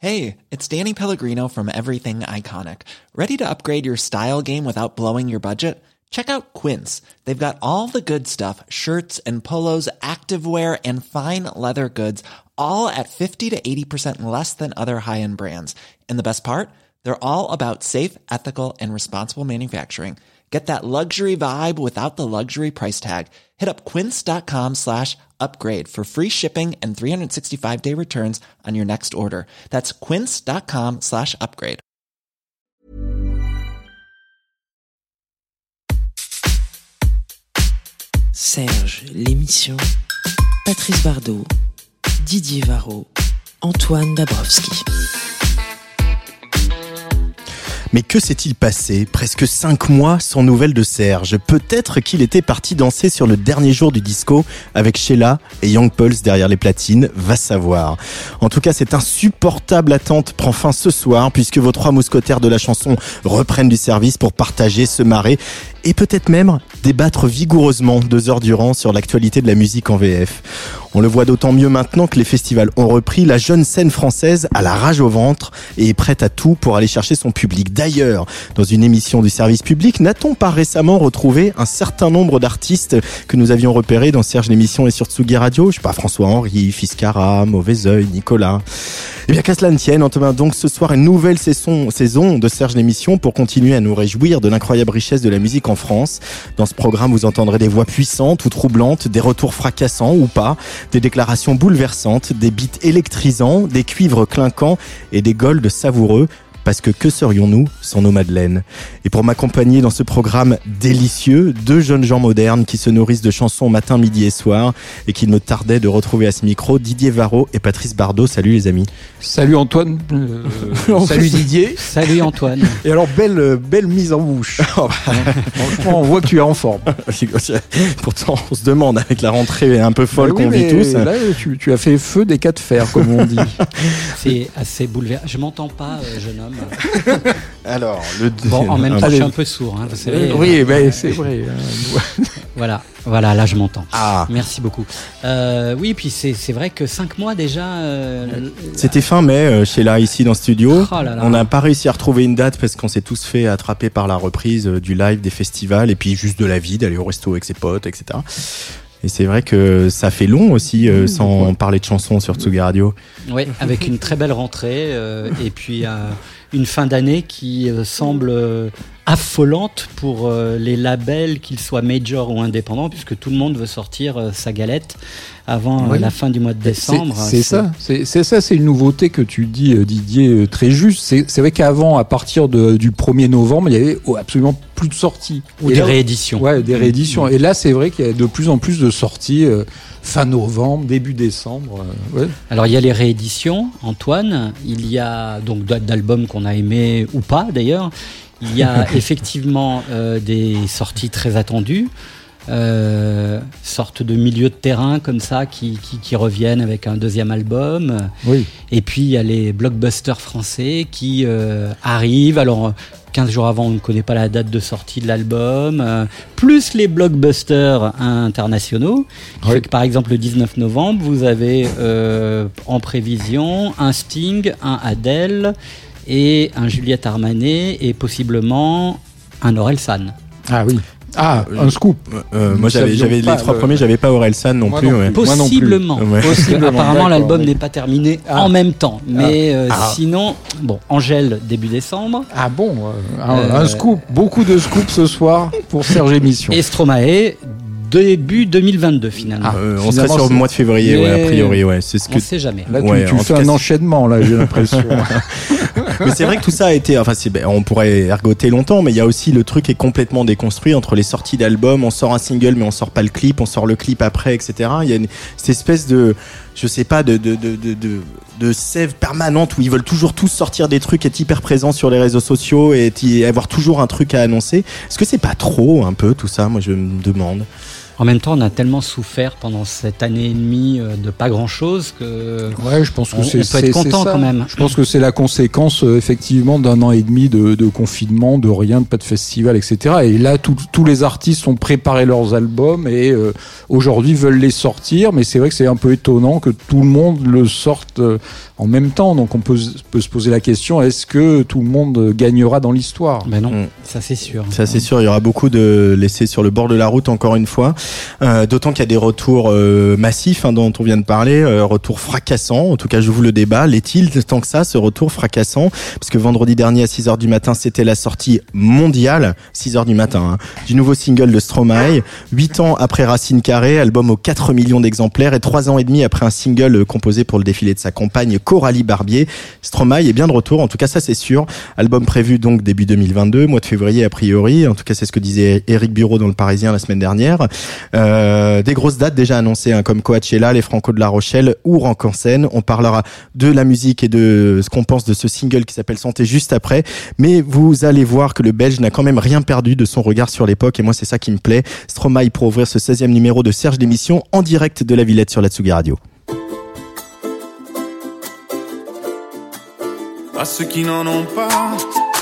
Hey, it's Danny Pellegrino from Everything Iconic. Ready to upgrade your style game without blowing your budget? Check out Quince. They've got all the good stuff, shirts and polos, activewear, and fine leather goods, all at 50 to 80% less than other high-end brands. And the best part? They're all about safe, ethical, and responsible manufacturing. Get that luxury vibe without the luxury price tag. Hit up quince.com/upgrade for free shipping and 365-day returns on your next order. That's quince.com/upgrade. Serge, l'émission. Patrice Bardot, Didier Varro, Antoine Dabrowski. Mais que s'est-il passé ? Presque 5 mois sans nouvelles de Serge. Peut-être qu'il était parti danser sur le dernier jour du disco avec Sheila et Young Pulse derrière les platines, va savoir. En tout cas, cette insupportable attente prend fin ce soir puisque vos 3 mousquetaires de la chanson reprennent du service pour partager, se marrer et peut-être même débattre vigoureusement 2 heures durant sur l'actualité de la musique en VF. On le voit d'autant mieux maintenant que les festivals ont repris. La jeune scène française a la rage au ventre et est prête à tout pour aller chercher son public. D'ailleurs, dans une émission du service public, n'a-t-on pas récemment retrouvé un certain nombre d'artistes que nous avions repérés dans Serge l'émission et sur Tsugi Radio ? Je sais pas, François-Henri, Fiskara, Mauvais Oeil, Nicolas. Eh bien, qu'à cela ne tienne, on entame donc ce soir une nouvelle saison de Serge l'émission pour continuer à nous réjouir de l'incroyable richesse de la musique en France. Dans ce programme, vous entendrez des voix puissantes ou troublantes, des retours fracassants ou pas, des déclarations bouleversantes, des beats électrisants, des cuivres clinquants et des golds savoureux. Parce que serions-nous sans nos Madeleines ? Et pour m'accompagner dans ce programme délicieux, 2 jeunes gens modernes qui se nourrissent de chansons matin, midi et soir et qu'il me tardait de retrouver à ce micro, Didier Varro et Patrice Bardot. Salut les amis. Salut Antoine. Salut Didier. Salut Antoine. Et alors belle mise en bouche. Franchement, on voit que tu es en forme. Pourtant, on se demande avec la rentrée un peu folle qu'on vit tous. Là, tu as fait feu des 4 fers, comme on dit. C'est assez bouleversant. Je m'entends pas, jeune homme. Alors, bon, en même temps, je suis un peu sourd. Vous savez, oui, mais c'est vrai. Voilà, là, je m'entends. Ah. Merci beaucoup. Oui, puis c'est vrai que 5 mois déjà. C'était fin mai, Sheila, ici dans le studio. Oh là là. On n'a pas réussi à retrouver une date parce qu'on s'est tous fait attraper par la reprise du live, des festivals et puis juste de la vie, d'aller au resto avec ses potes, etc. Et c'est vrai que ça fait long aussi, sans parler de chansons sur Tsugi Radio. Oui, avec une très belle rentrée et puis une fin d'année qui semble affolante pour les labels, qu'ils soient major ou indépendants, puisque tout le monde veut sortir sa galette avant la fin du mois de décembre. C'est ça, c'est une nouveauté que tu dis, Didier, très juste. C'est vrai qu'avant, à partir du 1er novembre, il y avait absolument plus de sorties. Ou des rééditions. Ouais, des rééditions. Et là, c'est vrai qu'il y a de plus en plus de sorties fin novembre, début décembre. Ouais. Alors, il y a les rééditions, Antoine. Il y a donc d'albums qu'on a aimés ou pas, d'ailleurs. Il y a effectivement des sorties très attendues. Sorte de milieu de terrain comme ça qui reviennent avec un 2e album. Oui. Et puis il y a les blockbusters français qui arrivent. Alors 15 jours avant, on ne connaît pas la date de sortie de l'album, plus les blockbusters internationaux. Qui fait que, par exemple, le 19 novembre, vous avez en prévision un Sting, un Adele et un Juliette Armanet et possiblement un Orelsan. Ah oui. Ah, un scoop. Moi, j'avais les 3 premiers, j'avais pas Orelsan non plus. Ouais. Possiblement. Apparemment, l'album n'est pas terminé en même temps. Mais sinon, bon, Angèle, début décembre. Ah bon, un scoop. Beaucoup de scoops ce soir pour Serge Émission. Et Stromae, début 2022 finalement. On serait sur le mois de février, a priori. Ouais. C'est ce que... On ne sait jamais. Là, tu fais un enchaînement, là, j'ai l'impression. Mais c'est vrai que tout ça a été, on pourrait ergoter longtemps, mais il y a aussi le truc qui est complètement déconstruit entre les sorties d'albums. On sort un single, mais on sort pas le clip, on sort le clip après, etc. Il y a cette espèce de, je sais pas, de sève permanente où ils veulent toujours tous sortir des trucs, être hyper présents sur les réseaux sociaux et avoir toujours un truc à annoncer. Est-ce que c'est pas trop, un peu, tout ça? Moi, je me demande. En même temps, on a tellement souffert pendant cette année et demie de pas grand-chose que Ouais, je pense que on peut être content ça. quand même. Je pense que c'est la conséquence effectivement d'un an et demi de confinement, de rien, de pas de festival, etc. Et là, tous les artistes ont préparé leurs albums et aujourd'hui veulent les sortir. Mais c'est vrai que c'est un peu étonnant que tout le monde le sorte en même temps. Donc on peut se poser la question, est-ce que tout le monde gagnera dans l'histoire ? Ben non, ça c'est sûr. Ça c'est sûr, il y aura beaucoup de laissés sur le bord de la route encore une fois. D'autant qu'il y a des retours massifs dont on vient de parler, retours fracassants. En tout cas, je vous le débat. L'est-il tant que ça, ce retour fracassant ? Parce que vendredi dernier à 6h du matin, c'était la sortie mondiale, 6h du matin, du nouveau single de Stromae. 8 ans après Racine Carrée, album aux 4 millions d'exemplaires, et 3 ans et demi après un single composé pour le défilé de sa compagne Coralie Barbier. Stromae est bien de retour, en tout cas ça c'est sûr. Album prévu donc début 2022, mois de février a priori. En tout cas c'est ce que disait Éric Bureau dans Le Parisien la semaine dernière. Des grosses dates déjà annoncées comme Coachella, les Franco de La Rochelle ou Rock en scène. On parlera de la musique et de ce qu'on pense de ce single qui s'appelle Santé juste après. Mais vous allez voir que le Belge n'a quand même rien perdu de son regard sur l'époque, et moi c'est ça qui me plaît. Stromae pour ouvrir ce 16e numéro de Serge l'émission en direct de la Villette sur la Tsugi Radio. À ceux qui n'en ont pas,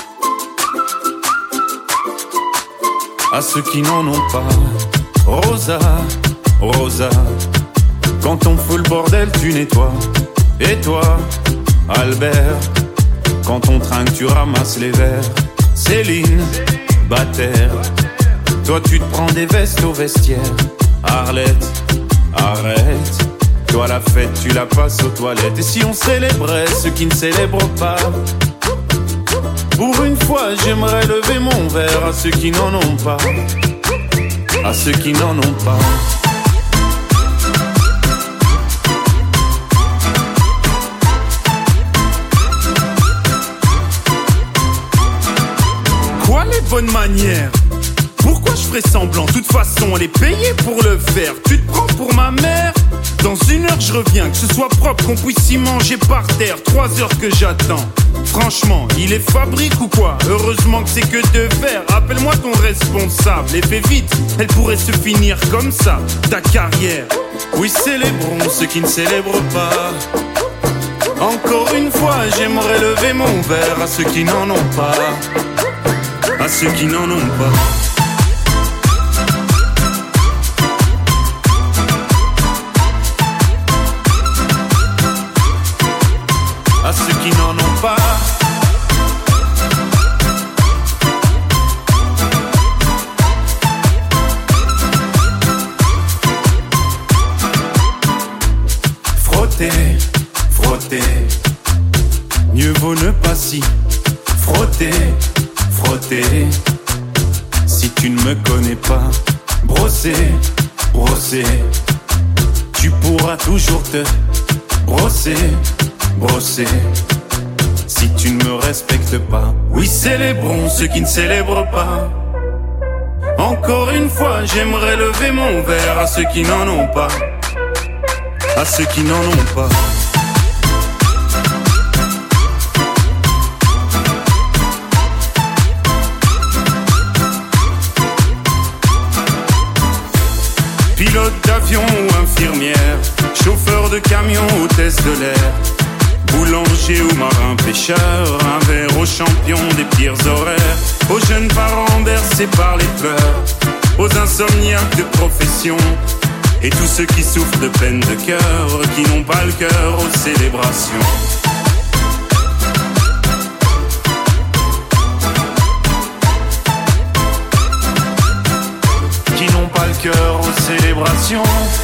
à ceux qui n'en ont pas, Rosa, Rosa, quand on fout le bordel tu nettoies. Et toi, Albert, quand on trinque tu ramasses les verres. Céline, Bataire, toi tu te prends des vestes au vestiaire. Arlette, arrête, toi la fête tu la passes aux toilettes. Et si on célébrait ceux qui ne célèbrent pas, pour une fois j'aimerais lever mon verre à ceux qui n'en ont pas, à ceux qui n'en ont pas. Quoi les bonnes manières? Pourquoi je ferais semblant? De toute façon elle est payée pour le faire. Tu te prends pour ma mère? Dans 1 heure je reviens, que ce soit propre, qu'on puisse y manger par terre. 3 heures que j'attends. Franchement, il est fabrique ou quoi? Heureusement que c'est que de verre. Appelle-moi ton responsable et fais vite, elle pourrait se finir comme ça, ta carrière. Oui, célébrons ceux qui ne célèbrent pas. Encore une fois, j'aimerais lever mon verre à ceux qui n'en ont pas, à ceux qui n'en ont pas. À ceux qui n'en ont pas. Frotter, frotter, mieux vaut ne pas s'y frotter, frotter. Si tu ne me connais pas, brosser, brosser, tu pourras toujours te brosser, brosser. Si tu ne me respectes pas, oui, célébrons ceux qui ne célèbrent pas. Encore une fois, j'aimerais lever mon verre à ceux qui n'en ont pas, à ceux qui n'en ont pas. Pilote d'avion ou infirmière, chauffeur de camion, hôtesse de l'air, boulanger ou marin pêcheur, un verre aux champions des pires horaires, aux jeunes parents bercés par les pleurs, aux insomniaques de profession, et tous ceux qui souffrent de peine de cœur, qui n'ont pas le cœur aux célébrations. Qui n'ont pas le cœur aux célébrations.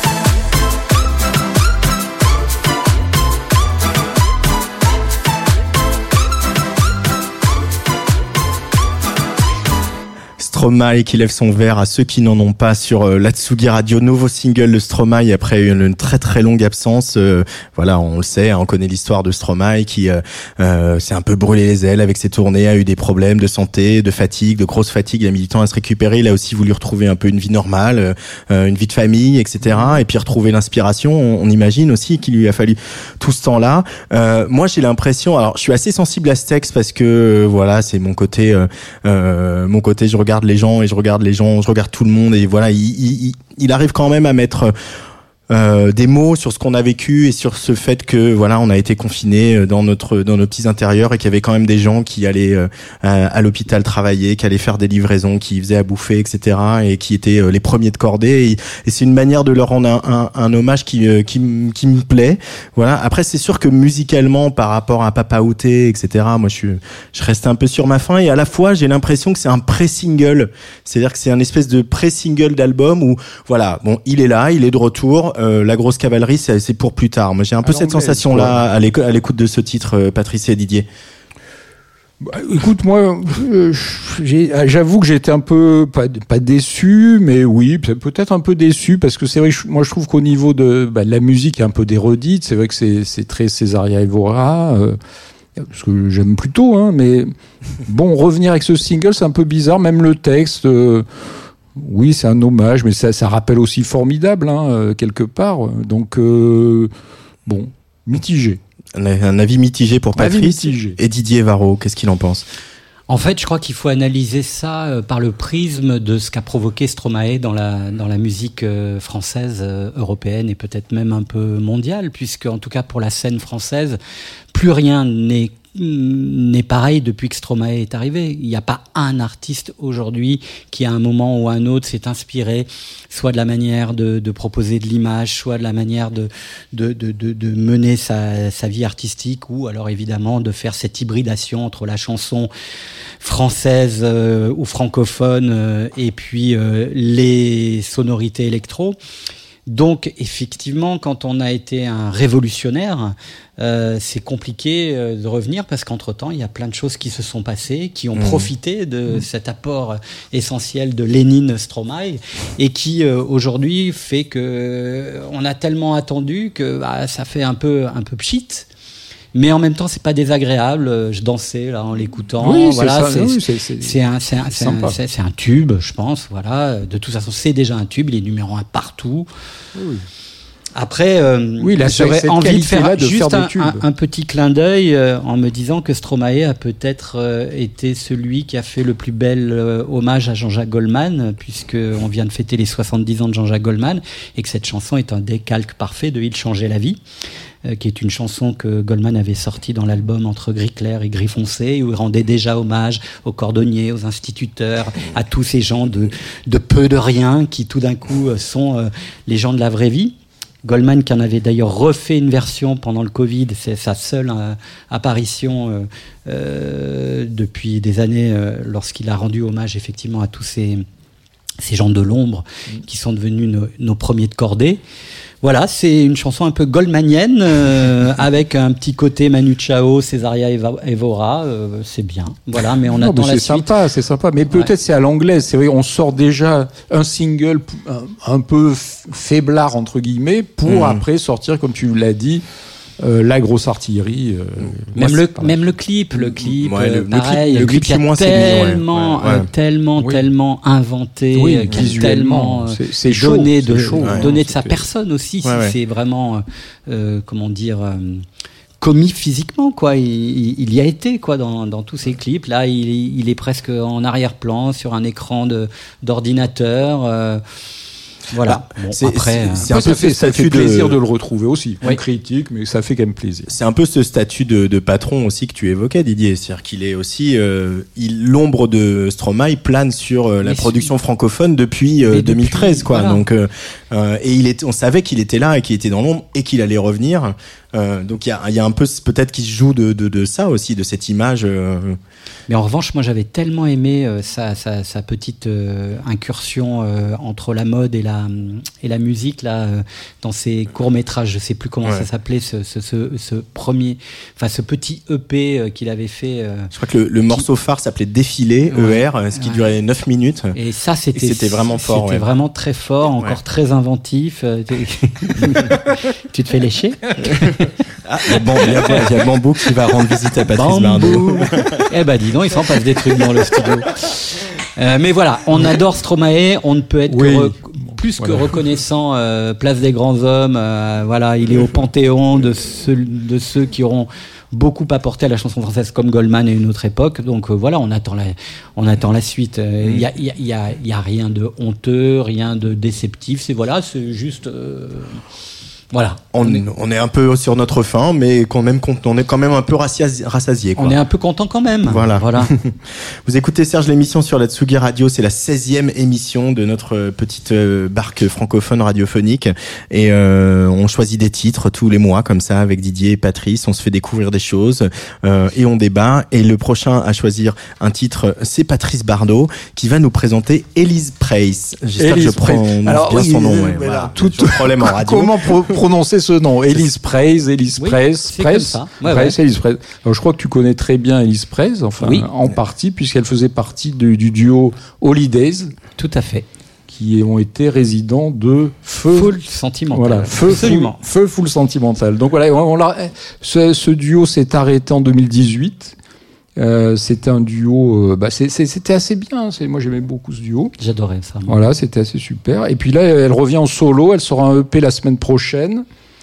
Stromae qui lève son verre à ceux qui n'en ont pas sur la Tsugi Radio, nouveau single de Stromae après une très très longue absence. Voilà, on le sait, on connaît l'histoire de Stromae qui s'est un peu brûlé les ailes avec ses tournées, a eu des problèmes de santé, de fatigue, de grosse fatigue, il a mis du temps à se récupérer. Il a aussi voulu retrouver un peu une vie normale, une vie de famille, etc. Et puis retrouver l'inspiration. On imagine aussi qu'il lui a fallu tout ce temps-là. Moi, j'ai l'impression, alors je suis assez sensible à ce texte parce que voilà, c'est mon côté, je regarde les gens et je regarde tout le monde et voilà, il arrive quand même à mettre des mots sur ce qu'on a vécu et sur ce fait que voilà, on a été confinés dans nos petits intérieurs et qu'il y avait quand même des gens qui allaient à l'hôpital travailler, qui allaient faire des livraisons, qui faisaient à bouffer, etc. et qui étaient les premiers de cordée et c'est une manière de leur rendre un hommage qui me plaît. Voilà. Après, c'est sûr que musicalement, par rapport à Papa Outé, etc. Moi, je reste un peu sur ma faim et à la fois, j'ai l'impression que c'est un pré-single. C'est-à-dire que c'est un espèce de pré-single d'album où voilà, bon, il est là, il est de retour. La grosse cavalerie, c'est pour plus tard. Moi, j'ai un peu cette sensation-là à l'écoute de ce titre, Patrice et Didier. Bah, écoute, moi, j'avoue que j'étais un peu pas déçu, mais oui, peut-être un peu déçu parce que c'est vrai que moi je trouve qu'au niveau de la musique, il y a un peu d'érodite. C'est vrai que c'est très Césaria Evora. Parce que j'aime plutôt, hein, mais bon, revenir avec ce single, c'est un peu bizarre. Même le texte. Oui, c'est un hommage, mais ça rappelle aussi Formidable, hein, quelque part. Donc, bon, mitigé. Un avis mitigé pour Patrice. Et Didier Varro, qu'est-ce qu'il en pense ? En fait, je crois qu'il faut analyser ça par le prisme de ce qu'a provoqué Stromae dans la musique française, européenne et peut-être même un peu mondiale, puisque en tout cas pour la scène française, plus rien n'est pareil depuis que Stromae est arrivé. Il n'y a pas un artiste aujourd'hui qui à un moment ou à un autre s'est inspiré soit de la manière de proposer de l'image, soit de la manière de mener sa vie artistique, ou alors évidemment de faire cette hybridation entre la chanson française ou francophone et puis les sonorités électro. Donc, effectivement, quand on a été un révolutionnaire, c'est compliqué de revenir parce qu'entre-temps, il y a plein de choses qui se sont passées, qui ont profité de cet apport essentiel de Lénine Stromae et qui, aujourd'hui, fait que on a tellement attendu que ça fait un peu pchit. Mais en même temps, c'est pas désagréable. Je dansais là en l'écoutant. Oui, voilà, c'est un tube, je pense. Voilà. De toute façon, c'est déjà un tube. Il est numéro 1 partout. Oui. Après, j'aurais envie de faire juste un petit clin d'œil en me disant que Stromae a peut-être été celui qui a fait le plus bel hommage à Jean-Jacques Goldman, puisqu'on vient de fêter les 70 ans de Jean-Jacques Goldman, et que cette chanson est un décalque parfait de Il changeait la vie, qui est une chanson que Goldman avait sortie dans l'album Entre gris clair et gris foncé, où il rendait déjà hommage aux cordonniers, aux instituteurs, à tous ces gens de peu de rien qui tout d'un coup sont les gens de la vraie vie. Goldman qui en avait d'ailleurs refait une version pendant le Covid, c'est sa seule apparition depuis des années lorsqu'il a rendu hommage effectivement à tous ces gens de l'ombre qui sont devenus nos premiers de cordée. Voilà, c'est une chanson un peu goldmanienne avec un petit côté Manu Chao, Césaria Evora, c'est bien. Voilà, mais on attend la suite. C'est sympa, mais peut-être c'est à l'anglaise. C'est vrai, on sort déjà un single un peu faiblard entre guillemets pour après sortir, comme tu l'as dit, la grosse artillerie. Même le clip, pareil. Le clip qui a tellement inventé, visuellement, c'est donné de sa personne aussi. C'est vraiment, comment dire, commis physiquement, quoi. Il y a été, quoi, dans tous ces clips. Là, il est presque en arrière-plan sur un écran d'ordinateur. Voilà. Bon, c'est un peu ça fait plaisir de le retrouver aussi. Oui. Critique, mais ça fait quand même plaisir. C'est un peu ce statut de patron aussi que tu évoquais, Didier. C'est-à-dire qu'il est aussi, l'ombre de Stromae plane sur la production francophone depuis 2013, quoi. Voilà. Donc, et on savait qu'il était là et qu'il était dans l'ombre et qu'il allait revenir. Donc il y a un peu peut-être qui se joue de ça aussi, de cette image. Mais en revanche, moi j'avais tellement aimé sa petite incursion entre la mode et la musique là, dans ses courts-métrages. Je sais plus comment ça s'appelait, ce premier, enfin ce petit EP qu'il avait fait. Je crois que le morceau phare s'appelte Défilé, ER, ce qui durait 9 minutes. Et ça c'était vraiment fort. C'était vraiment très fort, encore très inventif. Tu te fais lécher? Il y a Bambou qui va rendre visite à Patrice Bardot. Eh ben dis donc, il s'en passe des trucs dans le studio. Mais voilà, on adore Stromae, on ne peut être plus que reconnaissant. Place des grands hommes, voilà, il est au panthéon de ceux qui auront beaucoup apporté à la chanson française comme Goldman à une autre époque. Donc voilà, on attend la suite. Il y a rien de honteux, rien de déceptif. C'est juste. Voilà. On est un peu sur notre fin, mais on est quand même un peu rassasié. On est un peu content quand même. Voilà. Vous écoutez Serge, l'émission sur la Tsugi Radio, c'est la 16e émission de notre petite barque francophone radiophonique. Et on choisit des titres tous les mois, comme ça, avec Didier et Patrice. On se fait découvrir des choses et on débat. Et le prochain à choisir un titre, c'est Patrice Bardot, qui va nous présenter Élise Preis. J'espère que je prononce bien son nom. Voilà. Tout problème en radio. Comment prononcer ce nom? Élise Preis, Élise Preis. C'est comme ça. Élise Preis. Alors, je crois que tu connais très bien Élise Preis, en partie, puisqu'elle faisait partie du duo Holidays. Tout à fait. Qui ont été résidents de Full Sentimental. Voilà, Feu Full Sentimental. Donc voilà, ce duo s'est arrêté en 2018. C'était un duo, c'était assez bien. Moi, j'aimais beaucoup ce duo. J'adorais ça. Moi. Voilà, c'était assez super. Et puis là, elle revient en solo. Elle sera un EP la semaine prochaine.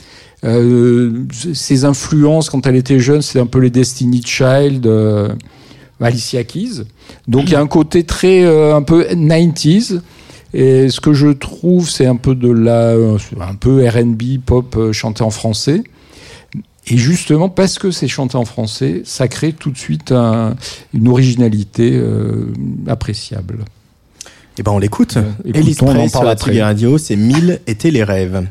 Ses influences, quand elle était jeune, c'est un peu les Destiny Child, Alicia Keys. Donc, il y a un côté très, un peu 90s. Et ce que je trouve, c'est un peu un peu R&B, pop, chanté en français. Et justement, parce que c'est chanté en français, ça crée tout de suite une originalité appréciable. Eh ben, on l'écoute. Élise Preis sur la Tsugi Radio, c'est 1000 étaient les rêves.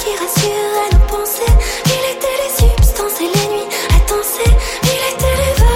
Il était les substances et les nuits à danser. Il était les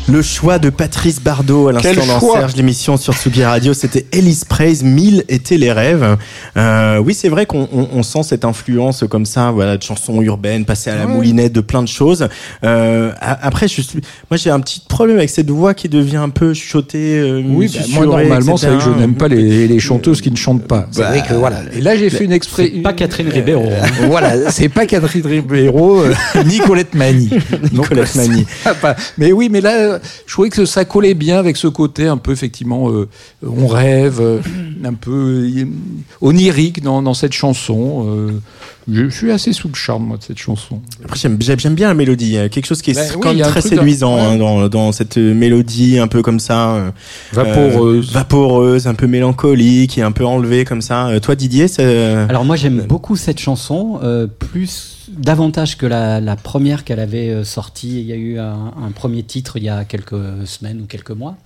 Le choix de Patrice Bardot à l'instant Quel dans choix. Serge, l'émission sur Tsugi Radio, c'était Ellis Praise, 1000 étaient les rêves. Oui, c'est vrai qu'on sent cette influence comme ça, voilà, de chansons urbaines, passées à la moulinette, de plein de choses. Après, moi j'ai un petit problème avec cette voix qui devient un peu chuchotée, Oui, moi normalement, c'est vrai que je n'aime pas les chanteuses qui ne chantent pas. C'est vrai que voilà. Et là, j'ai fait une expression. Pas Catherine Ribeiro. Hein. Voilà, c'est pas Catherine Ribeiro, ni Colette Mani. Nicolette Mani. Mais oui, mais là, je trouvais que ça collait bien avec ce côté un peu, effectivement, on rêve, un peu onirique dans cette chanson. Je suis assez sous le charme, moi, de cette chanson. Après, j'aime bien la mélodie. Il y a quelque chose qui est quand même il y a un très truc séduisant hein, dans cette mélodie un peu comme ça. Vaporeuse, un peu mélancolique et un peu enlevée comme ça. Toi, Didier, Alors moi, j'aime beaucoup cette chanson, davantage que la première qu'elle avait sortie. Il y a eu un premier titre il y a quelques semaines ou quelques mois.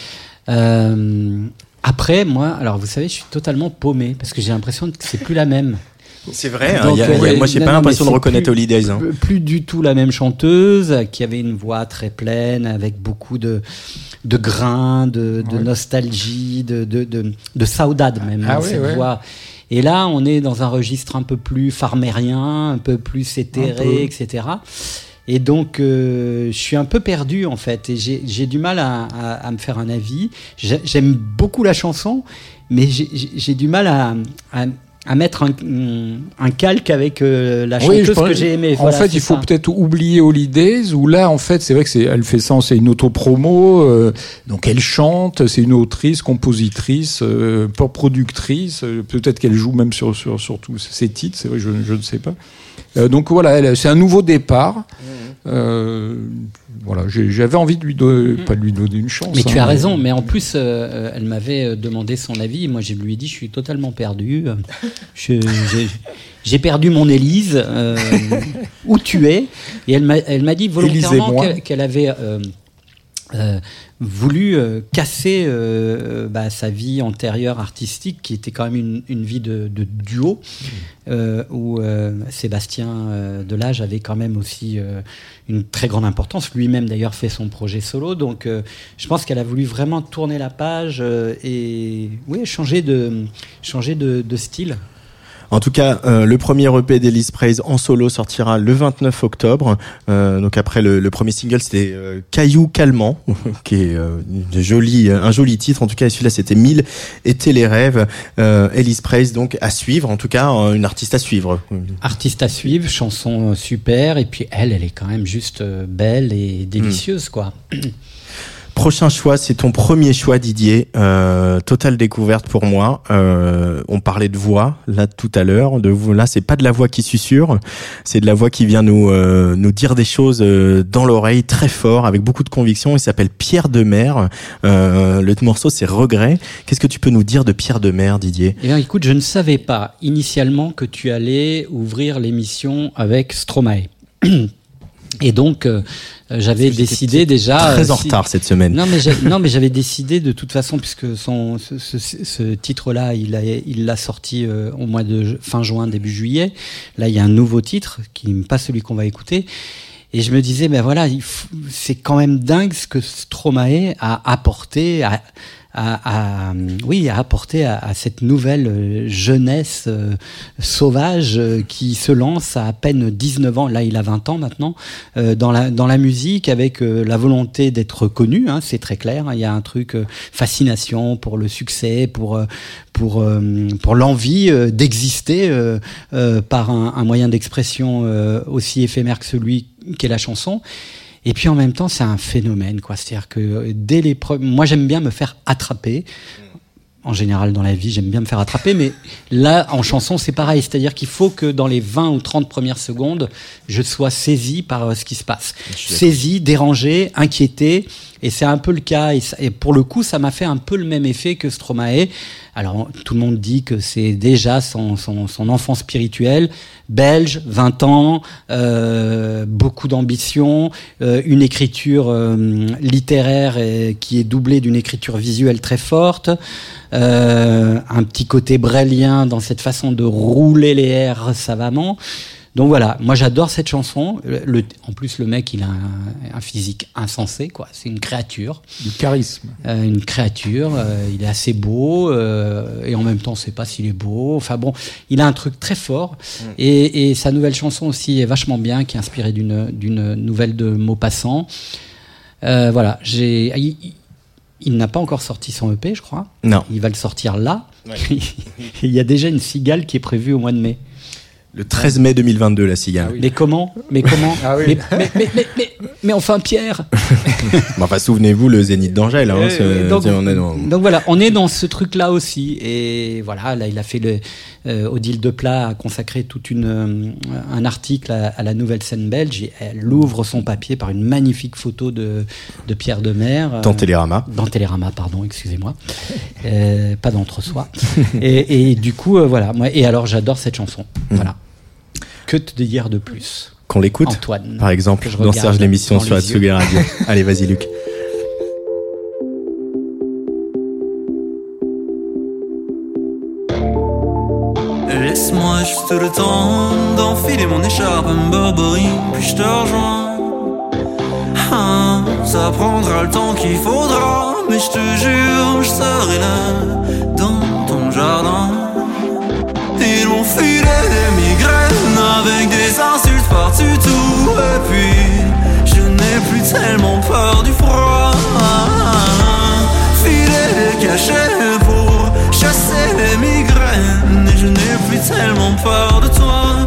Après, moi, alors vous savez, je suis totalement paumé parce que j'ai l'impression que c'est plus la même. C'est vrai. Donc, moi, j'ai pas l'impression de reconnaître Holidays. Hein. Plus du tout la même chanteuse qui avait une voix très pleine avec beaucoup de grains, de nostalgie, de saudade même dans cette voix. Et là, on est dans un registre un peu plus farmérien, un peu plus éthéré, etc. Et donc, je suis un peu perdu en fait, et j'ai du mal à me faire un avis. J'aime beaucoup la chanson, mais j'ai du mal à mettre un calque avec la chanteuse que j'ai aimée. En fait, il faut peut-être oublier Holidays, où là, en fait, c'est vrai que elle fait ça, c'est une auto-promo, donc elle chante, c'est une autrice, compositrice, productrice, peut-être qu'elle joue même sur tous ses titres, c'est vrai, je ne sais pas. Donc voilà, c'est un nouveau départ. Voilà, j'avais envie de pas de lui donner une chance. Mais tu as raison, mais en plus, elle m'avait demandé son avis. Moi, je lui ai dit, je suis totalement perdu. J'ai perdu mon Élise. Où tu es? Et elle m'a dit volontairement qu'elle avait voulu casser sa vie antérieure artistique, qui était quand même une vie de duo, où Sébastien Delage avait quand même aussi une très grande importance. Lui-même d'ailleurs fait son projet solo, donc je pense qu'elle a voulu vraiment tourner la page et changer de style. En tout cas, le premier EP d'Ellis Praise en solo sortira le 29 octobre. Donc après le premier single, c'était Caillou Calmant, qui est un joli titre. En tout cas, celui-là, c'était 1000 étaient les rêves. Ellis Praise, donc à suivre. En tout cas, une artiste à suivre. Artiste à suivre, chanson super. Et puis elle est quand même juste belle et délicieuse, quoi. Prochain choix, c'est ton premier choix, Didier. Totale découverte pour moi. On parlait de voix là tout à l'heure. Là, c'est pas de la voix qui susurre, c'est de la voix qui vient nous dire des choses dans l'oreille très fort, avec beaucoup de conviction. Il s'appelle Pierre Demers. Le morceau, c'est Regret. Qu'est-ce que tu peux nous dire de Pierre Demers, Didier? Eh bien, écoute, je ne savais pas initialement que tu allais ouvrir l'émission avec Stromae. Et donc, j'avais décidé déjà... Très en retard cette semaine. Non, mais j'avais décidé de toute façon, puisque ce titre-là, il l'a sorti au mois de fin juin, début juillet. Là, il y a un nouveau titre, qui n'est pas celui qu'on va écouter. Et je me disais, ben voilà, c'est quand même dingue ce que Stromae a apporté à cette nouvelle jeunesse sauvage qui se lance à peine 19 ans. Là, il a 20 ans maintenant, dans la musique, avec la volonté d'être connu, hein, c'est très clair. Il y a un truc, fascination pour le succès, pour l'envie d'exister par un moyen d'expression aussi éphémère que celui qu'est la chanson. Et puis en même temps, c'est un phénomène, quoi. C'est-à-dire que moi, j'aime bien me faire attraper. En général, dans la vie, j'aime bien me faire attraper, mais là, en chanson, c'est pareil. C'est-à-dire qu'il faut que dans les 20 ou 30 premières secondes, je sois saisi par ce qui se passe. Saisi, dérangé, inquiété. Et c'est un peu le cas. Et pour le coup, ça m'a fait un peu le même effet que Stromae. Alors, tout le monde dit que c'est déjà son enfant spirituel. Belge, 20 ans, beaucoup d'ambition, une écriture littéraire qui est doublée d'une écriture visuelle très forte, un petit côté brélien dans cette façon de rouler les airs savamment. Donc voilà, moi j'adore cette chanson. En plus, le mec, il a un physique insensé, quoi. C'est une créature. Du charisme. Une créature. Il est assez beau et en même temps, on ne sait pas s'il est beau. Enfin bon, il a un truc très fort. Et sa nouvelle chanson aussi est vachement bien, qui est inspirée d'une nouvelle de Maupassant. Voilà, il n'a pas encore sorti son EP, je crois. Non. Il va le sortir là. Ouais. Il y a déjà une cigale qui est prévue au mois de mai. Le 13 mai 2022, la cigale. Ah oui. Mais comment Ah oui. mais enfin, Pierre. Enfin, souvenez-vous, le Zénith d'Angèle. Donc voilà, on est dans ce truc-là aussi. Et voilà, là, il a fait Odile Deplat a consacré un article à la Nouvelle Scène belge. Et elle ouvre son papier par une magnifique photo de Pierre Demer. Dans Télérama. Dans Télérama, pardon, excusez-moi. Pas d'entre-soi. et du coup, voilà. Moi, et alors, j'adore cette chanson. Voilà. Que te dire de plus? Qu'on l'écoute, Antoine, par exemple, dans Serge l'émission sur Atsugi Radio. Allez, vas-y, Luc. Laisse-moi juste le temps d'enfiler mon écharpe Burberry, puis je te rejoins. Ça prendra le temps qu'il faudra, mais je te jure, je serai là dans ton jardin. Ils m'ont filé des migraines avec des insultes partout. Et puis, je n'ai plus tellement peur du froid. Filet caché pour chasser les migraines. Et je n'ai plus tellement peur de toi.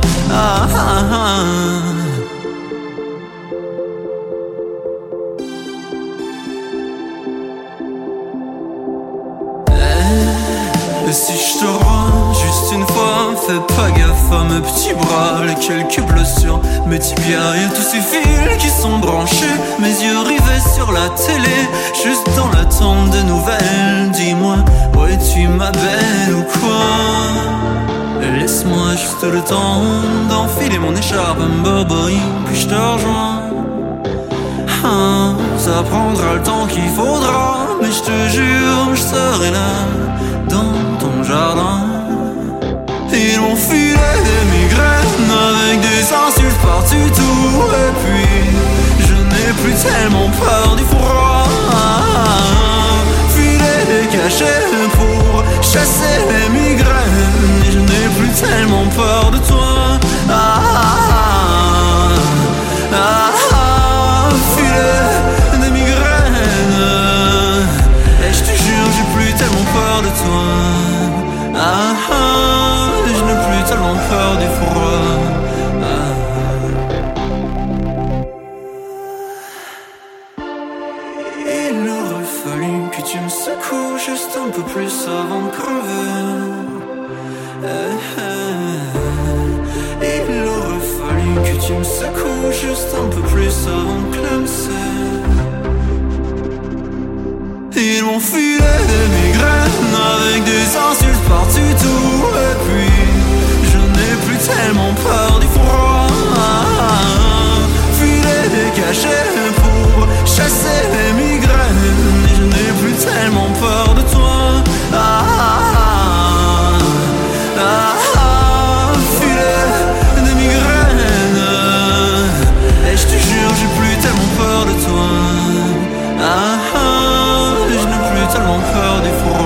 Et si je te rends juste une fois, fais pas gaffe à mes petits bras, les quelques bleus sur mes tibias et tous ces fils qui sont branchés, mes yeux rivés sur la télé, juste dans l'attente de nouvelles. Dis-moi, où es-tu ma belle ou quoi? Laisse-moi juste le temps d'enfiler mon écharpe Burberry, puis je te rejoins. Ça prendra le temps qu'il faudra, mais je te jure, je serai là dans ton jardin. Ils m'ont filé des migraines avec des insultes partout. Et puis, je n'ai plus tellement peur du froid. Filet caché pour chasser les migraines. Et je n'ai plus tellement peur de toi. Filet des migraines. Et je te jure, j'ai plus tellement peur de toi. Je n'ai plus tellement peur du froid. Il aurait fallu que tu me secoues juste un peu plus avant de crever. Il aurait fallu que tu me secoues juste un peu plus avant de clamser. Ils m'ont filé des migraines avec des insultes partout. Et puis, je n'ai plus tellement peur du froid. Filet caché pour chasser les migraines. Et je n'ai plus tellement peur de toi. Filet des migraines. Et je te jure, j'ai plus tellement peur de toi. Je n'ai plus tellement peur du froid.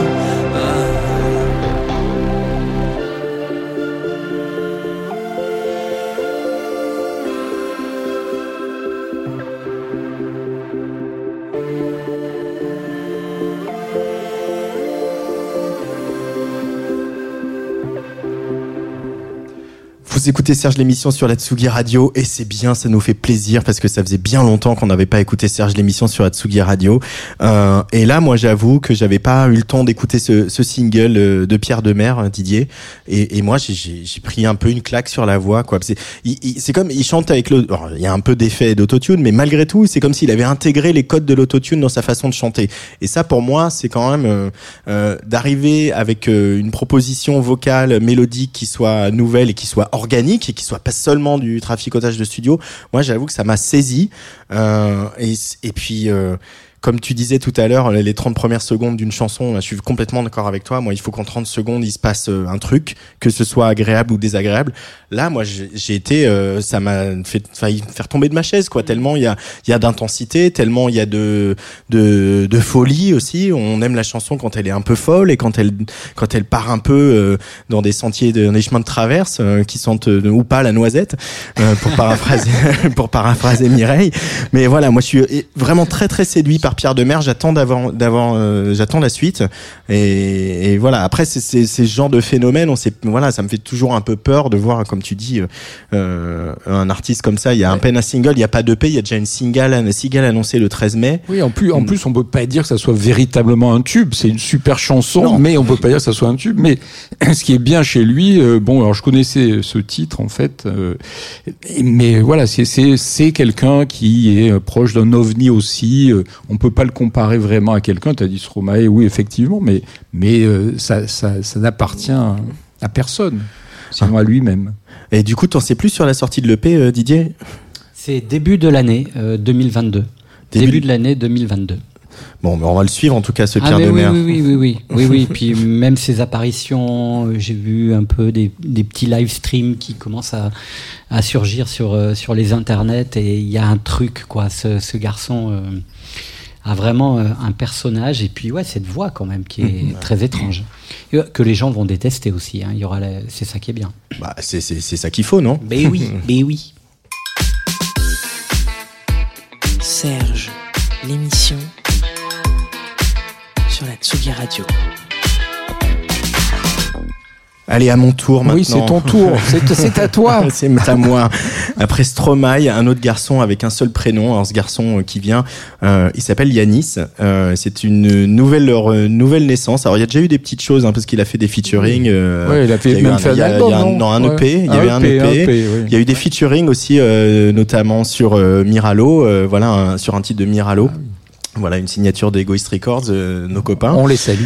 Vous écoutez Serge l'émission sur la Tsugi Radio et c'est bien, ça nous fait plaisir parce que ça faisait bien longtemps qu'on n'avait pas écouté Serge l'émission sur la Tsugi Radio. Et là, moi, j'avoue que j'avais pas eu le temps d'écouter ce single de Pierre Demer, Didier. Et moi, j'ai pris un peu une claque sur la voix, quoi. C'est comme il chante avec il y a un peu d'effet d'autotune, mais malgré tout, c'est comme s'il avait intégré les codes de l'autotune dans sa façon de chanter. Et ça, pour moi, c'est quand même d'arriver avec une proposition vocale, mélodique qui soit nouvelle et qui soit organique et qui soit pas seulement du traficotage de studio. Moi, j'avoue que ça m'a saisi. Et puis comme tu disais tout à l'heure, les 30 premières secondes d'une chanson, je suis complètement d'accord avec toi. Moi, il faut qu'en 30 secondes, il se passe un truc, que ce soit agréable ou désagréable. Là, moi, j'ai été, ça m'a failli faire tomber de ma chaise, quoi. Tellement il y a d'intensité, tellement il y a de folie aussi. On aime la chanson quand elle est un peu folle et quand elle part un peu dans des sentiers, dans des chemins de traverse qui sentent ou pas la noisette, pour paraphraser Mireille. Mais voilà, moi, je suis vraiment très très séduit par Pierre Demers. J'attends la suite. Et voilà. Après, c'est ce genre de phénomène. Ça me fait toujours un peu peur de voir, comme tu dis, un artiste comme ça. Il y a à peine un single, il y a pas d'EP, il y a déjà une single annoncée le 13 mai. Oui, en plus, on peut pas dire que ça soit véritablement un tube. C'est une super chanson, mais on peut pas dire que ça soit un tube. Mais ce qui est bien chez lui, alors je connaissais ce titre en fait, mais voilà, c'est quelqu'un qui est proche d'un ovni aussi. On peut pas le comparer vraiment à quelqu'un. T'as dit Stromae, oui, effectivement, mais ça n'appartient à personne, sinon à lui-même. Et du coup, t'en sais plus sur la sortie de l'EP, Didier ? C'est début de l'année 2022. Début de l'année 2022. Bon, mais on va le suivre en tout cas, ce Pierre Demers. Oui. Puis même ses apparitions, j'ai vu un peu des petits live streams qui commencent à surgir sur les internets, et il y a un truc, quoi. Ce garçon a vraiment un personnage, et puis cette voix quand même qui est très étrange, que les gens vont détester aussi. Hein. C'est ça qui est bien. Bah, c'est ça qu'il faut, non ? Ben oui. Serge, l'émission sur la Tsugi Radio. Allez, à mon tour maintenant. Oui, c'est ton tour. C'est à toi. C'est à moi. Après Stromae, un autre garçon avec un seul prénom. Alors ce garçon qui vient, il s'appelle Yanis. C'est une nouvelle naissance. Alors il y a déjà eu des petites choses, parce qu'il a fait des featuring. Il a fait un album, un EP. Il y avait un EP. Il y a eu des featuring aussi, notamment sur Miralo. Sur un titre de Miralo. Ah, oui. Voilà, une signature d'Egoist Records, nos copains. On les salue.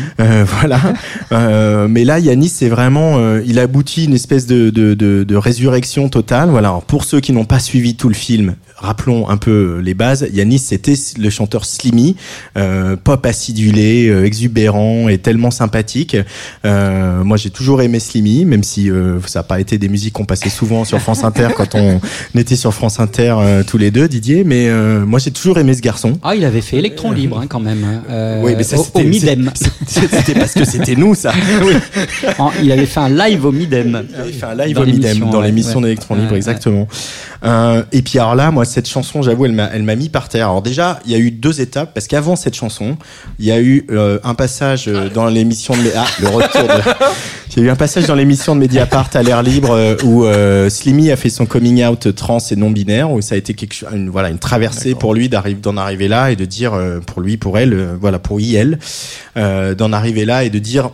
Mais là, Yanis, c'est vraiment, il aboutit une espèce de résurrection totale. Voilà. Alors, pour ceux qui n'ont pas suivi tout le film, rappelons un peu les bases. Yanis, c'était le chanteur Slimmy, pop acidulé, exubérant et tellement sympathique. Moi, j'ai toujours aimé Slimmy, même si ça n'a pas été des musiques qu'on passait souvent sur France Inter quand on était sur France Inter tous les deux, Didier. Mais moi, j'ai toujours aimé ce garçon. Ah, il avait fait Electron Libre, quand même. Oui, mais ça, au Midem. C'était parce que c'était nous, ça. Oui. Il avait fait un live au Midem. Il avait fait un live au Midem, dans l'émission d'Electron Libre, exactement. Et puis alors là, moi, cette chanson, j'avoue, elle m'a mis par terre. Alors déjà, il y a eu 2 étapes, parce qu'avant cette chanson, il y a eu un passage dans l'émission de... le retour de... Il y a eu un passage dans l'émission de Mediapart à l'air libre où Slimmy a fait son coming out trans et non binaire, où ça a été une traversée pour lui d'en arriver là et de dire pour lui, pour elle, pour elle, d'en arriver là et de dire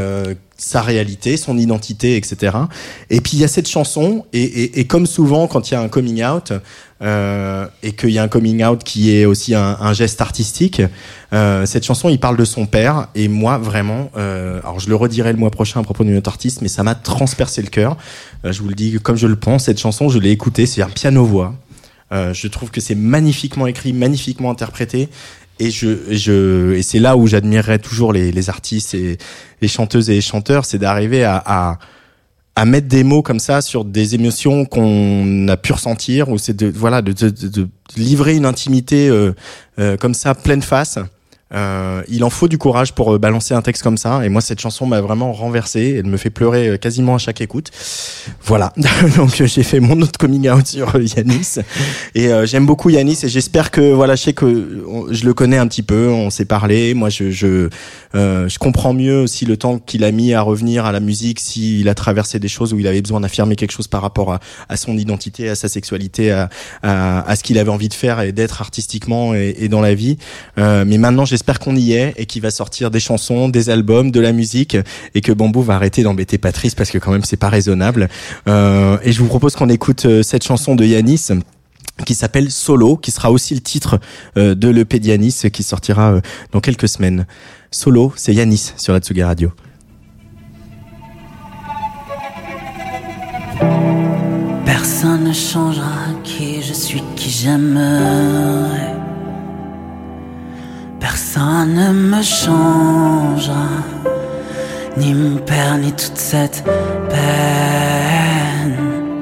sa réalité, son identité, etc. Et puis il y a cette chanson et comme souvent quand il y a un coming out et qu'il y a un coming out qui est aussi un geste artistique, cette chanson, il parle de son père, et moi vraiment, alors je le redirai le mois prochain à propos d'une autre artiste, mais ça m'a transpercé le cœur. Je vous le dis comme je le pense, cette chanson, je l'ai écoutée, c'est un piano-voix. Je trouve que c'est magnifiquement écrit, magnifiquement interprété. Et c'est là où j'admirerais toujours les artistes et les chanteuses et les chanteurs, c'est d'arriver à mettre des mots comme ça sur des émotions qu'on a pu ressentir, ou c'est de livrer une intimité comme ça pleine face. Il en faut du courage pour balancer un texte comme ça, et moi cette chanson m'a vraiment renversé, elle me fait pleurer quasiment à chaque écoute. Voilà. Donc j'ai fait mon autre coming out sur Yanis, et j'aime beaucoup Yanis, et j'espère que je sais que je le connais un petit peu, on s'est parlé, moi je comprends mieux aussi le temps qu'il a mis à revenir à la musique, s'il a traversé des choses où il avait besoin d'affirmer quelque chose par rapport à son identité, à sa sexualité, à ce qu'il avait envie de faire et d'être artistiquement et dans la vie. Mais maintenant j'espère qu'on y est, et qu'il va sortir des chansons, des albums, de la musique, et que Bambou va arrêter d'embêter Patrice, parce que quand même c'est pas raisonnable. Et je vous propose qu'on écoute cette chanson de Yanis qui s'appelle Solo, qui sera aussi le titre de l'EP de Yanis qui sortira dans quelques semaines. Solo, c'est Yanis sur la Tsugi Radio. Personne ne changera qui je suis, qui j'aimerais. Personne ne me changera, ni mon père, ni toute cette peine.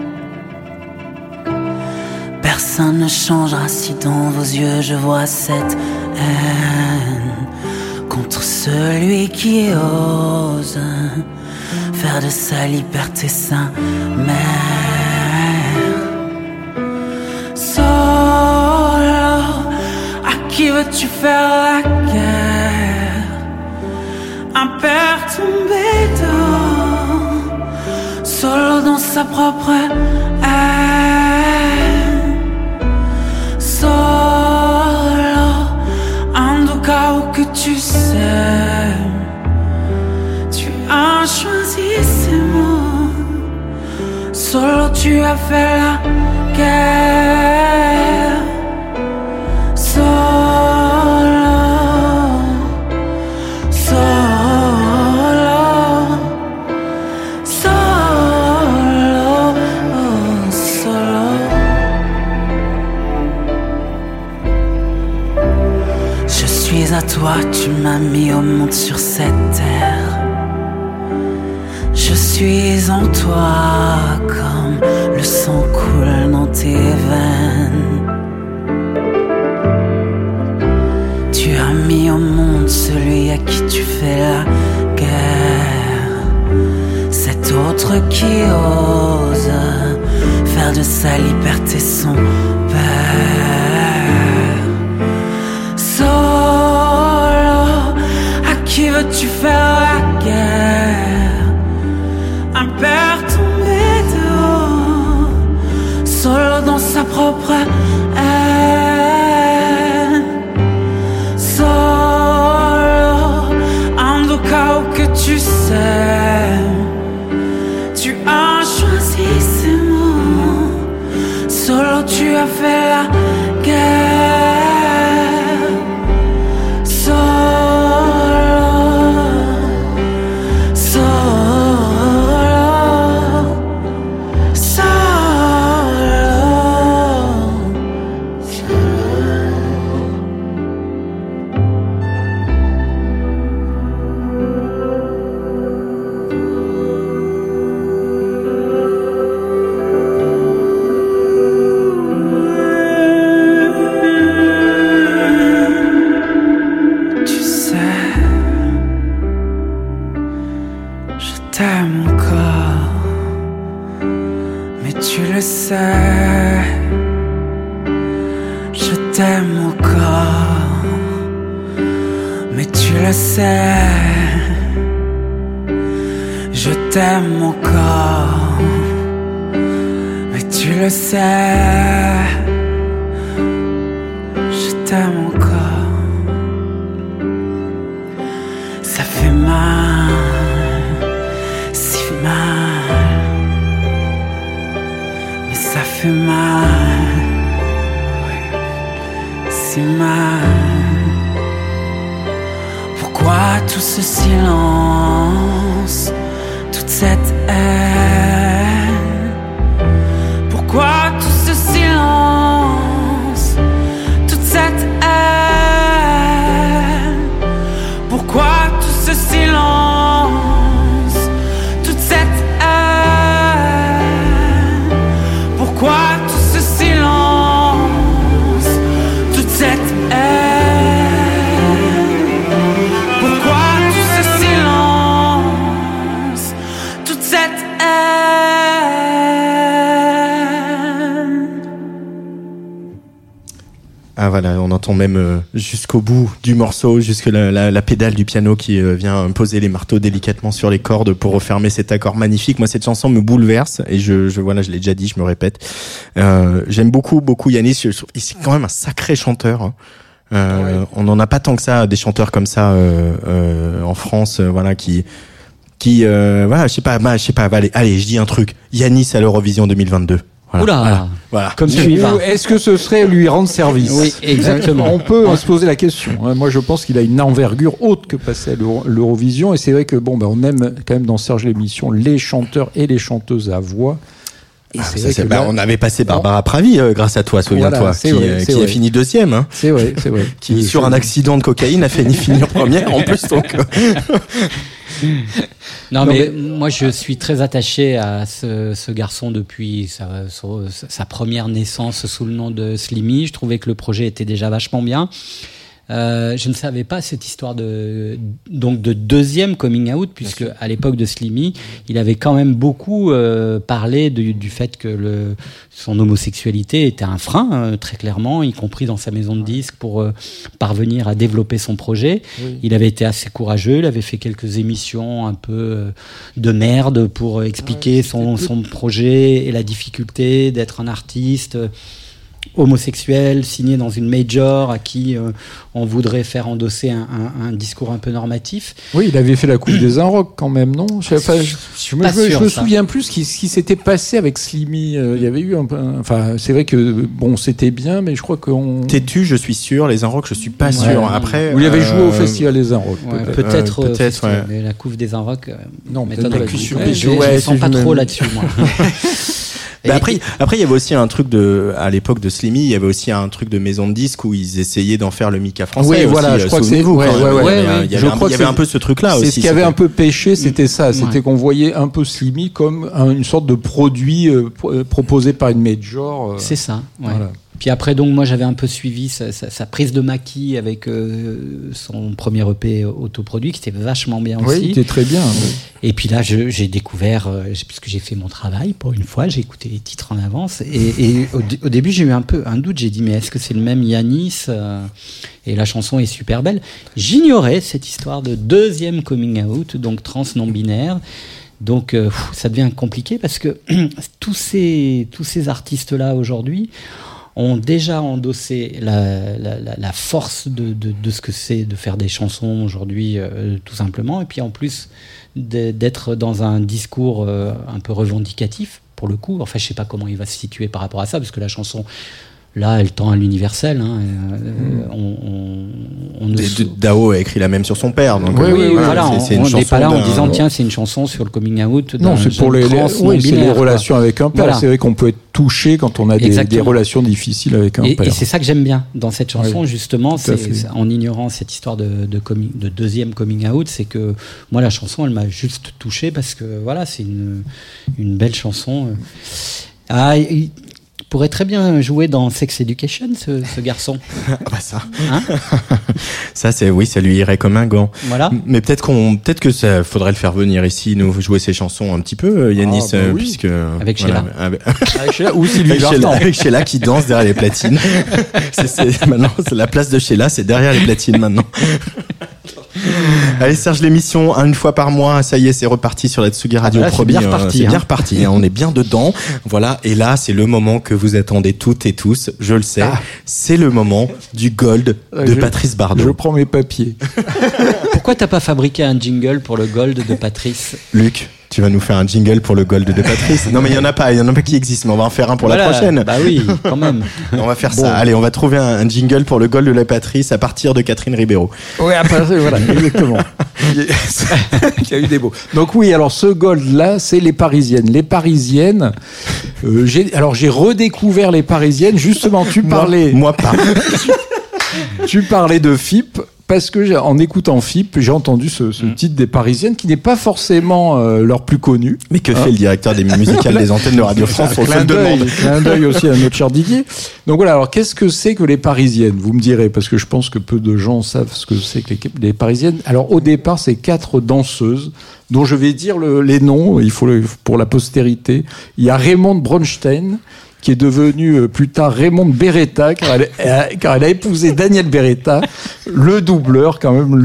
Personne ne changera si dans vos yeux je vois cette haine contre celui qui ose faire de sa liberté sa mère. Solo, à qui veux-tu faire la guerre? Un père tombé d'eau, solo dans sa propre haine. Solo, un cas où que tu sais, tu as choisi ces mots. Solo, tu as fait la guerre. À toi, tu m'as mis au monde sur cette terre. Je suis en toi comme le sang coule dans tes veines. Tu as mis au monde celui à qui tu fais la guerre. Cet autre qui ose faire de sa liberté son père. Qui veux-tu faire la guerre? Un père tombé de haut, solo dans sa propre haine. Solo, un cas où que tu sais, tu as choisi ces mots. Solo, tu as fait la guerre. Je t'aime encore, mais tu le sais. Je t'aime encore, mais tu le sais. Je t'aime encore. Ça fait mal, si mal. Ça fait mal, si mal. Pourquoi tout ce silence, toute cette haine? Pourquoi tout ce silence, toute cette haine? Pourquoi tout ce silence, toute cette haine? Pourquoi tout ce silence, toute cette haine? Pourquoi tout ce silence, toute cette haine? Ah voilà, on entend même jusqu'au bout du morceau, jusque la pédale du piano qui vient poser les marteaux délicatement sur les cordes pour refermer cet accord magnifique. Moi, cette chanson me bouleverse et voilà, je l'ai déjà dit, je me répète. J'aime beaucoup Yannis. C'est quand même un sacré chanteur. Hein. Ouais. On n'en a pas tant que ça, des chanteurs comme ça en France, voilà, qui voilà, je sais pas, allez, je dis un truc. Yannis à l'Eurovision 2022. Voilà. Comme est-ce que ce serait lui rendre service? Oui, exactement. On peut se poser la question. Moi, je pense qu'il a une envergure haute que passer à l'Eurovision. Et c'est vrai que on aime quand même dans Serge l'émission les chanteurs et les chanteuses à voix. Et Ah, c'est ça, vrai que là, on avait passé Barbara Pravi grâce à toi, souviens-toi, Voilà, c'est qui, vrai, c'est qui vrai. a fini 2e, c'est vrai. qui sur un accident de cocaïne a fait finir première en plus. Donc, Non, mais moi, je suis très attaché à ce garçon depuis sa première naissance sous le nom de Slimmy. Je trouvais que le projet était déjà vachement bien. Je ne savais pas cette histoire de deuxième coming out, puisque à l'époque de Slimmy, il avait quand même beaucoup parlé du fait que son homosexualité était un frein, très clairement, y compris dans sa maison de disques, pour parvenir à développer son projet. Oui. Il avait été assez courageux, il avait fait quelques émissions un peu de merde pour expliquer son projet et la difficulté d'être un artiste homosexuel, signé dans une major, à qui on voudrait faire endosser un discours un peu normatif. Oui, il avait fait la Coupe des Inrocks quand même, non? Je me souviens plus ce qui s'était passé avec Slimmy. Il y avait eu enfin, c'est vrai que bon, c'était bien, mais je crois qu'on... Têtu, je suis sûr. Les Inrocks, je suis pas sûr. Après, vous l'avez joué au Festival des Inrocks. Peut-être, ouais. Mais la Coupe des Inrocks, non, mais je ne sens pas trop là-dessus, moi. Bah après, il y avait aussi un truc à l'époque de Slimmy, il y avait aussi un truc de maison de disques où ils essayaient d'en faire le Mika français. Oui, aussi, voilà, je crois que c'est vous. Il y avait un peu ce truc-là aussi. C'est ce qui avait un peu pêché, c'était ça. C'était qu'on voyait un peu Slimmy comme une sorte de produit proposé par une major. C'est ça, ouais. Voilà. Puis après, donc, moi, j'avais un peu suivi sa prise de maquis avec son premier EP autoproduit, qui était vachement bien aussi. Oui, c'était très bien. Et puis là, j'ai découvert, puisque j'ai fait mon travail pour une fois, j'ai écouté les titres en avance. Et au début, j'ai eu un peu un doute. J'ai dit, mais est-ce que c'est le même Yanis Et la chanson est super belle. J'ignorais cette histoire de deuxième coming out, donc trans non-binaire. Donc, ça devient compliqué parce que tous ces artistes-là, aujourd'hui, ont déjà endossé la force de ce que c'est de faire des chansons aujourd'hui, tout simplement, et puis en plus d'être dans un discours un peu revendicatif, pour le coup. Enfin, je sais pas comment il va se situer par rapport à ça, parce que la chanson, là, elle tend à l'universel. Hein. Dao a écrit la même sur son père. Donc oui, voilà. On n'est pas là en disant tiens, c'est une chanson sur le coming out. Non, c'est pour les relations avec un père. Voilà. C'est vrai qu'on peut être touché quand on a des relations difficiles avec un père. Et c'est ça que j'aime bien dans cette chanson, justement, c'est en ignorant cette histoire de deuxième coming out, c'est que moi, la chanson, elle m'a juste touché parce que voilà, c'est une belle chanson. Il pourrait très bien jouer dans Sex Education, ce garçon. Ah bah ça. Hein ça, ça lui irait comme un gant. Voilà. Mais peut-être que ça faudrait le faire venir ici, nous jouer ses chansons un petit peu, Yanis, puisque avec Sheila. Avec Sheila ou Sylvie Vartan. Avec Sheila qui danse derrière les platines. Maintenant, la place de Sheila, c'est derrière les platines maintenant. Allez Serge, l'émission une fois par mois, ça y est, c'est reparti sur la Tsugi Radio. C'est bien reparti. C'est bien reparti, on est bien dedans. Voilà, et là c'est le moment que vous attendez toutes et tous, je le sais. C'est le moment du Gold de Patrice Bardot. Je prends mes papiers. Pourquoi t'as pas fabriqué un jingle pour le Gold de Patrice? Luc, tu vas nous faire un jingle pour le Gold de Patrice. Non mais il y en a pas qui existe, mais on va en faire un pour la prochaine. Bah oui, quand même. On va faire ça. Allez, on va trouver un jingle pour le Gold de la Patrice à partir de Catherine Ribeiro. Oui, voilà, exactement. Il y a eu des mots. Donc oui, alors ce Gold là, c'est les Parisiennes. Les Parisiennes. J'ai redécouvert les Parisiennes. Justement, tu parlais. Moi pas. Tu parlais de FIP. Parce que en écoutant FIP, j'ai entendu ce titre des Parisiennes qui n'est pas forcément leur plus connu. Mais que fait le directeur des musicales des antennes de Radio France? On se le demande. Clin d'œil aussi à notre cher Didier. Donc voilà, alors qu'est-ce que c'est que les Parisiennes? Vous me direz, parce que je pense que peu de gens savent ce que c'est que les Parisiennes. Alors au départ, c'est 4 danseuses dont je vais dire les noms, pour la postérité. Il y a Raymonde Bronstein, qui est devenu plus tard Raymonde Beretta, car elle a épousé Daniel Beretta, le doubleur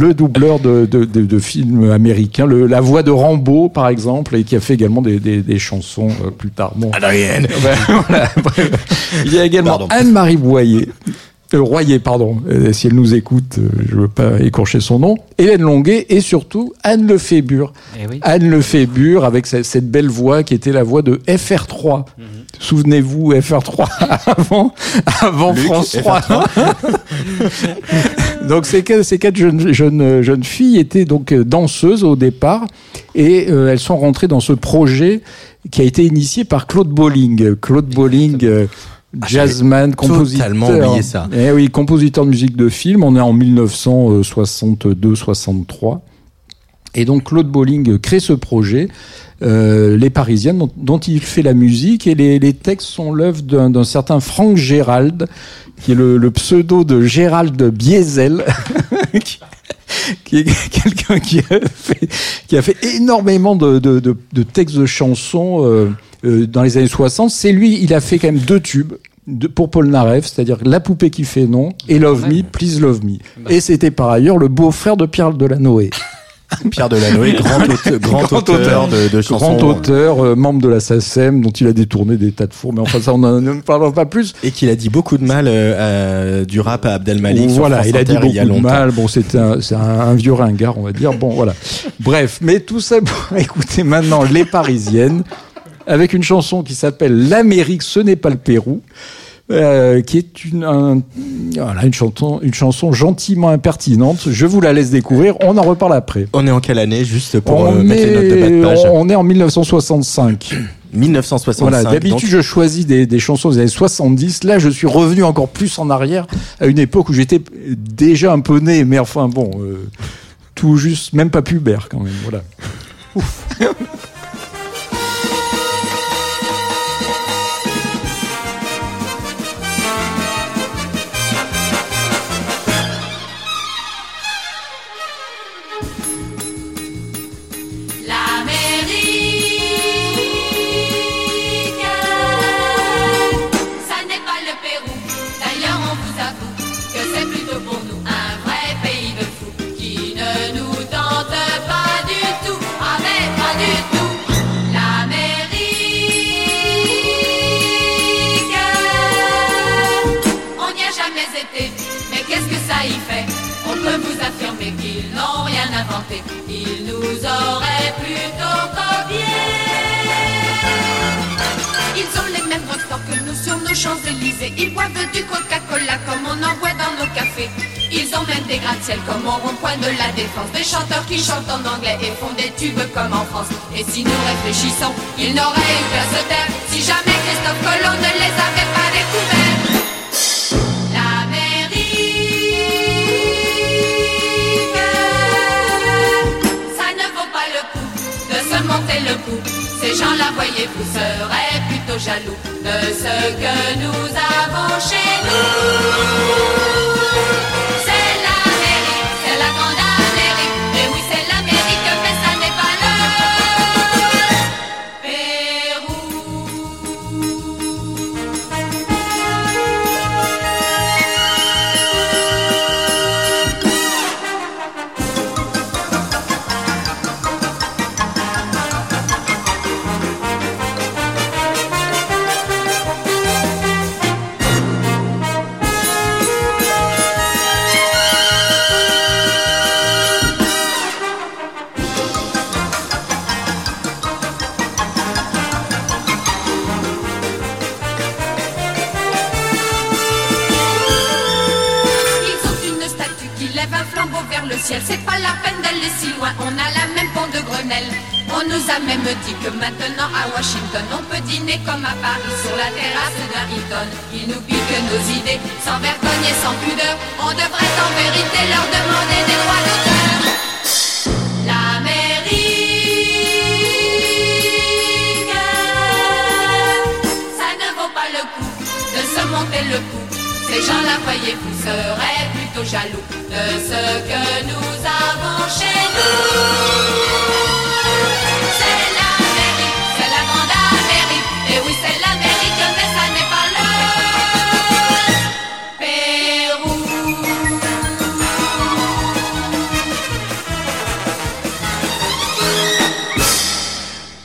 de films américains, la voix de Rambo par exemple, et qui a fait également des chansons plus tard. Bon. Adrienne. Voilà. Il y a également Anne-Marie Royer, si elle nous écoute, je ne veux pas écorcher son nom, Hélène Longuet et surtout Anne Lefébure. Oui. Anne Lefébure avec cette belle voix qui était la voix de FR3. Souvenez-vous, FR3 avant Luc, France 3. Donc ces quatre jeunes filles étaient donc danseuses au départ et elles sont rentrées dans ce projet qui a été initié par Claude Bolling. Claude Bolling, jazzman, compositeur. Totalement oublié ça. Eh oui, compositeur de musique de film. On est en 1962-63. Et donc Claude Bolling crée ce projet, Les Parisiennes, dont il fait la musique, et les textes sont l'œuvre d'un certain Franck Gérald, qui est le pseudo de Gérald Biesel, qui est quelqu'un qui a fait énormément de textes de chansons dans les années 60. C'est lui, il a fait quand même 2 tubes. Pour Paul Naref, c'est-à-dire La poupée qui fait non et Love Me, Please Love Me. Et c'était par ailleurs le beau-frère de Pierre Delanoë. Pierre Delanoë, grand auteur de chansons. Grand auteur, membre de la SACEM, dont il a détourné des tas de fours, mais enfin ça, on ne parlera pas plus. Et qu'il a dit beaucoup de mal du rap à Abdel Malik. Voilà, il a dit beaucoup de mal. Bon, c'est un vieux ringard, on va dire. Bon, voilà. Bref, mais tout ça pour écouter maintenant Les Parisiennes, avec une chanson qui s'appelle L'Amérique, ce n'est pas le Pérou. Qui est une chanson gentiment impertinente. Je vous la laisse découvrir. On en reparle après. On est en quelle année, juste pour mettre les notes de bas de page? On est en 1965. 1965. Voilà, d'habitude, donc... je choisis des chansons des années 70. Là, je suis revenu encore plus en arrière, à une époque où j'étais déjà un peu né, mais enfin bon, tout juste, même pas pubère quand même. Voilà. Ouf. Ils nous auraient plutôt copiés. Ils ont les mêmes drugstores que nous sur nos Champs-Élysées. Ils boivent du Coca-Cola comme on en boit dans nos cafés. Ils ont même des gratte-ciel comme au rond-point de la Défense. Des chanteurs qui chantent en anglais et font des tubes comme en France. Et si nous réfléchissons, ils n'auraient eu qu'à se taire si jamais Christophe Colomb ne les avait pas découverts. Monter le coup, ces gens-là, voyez-vous, seraient plutôt jaloux de ce que nous avons chez nous. C'est l'Amérique, c'est la grande Amérique, et oui, c'est l'Amérique, mais ça n'est pas le Pérou. C'est pas la peine d'aller si loin, on a la même pont de Grenelle. On nous a même dit que maintenant à Washington on peut dîner comme à Paris sur la terrasse d'un Hilton. Ils nous piquent nos idées, sans vergogne et sans pudeur. On devrait en vérité leur demander des droits d'auteur. L'Amérique, ça ne vaut pas le coup de se monter le cou. Ces gens-là, voyez-vous, seraient plutôt jaloux de ce que nous avons chez nous. C'est l'Amérique, c'est la grande Amérique. Et oui, c'est l'Amérique, mais ça n'est pas le Pérou.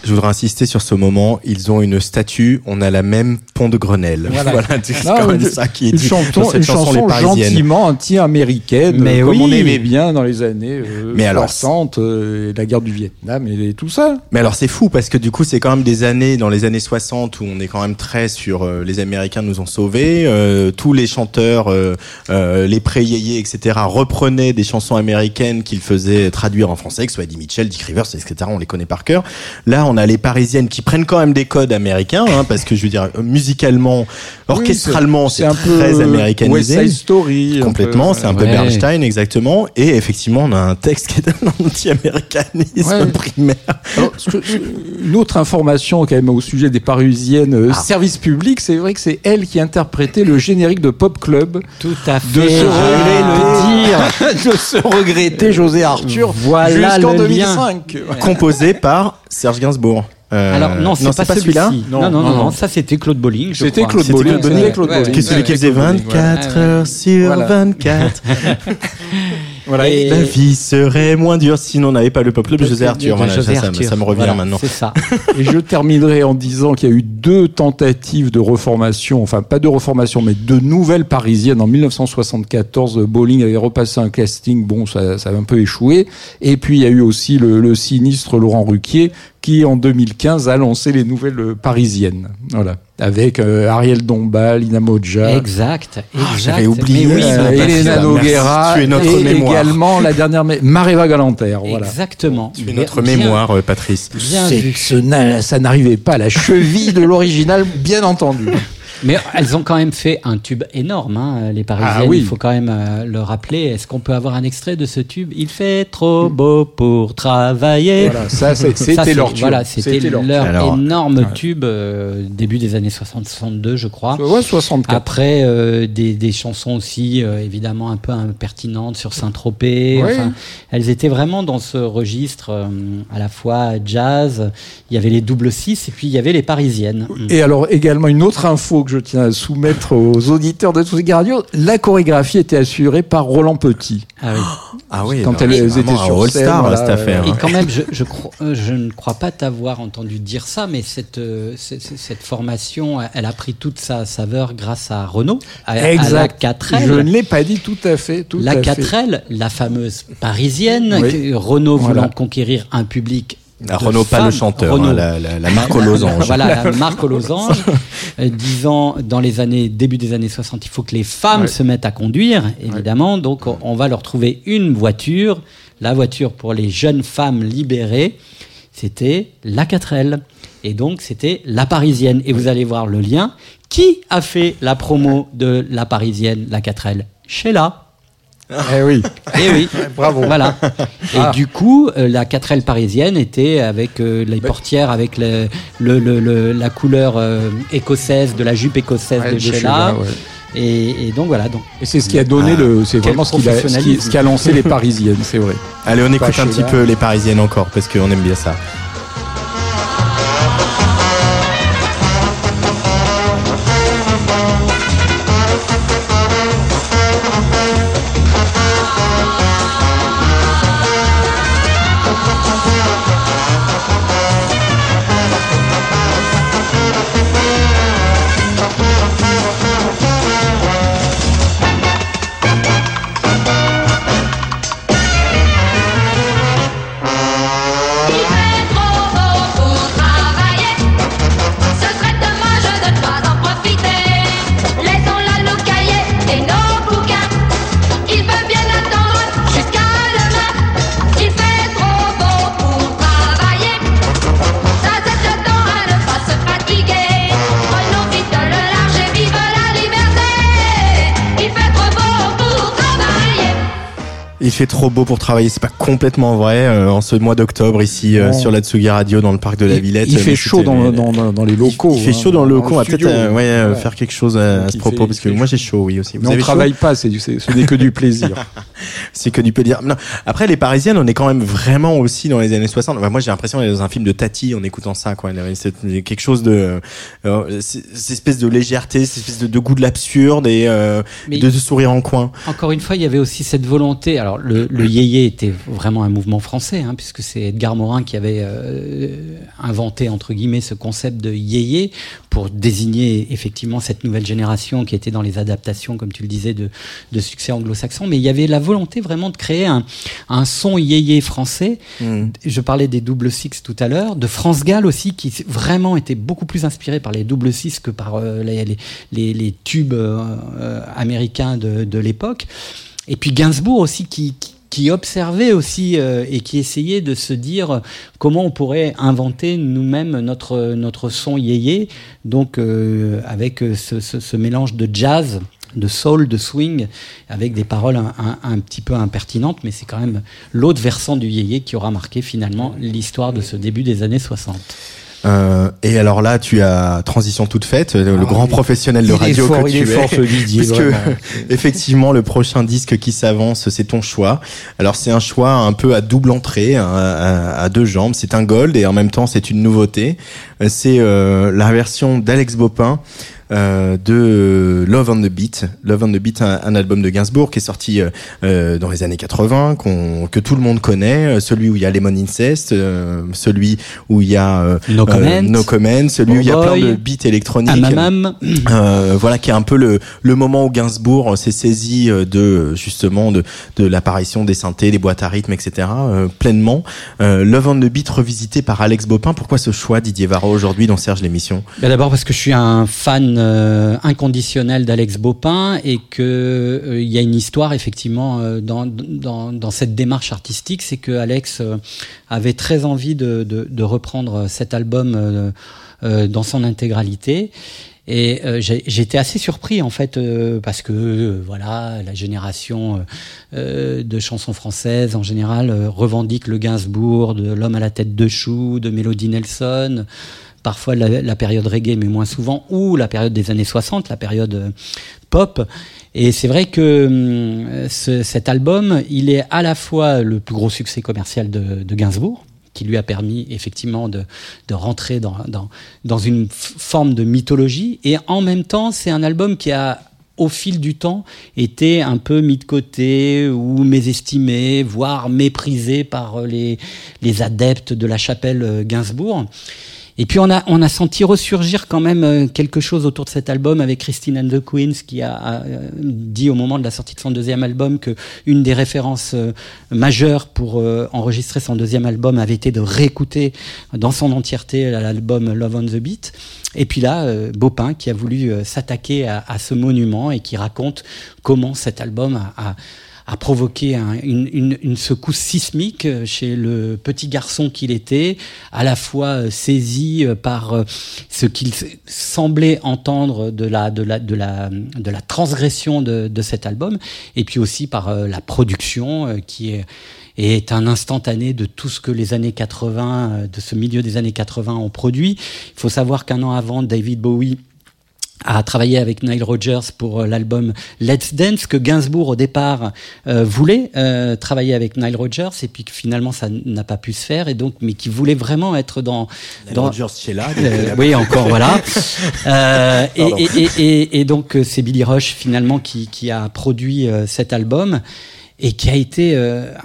Je voudrais insister sur ce moment. Ils ont une statue. On a la même pont de Grenelle. Voilà. C'est quand même ça qui est dit dans cette une chanson, chanson les Parisiennes. gentiment anti-américaine, Mais comme oui. on aimait bien dans les années Mais alors, 60, la guerre du Vietnam et tout ça. Mais alors c'est fou parce que du coup c'est quand même des années dans les années 60 où on est quand même très sur les Américains nous ont sauvés, tous les chanteurs, les pré-yéyés, etc. reprenaient des chansons américaines qu'ils faisaient traduire en français, que ce soit Eddie Mitchell, Dick Rivers, etc. On les connaît par cœur. Là on a les Parisiennes qui prennent quand même des codes américains, parce que je veux dire musicalement, orchestralement c'est un très peu américanisé. West Side Story. Complètement, c'est un peu Bernstein exactement, et effectivement on a un texte qui est un anti-américanisme primaire. Alors, une autre information quand même au sujet des Parisiennes, service public, c'est vrai que c'est elle qui interprétait le générique de Pop Club. Tout à fait. De se le dire. de se regretter José Arthur Voilà jusqu'en le 2005. Composé par Serge Gainsbourg. Alors non, c'est pas celui-là. Non, ça c'était Claude Bolling. C'était Claude Bolling. Qui est celui qui faisait 24 heures sur 24. Voilà. Et la vie serait moins dure si on n'avait pas le pop club de José Arthur. Voilà, ça me revient maintenant. C'est ça. Et je terminerai en disant qu'il y a eu 2 tentatives de reformation, enfin pas de reformation, mais de nouvelles parisiennes. En 1974, Bolling avait repassé un casting, bon, ça a un peu échoué. Et puis il y a eu aussi le sinistre Laurent Ruquier, qui en 2015 a lancé les nouvelles parisiennes. Voilà. Avec Ariel Dombal, Lina Modja. Exact. J'avais oublié. Mais oui, Elena Noguera. Tu es notre et mémoire. Également la dernière, Maréva Galanter. Voilà. Exactement. Tu es notre mémoire, Patrice. Bien vu. Ça n'arrivait pas à la cheville de l'original, bien entendu. Mais elles ont quand même fait un tube énorme, hein, les Parisiennes. Ah oui. Il faut quand même le rappeler. Est-ce qu'on peut avoir un extrait de ce tube ? Il fait trop beau pour travailler. Voilà, c'était leur tube. Voilà, c'était leur Alors, énorme tube début des années 60-62, je crois. Ouais, 64. Après, des chansons aussi, évidemment, un peu impertinentes sur Saint-Tropez. Oui. Enfin, elles étaient vraiment dans ce registre à la fois jazz. Il y avait les double 6 et puis il y avait les Parisiennes. Et alors, également, une autre info que je tiens à soumettre aux auditeurs de tous les radios, la chorégraphie était assurée par Roland Petit. Ah oui. Ah oui. Quand elles étaient sur All scène, Star, voilà, cette affaire. Et quand même, je ne crois pas t'avoir entendu dire ça, mais cette formation, elle a pris toute sa saveur grâce à Renaud, à la 4L. Je ne l'ai pas dit tout à fait. La 4L, la fameuse parisienne, Oui. Renaud Voilà. voulant conquérir un public. Renaud, pas le chanteur, Renaud. la marque aux losanges. Voilà, la marque aux losanges. Disant, dans début des années 60, il faut que les femmes se mettent à conduire, évidemment. Donc, on va leur trouver une voiture. La voiture pour les jeunes femmes libérées, c'était la 4L. Et donc, c'était la parisienne. Et vous allez voir le lien. Qui a fait la promo de la parisienne, la 4L ? Sheila. Eh oui. Eh oui, Bravo. Voilà. Et du coup, la 4L parisienne était avec les portières, avec la couleur écossaise, de la jupe écossaise de Sheila. Ouais. Et donc voilà. Donc, Et c'est ce qui a donné c'est vraiment ce qui a lancé les Parisiennes, c'est vrai. Allez, on écoute un Sheila. petit peu les Parisiennes encore, parce qu'on aime bien ça. Il fait trop beau pour travailler, c'est pas complètement vrai. En ce mois d'octobre ici sur la Tsugi Radio dans le parc de la Villette. Il fait chaud dans les locaux. Il fait chaud dans le locaux. On va peut-être faire quelque chose à Donc, ce propos parce que moi j'ai chaud, oui aussi. Mais on travaille pas, ce n'est que du plaisir. C'est que du plaisir. Non. Après les Parisiennes, on est quand même vraiment aussi dans les années 60. Enfin, moi j'ai l'impression d'être dans un film de Tati en écoutant ça, quoi. C'est quelque chose de cette espèce de légèreté, cette espèce de goût de l'absurde et de sourire en coin. encore une fois, il y avait aussi cette volonté. Alors, le yéyé était vraiment un mouvement français, hein, puisque c'est Edgar Morin qui avait inventé entre guillemets ce concept de yéyé pour désigner effectivement cette nouvelle génération qui était dans les adaptations, comme tu le disais, de succès anglo-saxon. Mais il y avait la volonté vraiment de créer un son yéyé français. Je parlais des Double Six tout à l'heure, de France Gall aussi, qui vraiment était beaucoup plus inspiré par les Double Six que par les tubes américains de l'époque. Et puis Gainsbourg aussi qui observait aussi et qui essayait de se dire comment on pourrait inventer nous-mêmes notre son yéyé, donc avec ce mélange de jazz, de soul, de swing, avec des paroles un petit peu impertinentes, mais c'est quand même l'autre versant du yéyé qui aura marqué finalement l'histoire de ce début des années 60. Et alors là, tu as transition toute faite, le grand professionnel de radio que tu es, parce que effectivement, le prochain disque qui s'avance, c'est ton choix. Alors c'est un choix un peu à double entrée, à deux jambes. C'est un gold et en même temps c'est une nouveauté. C'est la version d'Alex Bopin. De Love on the Beat. Love on the Beat, un album de Gainsbourg qui est sorti dans les années 80, que tout le monde connaît, celui où il y a Lemon Incest, celui où il y a No Comment, celui où il y a plein de beats électroniques. Voilà, qui est un peu le moment où Gainsbourg s'est saisi justement de l'apparition des synthés, des boîtes à rythme, etc. Pleinement. Love on the Beat revisité par Alex Bopin. Pourquoi ce choix, Didier Varro, aujourd'hui dans Serge l'émission? D'abord parce que je suis un fan inconditionnel d'Alex Bopin et que il y a une histoire effectivement dans cette démarche artistique, c'est que Alex avait très envie de reprendre cet album dans son intégralité. Et j'étais assez surpris en fait parce que voilà, la génération de chansons françaises en général revendique le Gainsbourg, de l'homme à la tête de chou, de Mélodie Nelson, parfois la période reggae, mais moins souvent, ou la période des années 60, la période pop. Et c'est vrai que cet album, il est à la fois le plus gros succès commercial de Gainsbourg, qui lui a permis effectivement de rentrer dans une forme de mythologie, et en même temps, c'est un album qui a, au fil du temps, été un peu mis de côté ou mésestimé, voire méprisé par les adeptes de la chapelle Gainsbourg. Et puis on a senti ressurgir quand même quelque chose autour de cet album avec Christine and the Queens, qui a dit au moment de la sortie de son deuxième album que une des références majeures pour enregistrer son deuxième album avait été de réécouter dans son entièreté l'album Love on the Beat. Et puis là, Bopin qui a voulu s'attaquer à ce monument et qui raconte comment cet album a provoqué une secousse sismique chez le petit garçon qu'il était, à la fois saisi par ce qu'il semblait entendre de la transgression de cet album, et puis aussi par la production qui est un instantané de tout ce que les années 80, de ce milieu des années 80 ont produit. Il faut savoir qu'un an avant, David Bowie a travaillé avec Nile Rodgers pour l'album Let's Dance, que Gainsbourg au départ voulait travailler avec Nile Rodgers, et puis que finalement ça n'a pas pu se faire, et donc mais qui voulait vraiment être dans Rodgers Sheila. Oui, encore voilà. Et donc c'est Billy Rush finalement qui a produit cet album. Et qui a été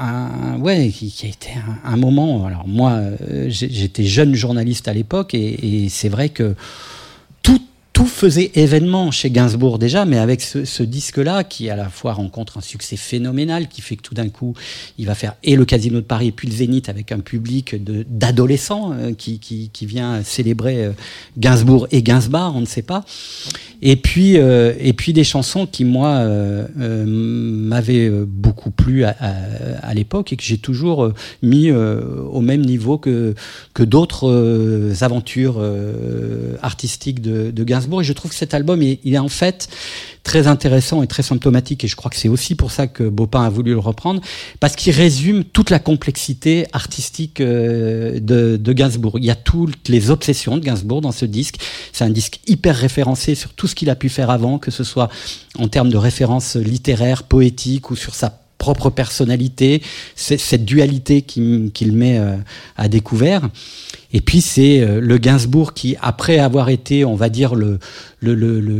un moment. Alors moi, j'étais jeune journaliste à l'époque, et c'est vrai que tout faisait événement chez Gainsbourg déjà, mais avec ce disque-là qui à la fois rencontre un succès phénoménal, qui fait que tout d'un coup il va faire et le Casino de Paris et puis le Zénith avec un public d'adolescents qui vient célébrer Gainsbourg et Gainsbar, on ne sait pas. Et puis des chansons qui moi m'avaient beaucoup plu à l'époque et que j'ai toujours mis au même niveau que d'autres aventures artistiques de Gainsbourg. Et je trouve que cet album il est en fait très intéressant et très symptomatique, et je crois que c'est aussi pour ça que Bopin a voulu le reprendre, parce qu'il résume toute la complexité artistique de Gainsbourg. Il y a toutes les obsessions de Gainsbourg dans ce disque. C'est un disque hyper référencé sur tout ce qu'il a pu faire avant, que ce soit en termes de références littéraires, poétiques, ou sur sa propre personnalité, cette dualité qu'il met à découvert. Et puis c'est le Gainsbourg qui, après avoir été, on va dire, le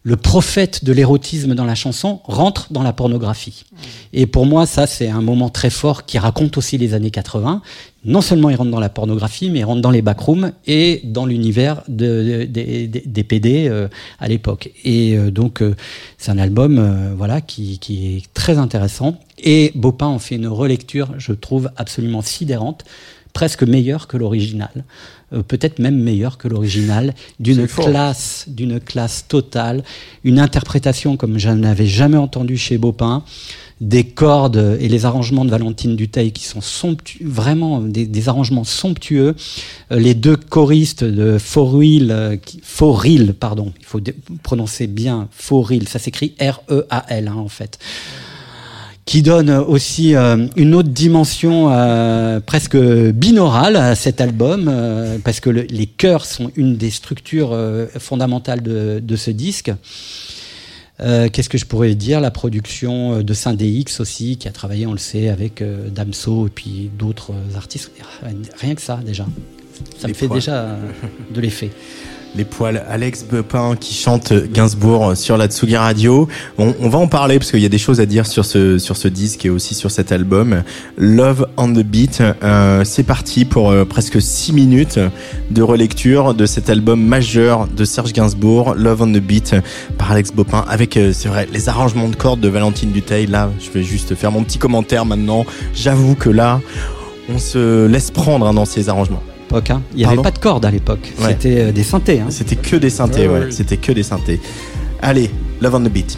le prophète de l'érotisme dans la chanson rentre dans la pornographie. Et pour moi, ça, c'est un moment très fort qui raconte aussi les années 80. Non seulement il rentre dans la pornographie, mais il rentre dans les backrooms et dans l'univers des PD à l'époque. Et donc, c'est un album qui est très intéressant. Et Baupin en fait une relecture, je trouve, absolument sidérante, presque meilleure que l'original. Peut-être même meilleure que l'original, d'une classe totale, une interprétation comme je n'avais jamais entendu chez Baupin, des cordes et les arrangements de Valentine Dutheil qui sont vraiment des arrangements somptueux. Les deux choristes de Fauril, pardon, il faut prononcer bien Fauril, ça s'écrit R-E-A-L en fait, qui donne aussi une autre dimension presque binaurale à cet album, parce que les chœurs sont une des structures fondamentales de ce disque. Qu'est-ce que je pourrais dire ? La production de Saint-Dx aussi, qui a travaillé, on le sait, avec Damso et puis d'autres artistes. Rien que ça, déjà. Ça me fait déjà de l'effet. Les poils, Alex Baupin qui chante Gainsbourg sur la Tsugi Radio. On va en parler parce qu'il y a des choses à dire sur ce disque et aussi sur cet album. Love on the Beat. C'est parti pour presque 6 minutes de relecture de cet album majeur de Serge Gainsbourg, Love on the Beat, par Alex Baupin, avec, c'est vrai, les arrangements de cordes de Valentine Dutheil. Là, je vais juste faire mon petit commentaire maintenant. J'avoue que là, on se laisse prendre dans ces arrangements. Il n'y avait pas de cordes à l'époque, ouais. C'était des synthés. C'était que des synthés, ouais. C'était que des synthés. Allez, Love on the Beat.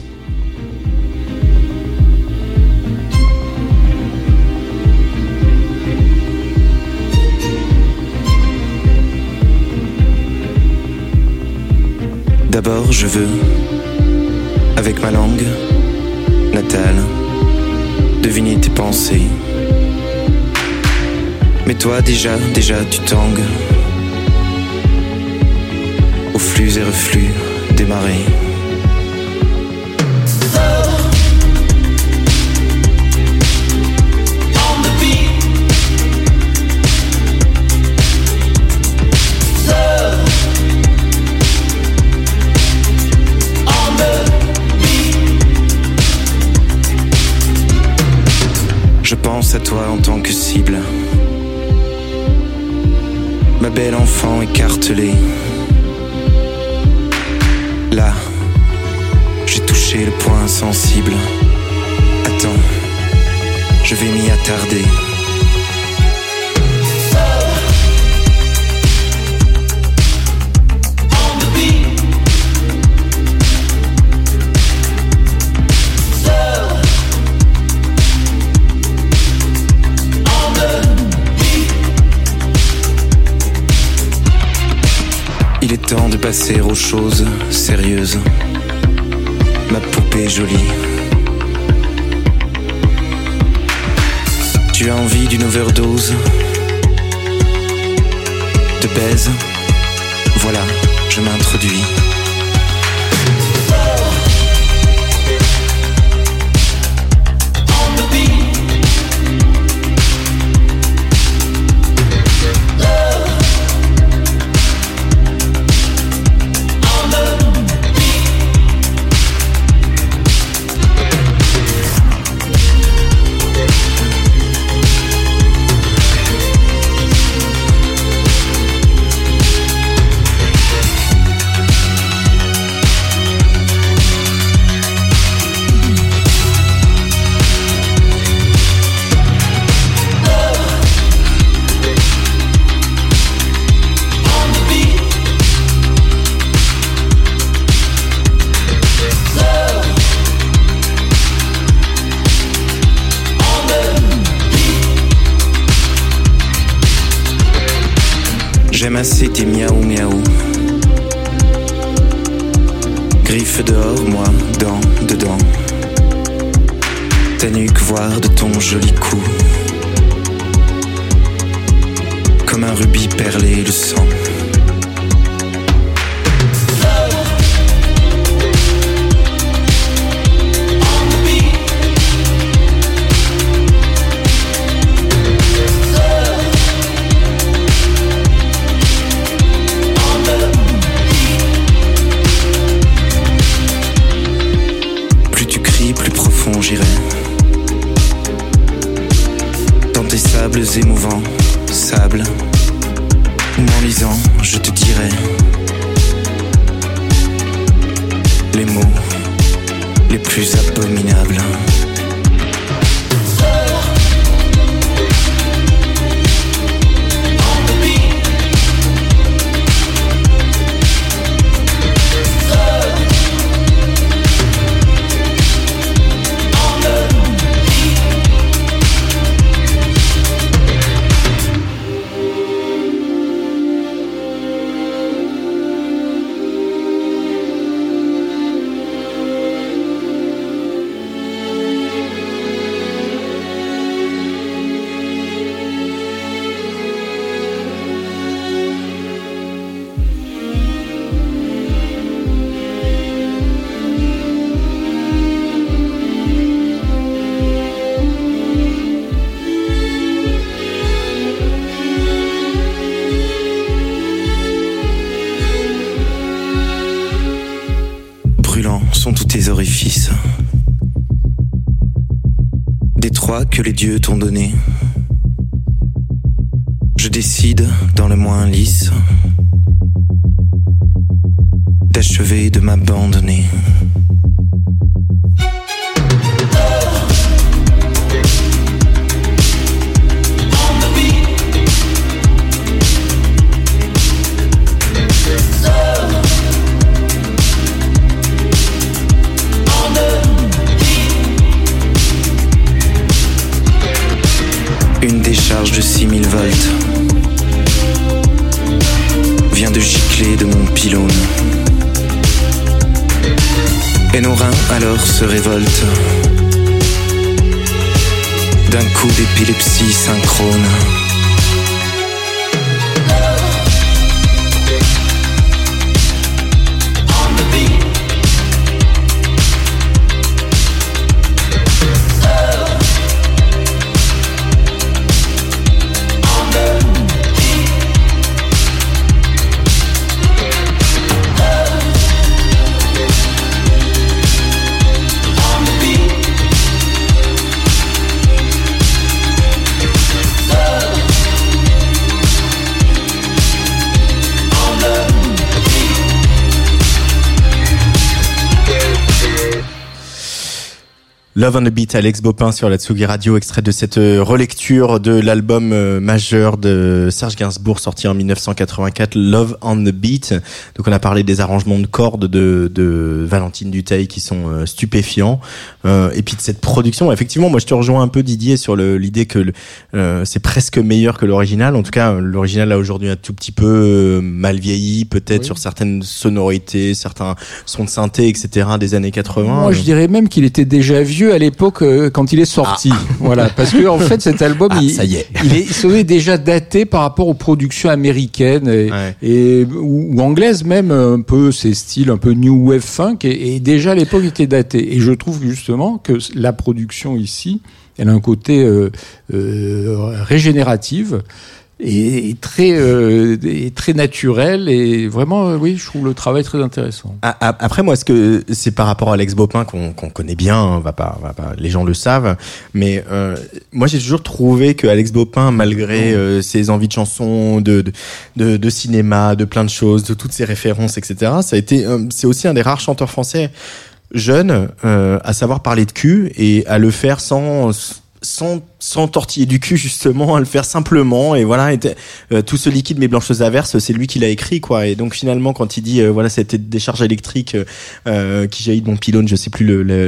D'abord, je veux, avec ma langue natale, deviner tes pensées. Mais toi déjà tu tangues aux flux et reflux des marées. Je pense à toi en tant que cible, ma belle enfant écartelée. Là, j'ai touché le point sensible. Attends, je vais m'y attarder. Il est temps de passer aux choses sérieuses. Ma poupée jolie. Tu as envie d'une overdose de baise? Voilà, je m'introduis. J'aime assez tes miaou miaou. Griffe dehors, moi dedans. Ta nuque voir de ton joli cou. Comme un rubis perlé de sang. jeux émouvants, sable, ou en lisant, je te dirai les mots les plus abominables. Sont tous tes orifices, des trois que les dieux t'ont donnés. Je décide, dans le moins lisse, d'achever de m'abandonner. Une décharge de 6000 volts vient de gicler de mon pylône. Et nos reins alors se révoltent d'un coup d'épilepsie synchrone. Love on the Beat, Alex Baupin sur la Tsugi Radio, extrait de cette relecture de l'album majeur de Serge Gainsbourg sorti en 1984, Love on the Beat. Donc on a parlé des arrangements de cordes de Valentine Dutheil qui sont stupéfiants, et puis de cette production. Effectivement, moi je te rejoins un peu Didier sur l'idée que c'est presque meilleur que l'original. En tout cas, l'original a aujourd'hui un tout petit peu mal vieilli, peut-être sur certaines sonorités, certains sons de synthé, etc. des années 80. Moi je dirais même qu'il était déjà vieux à l'époque quand il est sorti. Voilà, parce que en fait cet album il serait déjà daté par rapport aux productions américaines ou anglaises même, un peu ces styles un peu new wave funk, et déjà à l'époque était daté. Et je trouve justement que la production ici, elle a un côté régénérative et très naturel, et vraiment oui, je trouve le travail très intéressant. Après moi, est-ce que c'est par rapport à Alex Baupin qu'on connaît bien, on va pas les gens le savent, mais moi j'ai toujours trouvé que Alex Baupin, malgré ses envies de chansons, de cinéma, de plein de choses, de toutes ses références, etc., c'est aussi un des rares chanteurs français jeunes à savoir parler de cul et à le faire sans tortiller du cul, justement, à le faire simplement. Et voilà, tout ce liquide mes blanches averses, c'est lui qui l'a écrit, quoi. Et donc finalement, quand il dit voilà, c'était des décharges électriques qui jaillit de mon pylône, je sais plus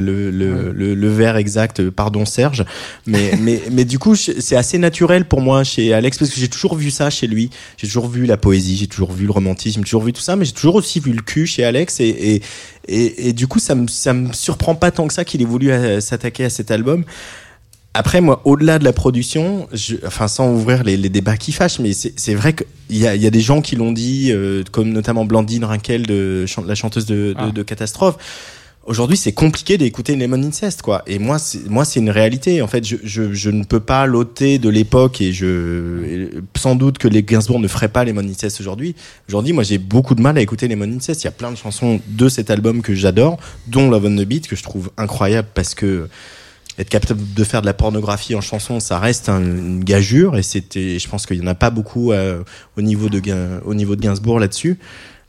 le vers exact, pardon Serge, mais du coup c'est assez naturel pour moi chez Alex, parce que j'ai toujours vu ça chez lui. J'ai toujours vu la poésie, j'ai toujours vu le romantisme, j'ai toujours vu tout ça, mais j'ai toujours aussi vu le cul chez Alex, et du coup ça me surprend pas tant que ça qu'il ait voulu s'attaquer à cet album. Après, moi, au-delà de la production, sans ouvrir les débats qui fâchent, mais c'est vrai qu'il y a des gens qui l'ont dit, comme notamment Blandine Rinkel, la chanteuse de Catastrophe. Aujourd'hui, c'est compliqué d'écouter Lemon Incest, quoi. Et moi, c'est une réalité. En fait, je ne peux pas l'ôter de l'époque, et sans doute que les Gainsbourg ne feraient pas Lemon Incest aujourd'hui. Aujourd'hui, moi, j'ai beaucoup de mal à écouter Lemon Incest. Il y a plein de chansons de cet album que j'adore, dont Love on the Beat, que je trouve incroyable parce que être capable de faire de la pornographie en chanson, ça reste une gageure, et je pense qu'il y en a pas beaucoup au niveau de Gainsbourg là-dessus.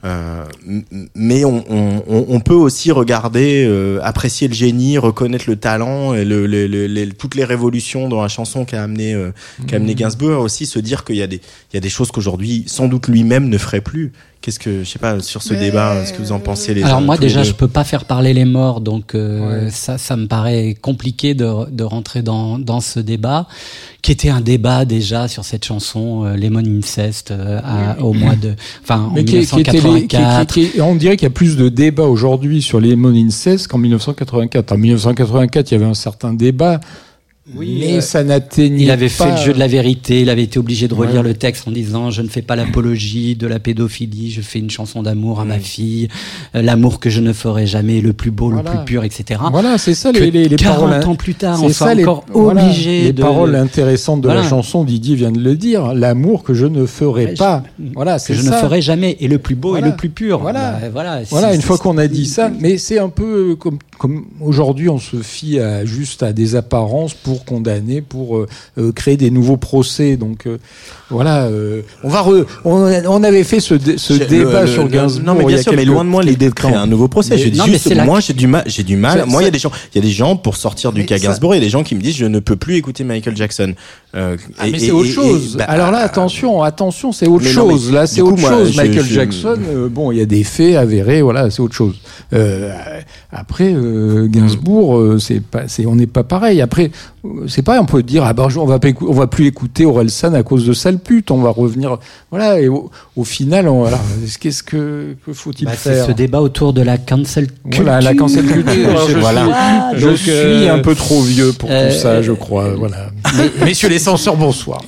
Mais on peut aussi regarder, apprécier le génie, reconnaître le talent et toutes les révolutions dans la chanson qu'a amené Gainsbourg, aussi se dire qu'il y a des choses qu'aujourd'hui sans doute lui-même ne ferait plus. Qu'est-ce que, je sais pas, sur ce débat, ce que vous en pensez Alors moi déjà je peux pas faire parler les morts, donc ça me paraît compliqué de rentrer dans ce débat, qui était un débat déjà sur cette chanson Lemon Incest au mois de, enfin en 1984. On dirait qu'il y a plus de débats aujourd'hui sur Lemon Incest qu'en 1984. En 1984, il y avait un certain débat. Oui, mais ça n'atteignait pas. Il avait fait le jeu de la vérité, il avait été obligé de relire le texte en disant je ne fais pas l'apologie de la pédophilie, je fais une chanson d'amour à ma fille, l'amour que je ne ferai jamais, le plus beau, le plus pur, etc. Voilà, c'est ça les 40 paroles. Ans plus tard, on soit encore obligé les paroles intéressantes de la chanson, Didier vient de le dire, l'amour que je ne ferai pas. Voilà, c'est que je ne ferai jamais, et le plus beau et le plus pur. Voilà, une fois qu'on a dit ça, mais c'est un peu comme aujourd'hui on se fie juste à des apparences pour condamner, pour créer des nouveaux procès. Donc voilà, on avait fait ce débat sur Gainsbourg. Non mais bien sûr, mais loin de moi l'idée de créer un nouveau procès. J'ai du mal. Moi il y a des gens pour sortir du cas Gainsbourg, il y a des gens qui me disent je ne peux plus écouter Michael Jackson. Mais c'est autre chose. Alors là attention, c'est autre chose. Là c'est autre chose. Michael Jackson, bon il y a des faits avérés, voilà, c'est autre chose. Après Gainsbourg, on n'est pas pareil. Après c'est pas, on peut dire on va plus écouter Orelsan à cause de sale pute, on va revenir, voilà, et au final qu'est-ce que faut-il faire? C'est ce débat autour de la cancel culture. Voilà, la cancel culture. Je suis un peu trop vieux pour tout ça, je crois. Voilà. Messieurs les censeurs, bonsoir.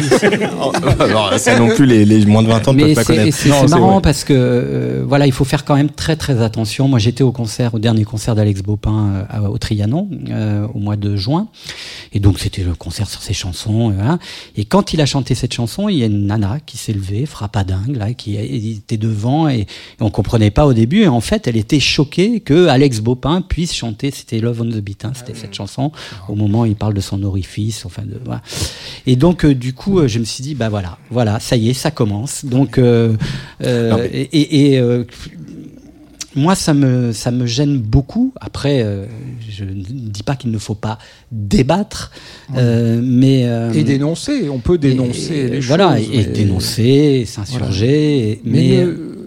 Alors, ça non plus les moins de 20 ans ne peuvent pas connaître. C'est marrant parce que voilà, il faut faire quand même très très attention. Moi, j'étais au dernier concert d'Alex Baupin au Trianon au mois de juin. Et donc c'était le concert sur ses chansons, et quand il a chanté cette chanson, il y a une nana qui s'est levée, frappadingue là, qui était devant, et on comprenait pas au début, et en fait elle était choquée que Alex Baupin puisse chanter, c'était Love on the Beat, c'était cette chanson, au moment où il parle de son orifice, voilà. Et donc du coup je me suis dit voilà, ça y est, ça commence. Donc moi, ça me gêne beaucoup. Après, je ne dis pas qu'il ne faut pas débattre, mais et dénoncer. On peut dénoncer les choses. Et dénoncer, s'insurger. Mais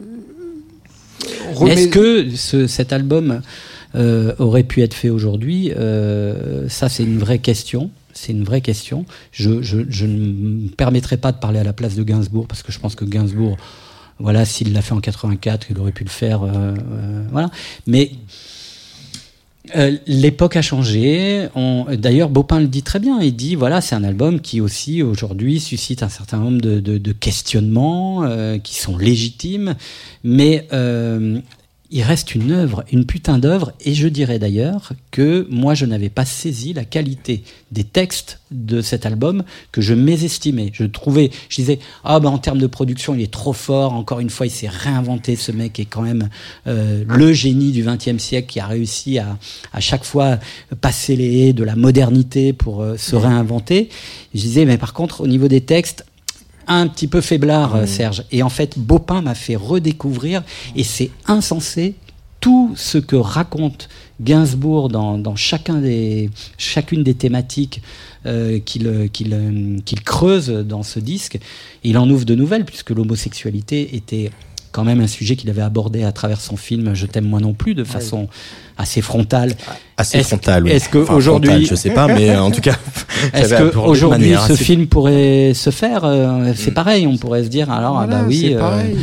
est-ce que cet album aurait pu être fait aujourd'hui? Ça, c'est une vraie question. C'est une vraie question. Je ne me permettrai pas de parler à la place de Gainsbourg, parce que je pense que Gainsbourg, voilà, s'il l'a fait en 84, il aurait pu le faire, voilà. Mais l'époque a changé. D'ailleurs, Baupin le dit très bien. Il dit, voilà, c'est un album qui aussi aujourd'hui suscite un certain nombre de questionnements qui sont légitimes, mais il reste une œuvre, une putain d'œuvre, et je dirais d'ailleurs que moi je n'avais pas saisi la qualité des textes de cet album, que je mésestimais. Je disais, en termes de production il est trop fort, encore une fois il s'est réinventé, ce mec est quand même le génie du XXe siècle qui a réussi à chaque fois passer les haies de la modernité pour se réinventer. Je disais, mais par contre au niveau des textes, un petit peu faiblard, Serge. Et en fait, Baupin m'a fait redécouvrir, et c'est insensé, tout ce que raconte Gainsbourg dans chacune des thématiques qu'il creuse dans ce disque. Il en ouvre de nouvelles, puisque l'homosexualité était quand même un sujet qu'il avait abordé à travers son film Je t'aime moi non plus, de façon assez frontale. Frontale, oui. Est-ce qu'aujourd'hui, frontale, je sais pas, mais en tout cas, est-ce qu'aujourd'hui ce film pourrait se faire? C'est pareil, on pourrait se dire alors voilà, oui,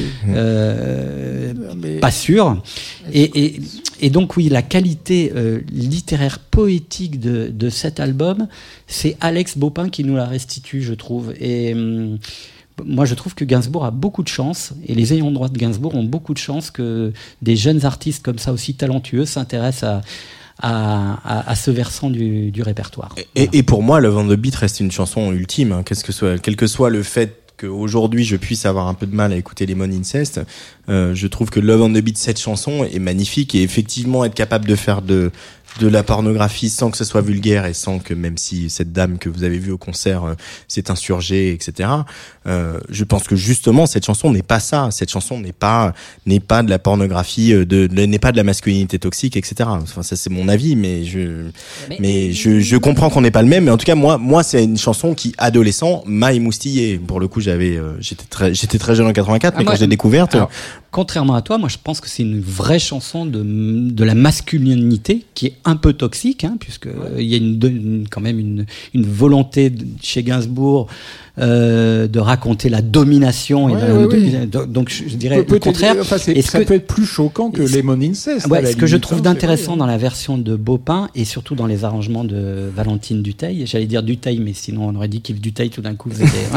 pas sûr. Et donc oui, la qualité littéraire poétique de cet album, c'est Alex Baupin qui nous la restitue, je trouve. Et moi, je trouve que Gainsbourg a beaucoup de chance, et les ayants droit de Gainsbourg ont beaucoup de chance que des jeunes artistes comme ça, aussi talentueux, s'intéressent à ce versant du répertoire. Et pour moi, Love on the Beat reste une chanson ultime, hein, quel que soit le fait qu'aujourd'hui je puisse avoir un peu de mal à écouter Lemon Incest, je trouve que Love on the Beat, cette chanson, est magnifique, et effectivement être capable de faire de de la pornographie sans que ce soit vulgaire et sans que, même si cette dame que vous avez vue au concert s'est insurgée, etc. Je pense que justement cette chanson n'est pas ça. Cette chanson n'est pas de la pornographie, n'est pas de la masculinité toxique, etc. Enfin, ça c'est mon avis, mais je comprends qu'on n'est pas le même. Mais en tout cas, moi c'est une chanson qui, adolescent, m'a émoustillé. Pour le coup, j'étais très jeune en 84, mais quand je l'ai découverte. Alors, contrairement à toi, moi je pense que c'est une vraie chanson de la masculinité qui est un peu toxique, hein, puisque il y a quand même une volonté chez Gainsbourg de raconter la domination. Donc je dirais le contraire. Ça peut être plus choquant que Lemon Incest. Ce que je trouve d'intéressant dans la version de Baupin et surtout dans les arrangements de Valentine Dutheil, j'allais dire Dutheil, mais sinon on aurait dit qu'Yves Dutheil tout d'un coup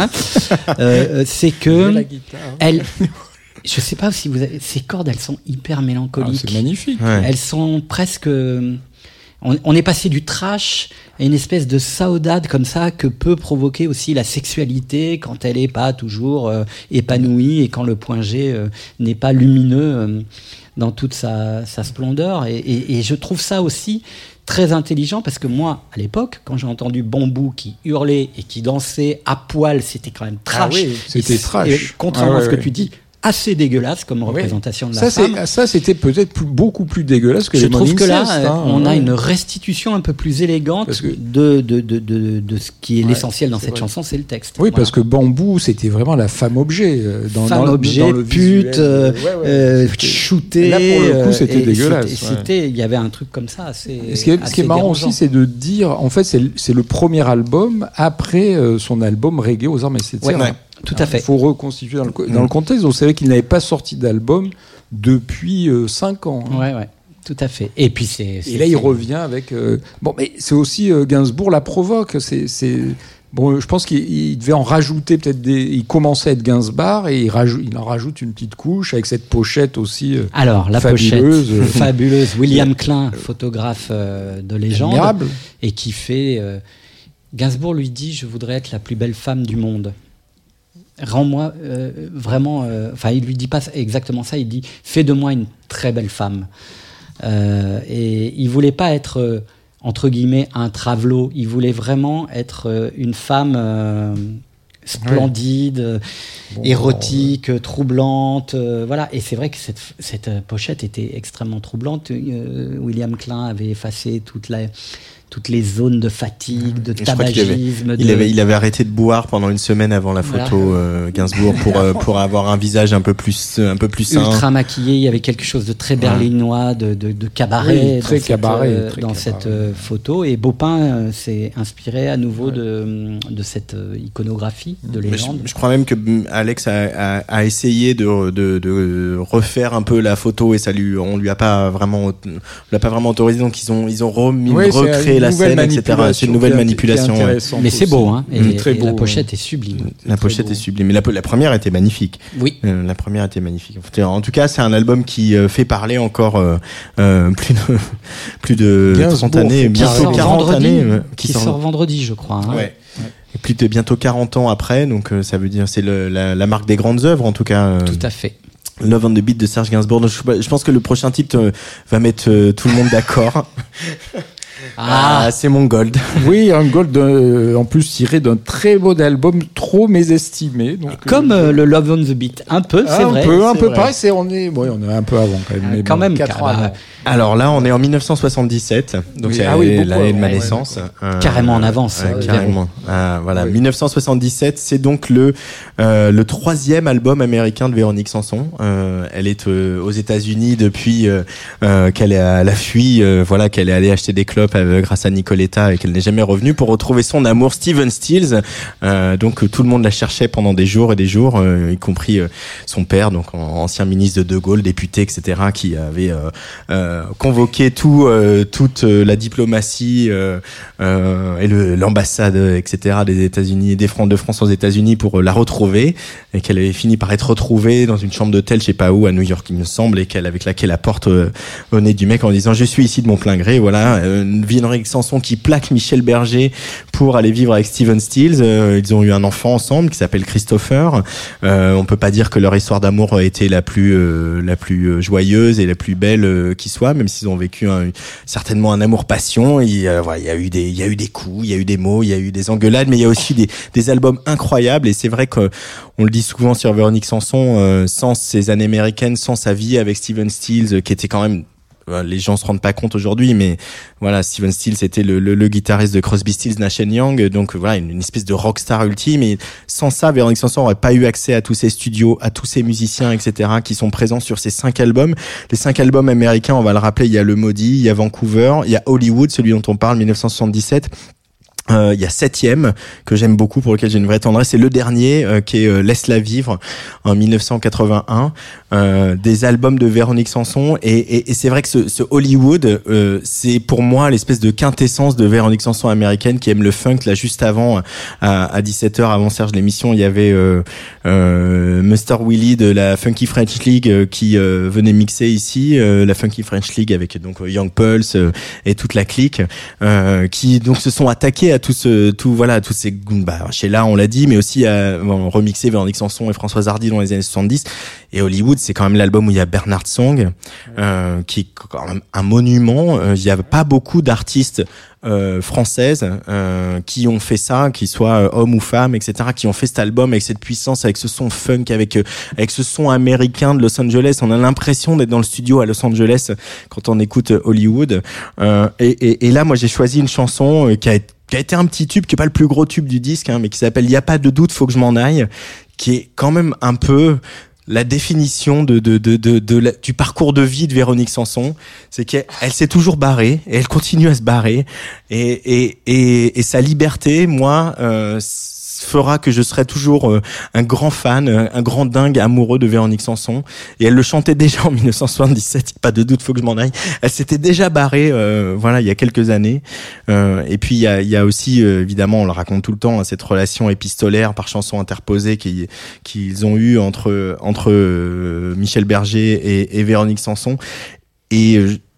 c'est que elle. Je sais pas si vous avez... Ces cordes, elles sont hyper mélancoliques. C'est magnifique. Elles sont presque... On est passé du trash à une espèce de saudade comme ça que peut provoquer aussi la sexualité quand elle est pas toujours épanouie et quand le point G n'est pas lumineux dans toute sa splendeur. Et je trouve ça aussi très intelligent parce que moi, à l'époque, quand j'ai entendu Bambou qui hurlait et qui dansait à poil, c'était quand même trash. C'était trash. Et contrairement à ce que tu dis, assez dégueulasse comme représentation de la femme. Ça, c'était peut-être beaucoup plus dégueulasse que les Lemon Incest. Je trouve que là, on a une restitution un peu plus élégante de ce qui est l'essentiel dans cette chanson, c'est le texte. Oui, parce que Bambou, c'était vraiment la femme objet. Femme objet, pute, shootée. Là, pour le coup, c'était dégueulasse. Il y avait un truc comme ça assez. Ce qui est marrant aussi, c'est de dire, en fait, c'est le premier album après son album Reggae aux armes, etc. Tout à fait. Il faut reconstituer dans le contexte. Vous savez qu'il n'avait pas sorti d'album depuis 5 ans. Ouais, tout à fait. Et puis et là, il revient avec. Bon, mais c'est aussi Gainsbourg la provoque. Bon, je pense qu'il devait en rajouter peut-être il commençait à être Gainsbourg et il en rajoute une petite couche avec cette pochette aussi. Alors la fabuleuse. Pochette fabuleuse. William Klein, photographe de légende, admirable. Et qui fait. Gainsbourg lui dit: je voudrais être la plus belle femme du monde. Rends-moi vraiment... Enfin, il lui dit pas exactement ça, il dit « fais de moi une très belle femme ». Et il voulait pas être, entre guillemets, un travelot. Il voulait vraiment être une femme splendide, érotique, troublante. Voilà. Et c'est vrai que cette pochette était extrêmement troublante. William Klein avait effacé toutes les zones de fatigue, de tabagisme. Il avait arrêté de boire pendant une semaine avant la photo, Gainsbourg, pour avoir un visage un peu plus sain. Ultra maquillé, il y avait quelque chose de très berlinois, de cabaret, dans cette photo. Et Baupin s'est inspiré à nouveau de cette iconographie de légende. Je crois même que Alex a essayé de refaire un peu la photo et on lui a pas vraiment autorisé, donc ils ont recréé la scène, etc. C'est une nouvelle manipulation. Mais c'est beau, hein. Et la pochette est sublime. La pochette est sublime. Mais la première était magnifique. Oui. La première était magnifique. En tout cas, c'est un album qui fait parler encore plus de 30 années, bientôt 40 années. Qui sort vendredi, je crois. Hein. Ouais. Et plus de bientôt 40 ans après, donc ça veut dire c'est la marque des grandes œuvres, en tout cas. Tout à fait. Love on the Beat de Serge Gainsbourg. Donc, je pense que le prochain titre va mettre tout le monde d'accord. C'est mon gold. Oui, un gold en plus tiré d'un très beau album, trop mésestimé. Donc, comme le Love on the Beat, un peu, c'est vrai. Un peu pareil. On est un peu avant quand même. Mais quand même, 4 ans avant. Alors là, on est en 1977, donc c'est l'année de ma naissance. Carrément en avance. Carrément. Voilà, 1977, c'est donc le 3e album américain de Véronique Sanson. Elle est aux États-Unis depuis qu'elle a fui, qu'elle est allée acheter des clopes grâce à Nicoletta et qu'elle n'est jamais revenue pour retrouver son amour Stephen Stills. Donc tout le monde la cherchait pendant des jours et des jours, y compris son père, donc ancien ministre de Gaulle, député, etc., qui avait convoqué toute la diplomatie et l'ambassade, etc., des États-Unis, de France aux États-Unis pour la retrouver, et qu'elle avait fini par être retrouvée dans une chambre d'hôtel, je sais pas où, à New York, il me semble, et avec laquelle elle porte au nez du mec en disant: je suis ici de mon plein gré, voilà, Véronique Sanson qui plaque Michel Berger pour aller vivre avec Stephen Stills. Ils ont eu un enfant ensemble qui s'appelle Christopher. On peut pas dire que leur histoire d'amour a été la plus joyeuse et la plus belle qui soit, même s'ils ont vécu certainement un amour-passion. Il y a eu des coups, il y a eu des mots, il y a eu des engueulades, mais il y a aussi des albums incroyables. Et c'est vrai que on le dit souvent sur Véronique Sanson, sans ses années américaines, sans sa vie avec Stephen Stills, qui était quand même, les gens se rendent pas compte aujourd'hui, mais voilà, Stephen Stills c'était le guitariste de Crosby, Stills, Nash & Young, donc voilà, une espèce de rockstar ultime. Et sans ça, Véronique Sanson aurait pas eu accès à tous ces studios, à tous ces musiciens, etc., qui sont présents sur ces 5 albums. Les 5 albums américains, on va le rappeler, il y a Le Maudit, il y a Vancouver, il y a Hollywood, celui dont on parle, 1977. Il y a 7e que j'aime beaucoup, pour lequel j'ai une vraie tendresse, c'est le dernier qui est Laisse-la vivre en 1981, des albums de Véronique Sanson, et c'est vrai que ce Hollywood, c'est pour moi l'espèce de quintessence de Véronique Sanson américaine qui aime le funk. Là, juste avant, à 17h avant Serge l'émission, il y avait Mr. Willie de la Funky French League qui venait mixer ici, la Funky French League avec donc Young Pulse et toute la clique, qui donc se sont attaqués à tous ces Sheila, on l'a dit, mais aussi à remixer Véronique Sanson et Françoise Hardy dans les années 70. Et Hollywood, c'est quand même l'album où il y a Bernard Song, qui est quand même un monument. Il y a pas beaucoup d'artistes françaises qui ont fait ça, qu'ils soient hommes ou femmes, etc., qui ont fait cet album avec cette puissance, avec ce son funk, avec ce son américain de Los Angeles. On a l'impression d'être dans le studio à Los Angeles quand on écoute Hollywood. Et là, moi, j'ai choisi une chanson qui a été un petit tube, qui est pas le plus gros tube du disque, mais qui s'appelle Y a pas de doute, faut que je m'en aille, qui est quand même un peu la définition du parcours de vie de Véronique Sanson. C'est qu'elle s'est toujours barrée et elle continue à se barrer, et sa liberté, moi, fera que je serai toujours un grand fan, un grand dingue amoureux de Véronique Sanson. Et elle le chantait déjà en 1977, pas de doute, faut que je m'en aille. Elle s'était déjà barrée, il y a quelques années. Et puis il y a aussi, évidemment, on le raconte tout le temps, cette relation épistolaire par chanson interposée qu'ils ont eu entre Michel Berger et Véronique Sanson. Et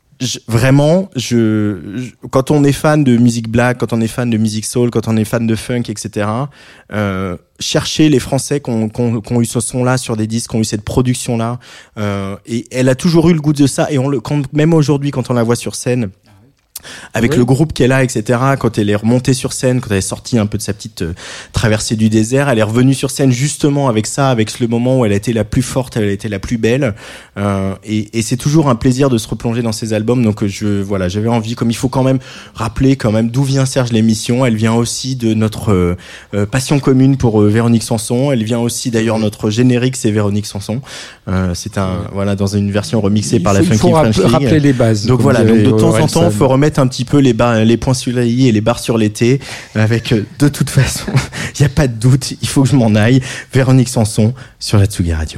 quand on est fan de musique black, quand on est fan de musique soul, quand on est fan de funk, etc., chercher les Français qui ont eu ce son-là sur des disques, qui ont eu cette production-là, et elle a toujours eu le goût de ça, et même aujourd'hui, quand on la voit sur scène, avec le groupe qu'elle a, etc., quand elle est remontée sur scène, quand elle est sortie un peu de sa petite traversée du désert, elle est revenue sur scène justement avec ça, avec le moment où elle a été la plus forte, elle a été la plus belle, et c'est toujours un plaisir de se replonger dans ces albums. Donc j'avais envie, comme il faut quand même rappeler d'où vient Serge l'émission. Elle vient aussi de notre passion commune pour Véronique Sanson. Elle vient aussi, d'ailleurs, notre générique, c'est Véronique Sanson. C'est dans une version remixée par la Funky French League. Il faut rappeler les bases. Donc voilà, donc de temps en temps, il faut remettre un petit peu les points sur les i et les barres sur les t, avec de toute façon, il n'y a pas de doute, il faut que je m'en aille. Véronique Sanson sur la Tsugi Radio.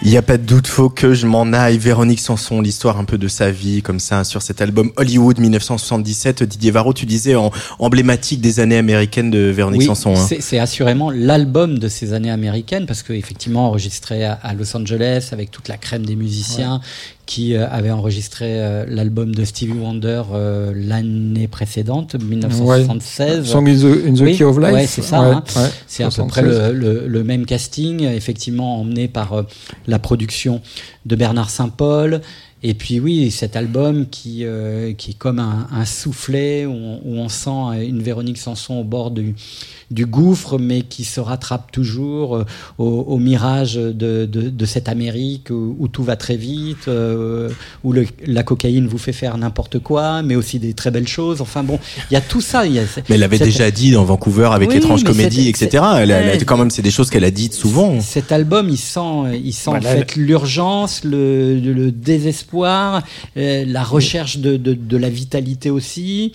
Il n'y a pas de doute, faut que je m'en aille. Véronique Sanson, l'histoire un peu de sa vie, comme ça, sur cet album Hollywood 1977. Didier Varro, tu disais emblématique des années américaines de Véronique Sanson. Hein. C'est assurément l'album de ces années américaines, parce qu'effectivement, enregistré à Los Angeles, avec toute la crème des musiciens, qui avait enregistré l'album de Stevie Wonder l'année précédente, 1976. Song in the Key of Life. Ouais, c'est ça. Hein. C'est à peu près le même casting, effectivement emmené par la production de Bernard Saint-Paul. Et puis oui, cet album qui est comme un soufflet où on sent une Véronique Sanson au bord du gouffre, mais qui se rattrape toujours au mirage de cette Amérique où tout va très vite, où la cocaïne vous fait faire n'importe quoi, mais aussi des très belles choses. Enfin bon, il y a tout ça. Mais elle l'avait déjà dit dans Vancouver avec Étrange Comédie, etc. Elle quand même, c'est des choses qu'elle a dites souvent. Cet album, il sent en fait l'urgence, le désespoir, la recherche de la vitalité aussi.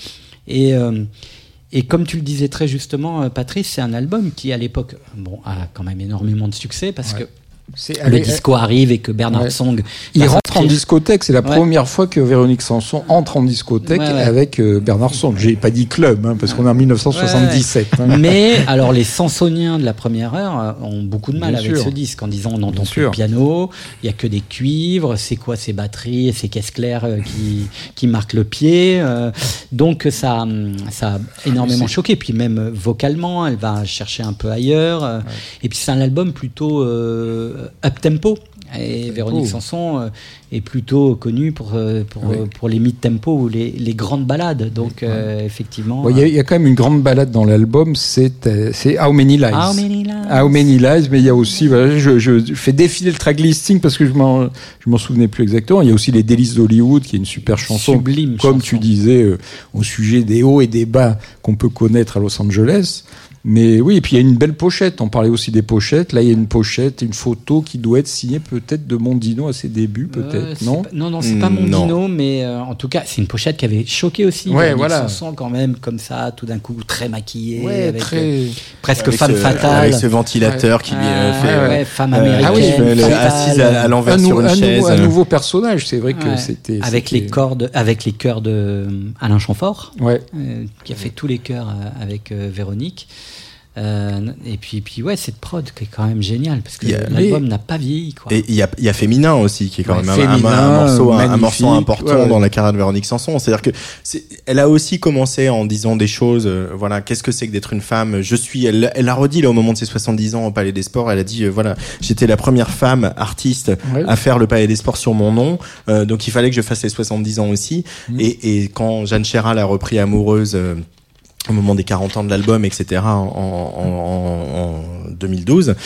Et comme tu le disais très justement, Patrice, c'est un album qui, à l'époque, a quand même énormément de succès parce que le disco arrive et que Bernard Song... Il rentre en discothèque, c'est la première fois que Véronique Sanson entre en discothèque avec Bernard Song. J'ai pas dit club, parce qu'on est en 1977. Mais alors les Sansoniens de la première heure ont beaucoup de mal avec ce disque, en disant on n'entend plus le piano, il y a que des cuivres, c'est quoi ces batteries, ces caisses claires qui marquent le pied. Donc ça a énormément choqué. Puis même vocalement, elle va chercher un peu ailleurs. Et puis c'est un album plutôt up-tempo. Et Véronique Sanson est plutôt connue pour les mid-tempo ou les grandes ballades. Donc, effectivement... Il y a quand même une grande balade dans l'album, c'est How Many Lies. How Many Lies, mais il y a aussi... je fais défiler le track listing parce que je m'en souvenais plus exactement. Il y a aussi Les Délices d'Hollywood, qui est une super chanson. Sublime comme chanson. Tu disais, au sujet des hauts et des bas qu'on peut connaître à Los Angeles. Mais oui, et puis il y a une belle pochette. On parlait aussi des pochettes. Là, il y a une pochette, une photo qui doit être signée peut-être de Mondino à ses débuts, peut-être, non ? Non, c'est pas Mondino, mais en tout cas, c'est une pochette qui avait choqué aussi. Véronique Sanson, quand même, comme ça, tout d'un coup, très maquillée, avec presque avec femme fatale. Avec ce ventilateur qui lui fait... femme américaine. Assise à l'envers sur une chaise. Un nouveau personnage, c'est vrai que c'était... Avec les chœurs de Alain Chamfort, qui a fait tous les chœurs avec Véronique. Et puis cette prod qui est quand même géniale parce que l'album n'a pas vieilli, quoi. Et il y a Féminin aussi qui est quand même un morceau important dans la carrière de Véronique Sanson. C'est-à-dire que elle a aussi commencé en disant des choses, qu'est-ce que c'est que d'être une femme. Elle l'a redit là au moment de ses 70 ans au Palais des Sports. Elle a dit j'étais la première femme artiste à faire le Palais des Sports sur mon nom, donc il fallait que je fasse les 70 ans aussi. Et quand Jeanne Chéral a repris Amoureuse au moment des 40 ans de l'album, etc., en 2012,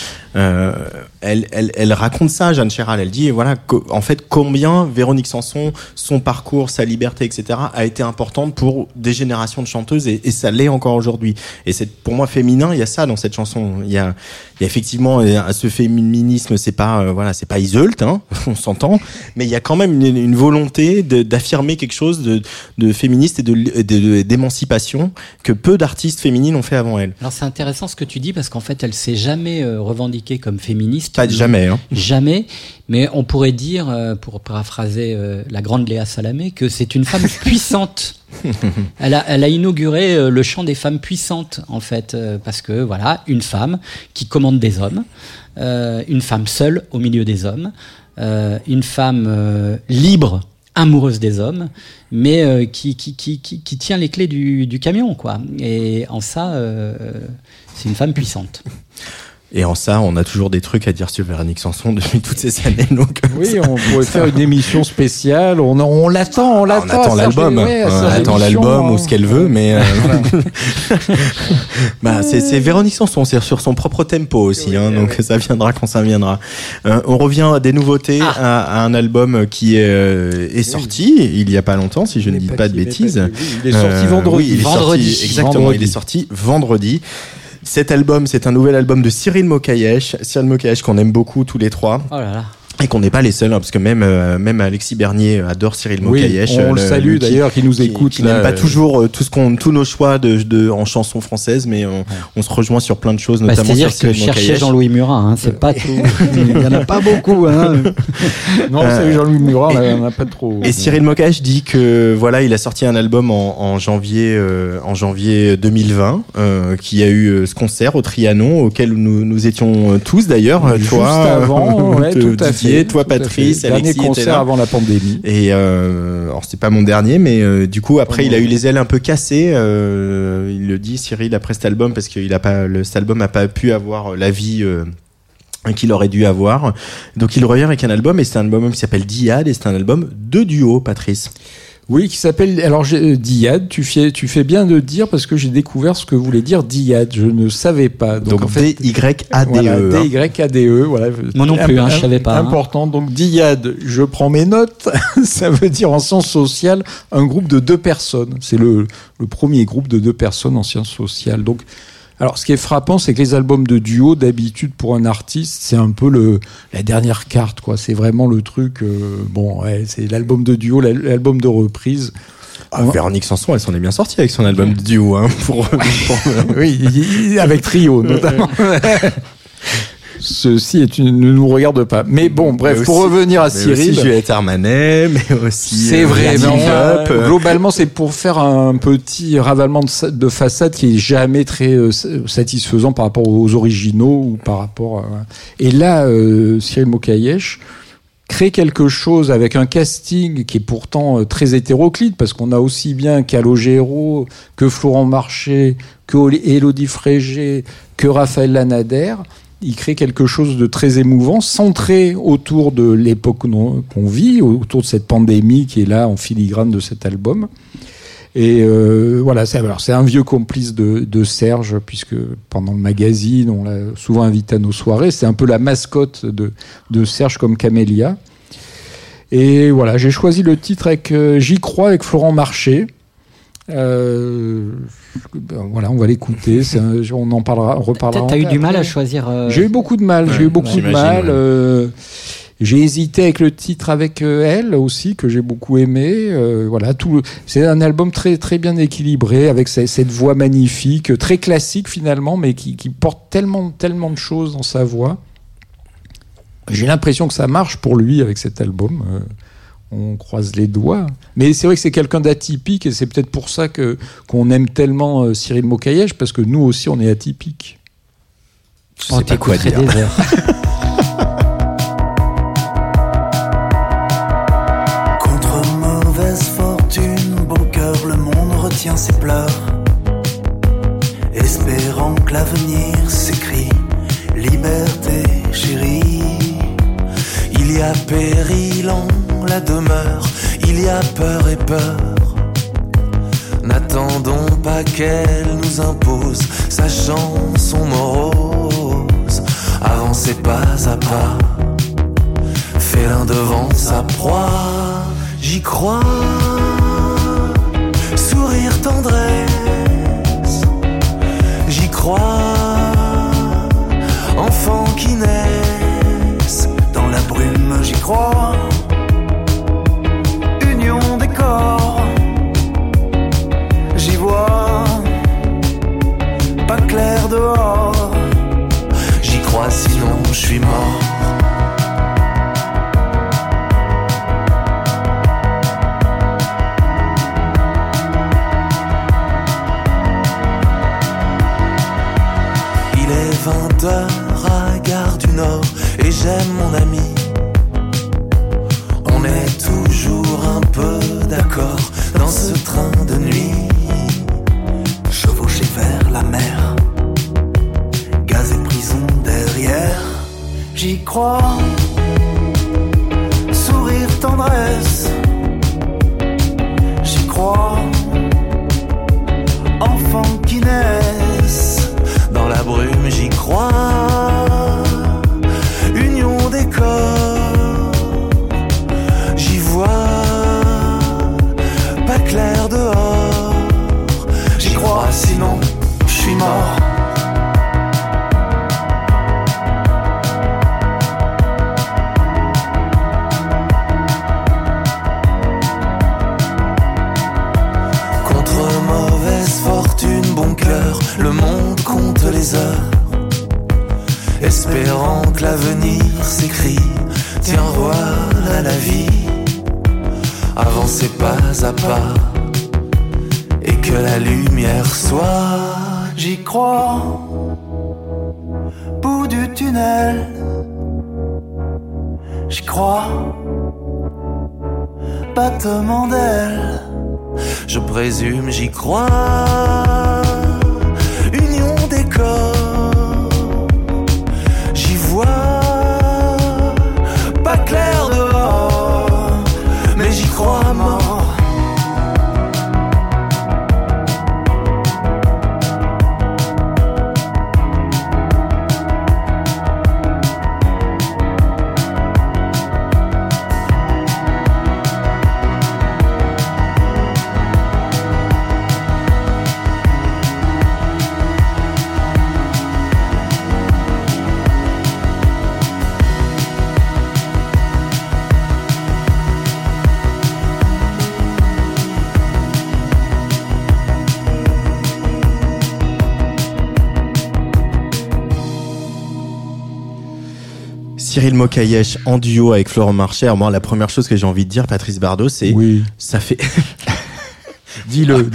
elle raconte ça, Jeanne Chéral. Elle dit, en fait, combien Véronique Sanson, son parcours, sa liberté, etc., a été importante pour des générations de chanteuses, et ça l'est encore aujourd'hui. Et pour moi, Féminin, il y a ça dans cette chanson. Il y a effectivement ce féminisme, c'est pas Iseult, on s'entend, mais il y a quand même une volonté d'affirmer quelque chose de féministe et d'émancipation que peu d'artistes féminines ont fait avant elle. Alors c'est intéressant ce que tu dis parce qu'en fait elle s'est jamais revendiquée comme féministe. Pas jamais. Jamais. Mais on pourrait dire, pour paraphraser la grande Léa Salamé, que c'est une femme puissante. Elle a inauguré le chant des femmes puissantes en fait, parce que une femme qui commande des hommes, une femme seule au milieu des hommes, une femme libre, amoureuse des hommes, mais qui tient les clés du camion, quoi. Et en ça, c'est une femme puissante. Et en ça, on a toujours des trucs à dire sur Véronique Sanson depuis toutes ces années. Donc, on pourrait faire une émission spéciale. On l'attend. On attend l'album. On attend l'album ou ce qu'elle veut, mais c'est Véronique Sanson, c'est sur son propre tempo aussi. Donc ça viendra quand ça viendra. On revient à des nouveautés, à un album qui est sorti il y a pas longtemps, si je ne dis pas de bêtises. Il est sorti vendredi. Exactement, il est sorti vendredi. Cet album, c'est un nouvel album de Cyril Mokayesh qu'on aime beaucoup tous les trois. Oh là là. Et qu'on n'est pas les seuls, hein, parce que même Alexis Bernier adore Cyril Mokayesh. On le salue d'ailleurs, qui nous écoute. Qui n'aime pas toujours tous nos choix en chansons françaises, mais on se rejoint sur plein de choses, notamment sur Cyril Mokayesh. Cherchez Jean-Louis Murat, hein, c'est pas tout. Il y en a pas beaucoup, hein. Non, salut Jean-Louis Murat, on n'a pas trop. Et Cyril Mokayesh dit que voilà, il a sorti un album en janvier 2020, qui a eu ce concert au Trianon, auquel nous étions tous d'ailleurs. Juste toi, avant, ouais, tout à fait. Toi, Patrice, Alexis, dernier concert avant la pandémie. Et alors c'était pas mon dernier, mais du coup après il a eu les ailes un peu cassées. Il le dit, Cyril, après cet album, parce que cet album a pas pu avoir la vie qu'il aurait dû avoir. Donc il revient avec un album, et c'est un album qui s'appelle Dyad, et c'est un album de duo, Patrice. Oui, qui s'appelle, alors Dyad, tu fais bien de dire, parce que j'ai découvert ce que voulait dire Dyad, je ne savais pas. Donc en fait, D-Y-A-D-E. Voilà, D-Y-A-D-E, voilà. Moi non plus, je savais pas. Important, donc Dyad, je prends mes notes, ça veut dire en sciences sociales, un groupe de 2 personnes. C'est le premier groupe de 2 personnes en sciences sociales. Donc, alors, ce qui est frappant, c'est que les albums de duo, d'habitude, pour un artiste, c'est un peu la dernière carte, quoi. C'est vraiment le truc, c'est l'album de duo, l'album de reprise. Véronique Sanson, elle s'en est bien sortie avec son album de duo, hein, oui, avec Trio, notamment. Ceci ne nous regarde pas. Mais bon, bref, pour revenir à Cyril. Aussi Juliette Armanet, mais aussi. C'est vrai, mais globalement, c'est pour faire un petit ravalement de façade qui est jamais très satisfaisant par rapport aux originaux ou par rapport à... Et là, Cyril Mokayesh crée quelque chose avec un casting qui est pourtant très hétéroclite, parce qu'on a aussi bien Calogero que Florent Marché, que Élodie Frégé, que Raphaël Lanader. Il crée quelque chose de très émouvant, centré autour de l'époque qu'on vit, autour de cette pandémie qui est là en filigrane de cet album. Et voilà, c'est un vieux complice de Serge, puisque pendant le magazine, on l'a souvent invité à nos soirées. C'est un peu la mascotte de Serge, comme Camélia. Et voilà, j'ai choisi le titre avec J'y crois, avec Florent Marché. Voilà, on va l'écouter. On en reparlera. T'as eu du mal à choisir. J'ai eu beaucoup de mal. J'ai hésité avec le titre avec elle aussi, que j'ai beaucoup aimé. Voilà, c'est un album très très bien équilibré, avec cette voix magnifique, très classique finalement, mais qui porte tellement de choses dans sa voix. J'ai l'impression que ça marche pour lui avec cet album. On croise les doigts. Mais c'est vrai que c'est quelqu'un d'atypique, et c'est peut-être pour ça qu'on aime tellement Cyril Mokayesh, parce que nous aussi, on est atypiques. Je sais pas quoi dire. Des heures. Contre mauvaise fortune, bon cœur, le monde retient ses pleurs, espérant que l'avenir s'écrie. Liberté, chérie. Il y a péril en la demeure, il y a peur et peur. N'attendons pas qu'elle nous impose sa chanson morose. Avancez pas à pas, félin devant sa proie. J'y crois, sourire tendresse. J'y crois, enfants qui naissent dans la brume. J'y crois, union des corps. J'y vois, pas clair dehors. J'y crois, sinon je suis mort. Il est 20h à Gare du Nord et j'aime mon ami. On est toujours un peu d'accord dans ce train de nuit. Chevauché vers la mer, gaz et prison derrière. J'y crois, sourire tendresse. J'y crois, enfants qui naissent dans la brume. J'y crois, union des corps. J'y vois, pas clair dehors. J'y crois, sinon je suis mort. le monde compte les heures, espérant que l'avenir s'écrit. Tiens, voilà la vie, avancez pas à pas, et que la lumière soit. J'y crois, bout du tunnel. J'y crois, battement d'aile. Je présume, j'y crois, union des corps. J'y vois pas clair dehors, mais j'y crois mort. Cyril Mokayesh en duo avec Florent Marché. Alors moi, la première chose que j'ai envie de dire, Patrice Bardot, c'est ça fait dis-le.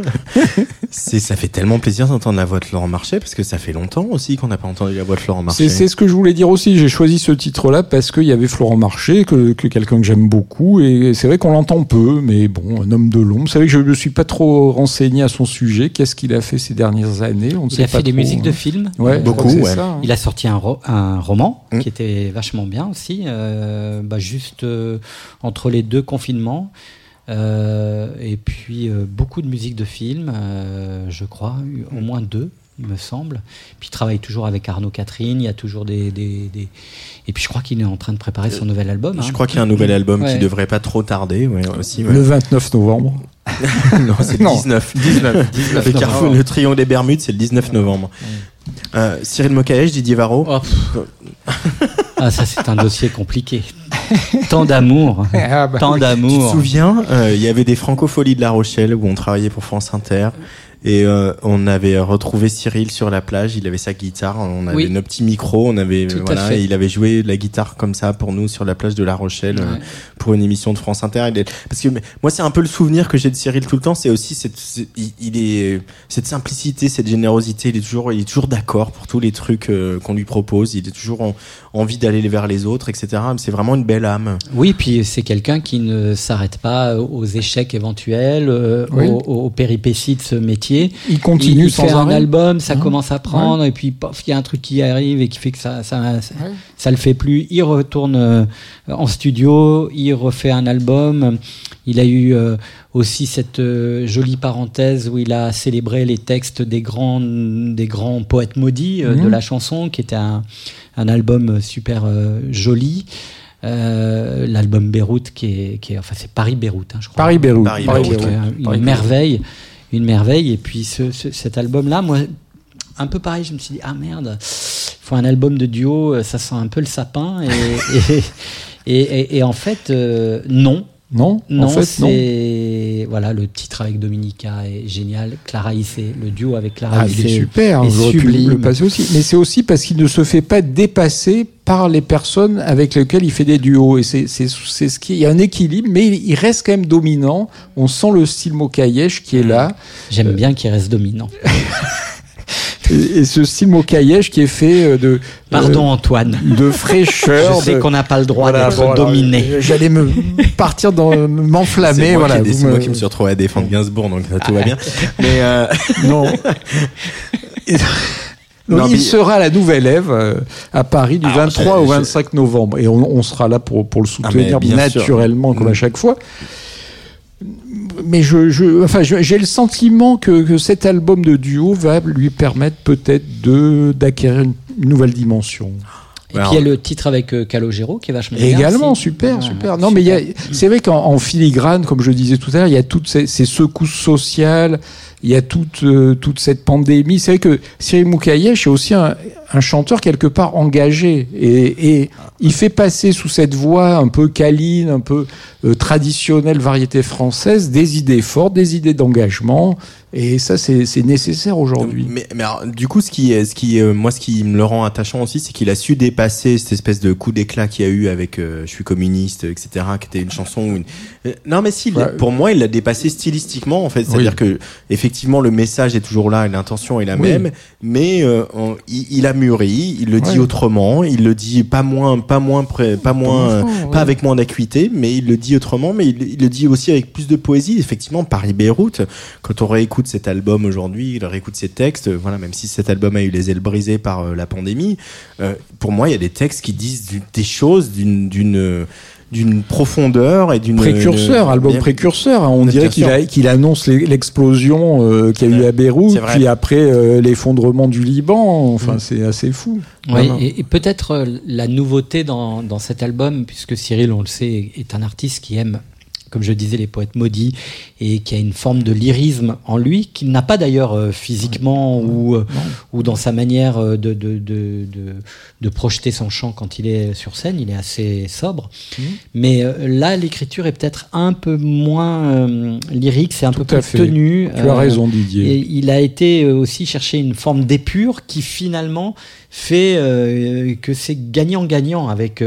Ça fait tellement plaisir d'entendre la voix de Florent Marché, parce que ça fait longtemps aussi qu'on n'a pas entendu la voix de Florent Marché. C'est ce que je voulais dire aussi. J'ai choisi ce titre-là parce qu'il y avait Florent Marché, que quelqu'un que j'aime beaucoup, et c'est vrai qu'on l'entend peu, mais bon, un homme de l'ombre. C'est vrai que je ne me suis pas trop renseigné à son sujet. Qu'est-ce qu'il a fait ces dernières années? Il a fait des musiques de films. Ouais, beaucoup. Ouais. Ça, hein. Il a sorti un roman qui était vachement bien aussi, juste entre les deux confinements. Et puis beaucoup de musique de film, je crois, au moins 2, il me semble. Puis il travaille toujours avec Arnaud Catherine, il y a toujours des... Et puis je crois qu'il est en train de préparer son nouvel album. Je crois qu'il y a un nouvel album qui devrait pas trop tarder aussi. Le 29 novembre. Non, c'est le 19. Le triangle des Bermudes, c'est le 19 novembre. Cyril Mokayesh, Didier Varro. Ah, ça c'est un dossier compliqué. Tant d'amour. Tant d'amour. Tu te souviens, il y avait des Francopholies de La Rochelle où on travaillait pour France Inter. Et on avait retrouvé Cyril sur la plage, il avait sa guitare, on avait nos petits micros, on avait et il avait joué la guitare comme ça pour nous sur la plage de La Rochelle pour une émission de France Inter. Parce que moi c'est un peu le souvenir que j'ai de Cyril tout le temps, c'est aussi cette simplicité, cette générosité, il est toujours d'accord pour tous les trucs qu'on lui propose, il est toujours envie d'aller vers les autres, etc. C'est vraiment une belle âme. Oui, puis c'est quelqu'un qui ne s'arrête pas aux échecs éventuels, aux péripéties de ce métier. Il continue sans arrêt. Il fait un album, ça commence à prendre, et puis il y a un truc qui arrive et qui fait que ça le fait plus. Il retourne en studio, il refait un album. Il a eu aussi cette jolie parenthèse où il a célébré les textes des grands poètes maudits de la chanson, qui était un album super joli. L'album Beyrouth c'est Paris-Beyrouth, je crois. Paris-Beyrouth. Une merveille. Une merveille. Et puis cet album-là, moi, un peu pareil, je me suis dit, ah merde, il faut un album de duo, ça sent un peu le sapin. Et en fait, non. Non, en fait, c'est... Voilà, le titre avec Dominica est génial. Clara Issé, le duo avec Clara Issé. Il est super, j'aurais pu le passer aussi. Mais c'est aussi parce qu'il ne se fait pas dépasser par les personnes avec lesquelles il fait des duos. Et c'est ce qui... Il y a un équilibre, mais il reste quand même dominant. On sent le style Mokayesh qui est là. J'aime bien qu'il reste dominant. Et ce style Mokayesh qui est fait de... Pardon Antoine. De fraîcheur. Je sais qu'on n'a pas le droit d'être dominé. J'allais m'enflammer. C'est moi qui me suis retrouvé à défendre Gainsbourg, donc tout va bien. Mais non. Donc il sera à la Nouvelle Ève à Paris du 23 au 25 novembre. Et on sera là pour le soutenir naturellement, comme à chaque fois. Mais j'ai le sentiment que cet album de duo va lui permettre peut-être d'acquérir une nouvelle dimension. Et puis il y a le titre avec Calogero qui est vachement bien. Également, super. Non, mais c'est vrai qu'en filigrane, comme je disais tout à l'heure, il y a toutes ces secousses sociales, il y a toute cette pandémie. C'est vrai que Cyril Moukayesh est aussi un chanteur quelque part engagé et il fait passer sous cette voix un peu câline, un peu traditionnelle, variété française, des idées fortes, des idées d'engagement. Et ça, c'est nécessaire aujourd'hui. Mais alors, du coup, ce qui me le rend attachant aussi, c'est qu'il a su dépasser cette espèce de coup d'éclat qu'il y a eu avec Je suis communiste, etc., qui était une chanson. Non, mais si, pour moi, il l'a dépassé stylistiquement, en fait. C'est-à-dire que, effectivement, le message est toujours là et l'intention est la même, mais il a mûri, il le dit autrement, il le dit pas avec moins d'acuité, mais il le dit autrement, mais il le dit aussi avec plus de poésie. Effectivement, Paris-Beyrouth, quand on réécoute cet album aujourd'hui, il réécoute ses textes, voilà, même si cet album a eu les ailes brisées par la pandémie, pour moi, il y a des textes qui disent des choses d'une profondeur et d'une album précurseur. On dirait qu'il annonce l'explosion qu'il y a eu à Beyrouth, puis après l'effondrement du Liban. Enfin, c'est assez fou. Oui, et peut-être la nouveauté dans cet album, puisque Cyril, on le sait, est un artiste qui aime, comme je disais, les poètes maudits, et qui a une forme de lyrisme en lui, qu'il n'a pas d'ailleurs physiquement ou dans sa manière de projeter son chant quand il est sur scène. Il est assez sobre. Mais là, l'écriture est peut-être un peu moins lyrique, c'est un peu plus tenu. Tu as raison, Didier. Et il a été aussi chercher une forme d'épure qui finalement fait que c'est gagnant-gagnant avec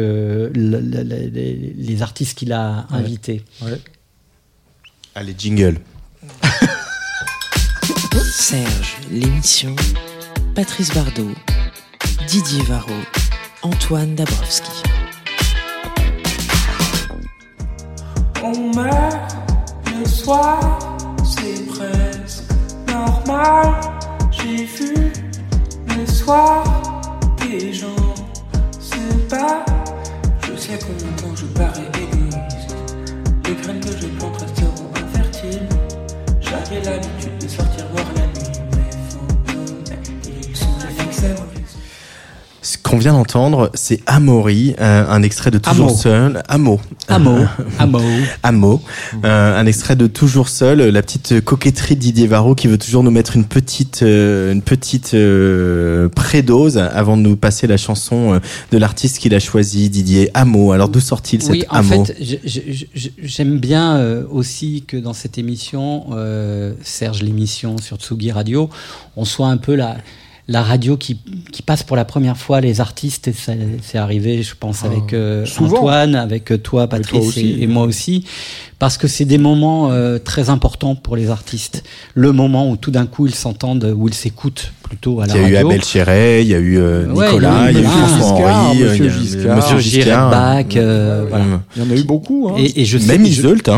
les artistes qu'il a invités. Ouais. Allez, jingle. Serge, l'émission. Patrice Bardot, Didier Varro, Antoine Dabrowski. On meurt le soir, c'est presque normal. J'ai vu le soir des gens se battent. Je sais combien de temps je parais égoïste. Les graines que je plante resteront infertiles. J'avais l'habitude de sortir voir la nuit. Mes fantômes, ils sont fixés. Ce qu'on vient d'entendre, c'est Amaury, un extrait de Toujours Seul. Amo. Un extrait de Toujours Seul, la petite coquetterie de Didier Varro qui veut toujours nous mettre une petite prédose avant de nous passer la chanson de l'artiste qu'il a choisi, Didier. Amo. Alors d'où sort-il cet Amo ? En fait, j'aime bien aussi que dans cette émission, Serge, l'émission sur Tsugi Radio, on soit un peu la radio qui passe pour la première fois les artistes, et c'est arrivé, je pense, avec Antoine, avec toi, Patrice, et moi aussi, parce que c'est des moments très importants pour les artistes. Le moment où tout d'un coup ils s'entendent, où ils s'écoutent plutôt à la radio. Il y a eu Abel Chéret, il y a eu Nicolas, il y a eu François-Henri, Monsieur Giscard, voilà. Il y en a eu beaucoup. Et je sais, même Iseult,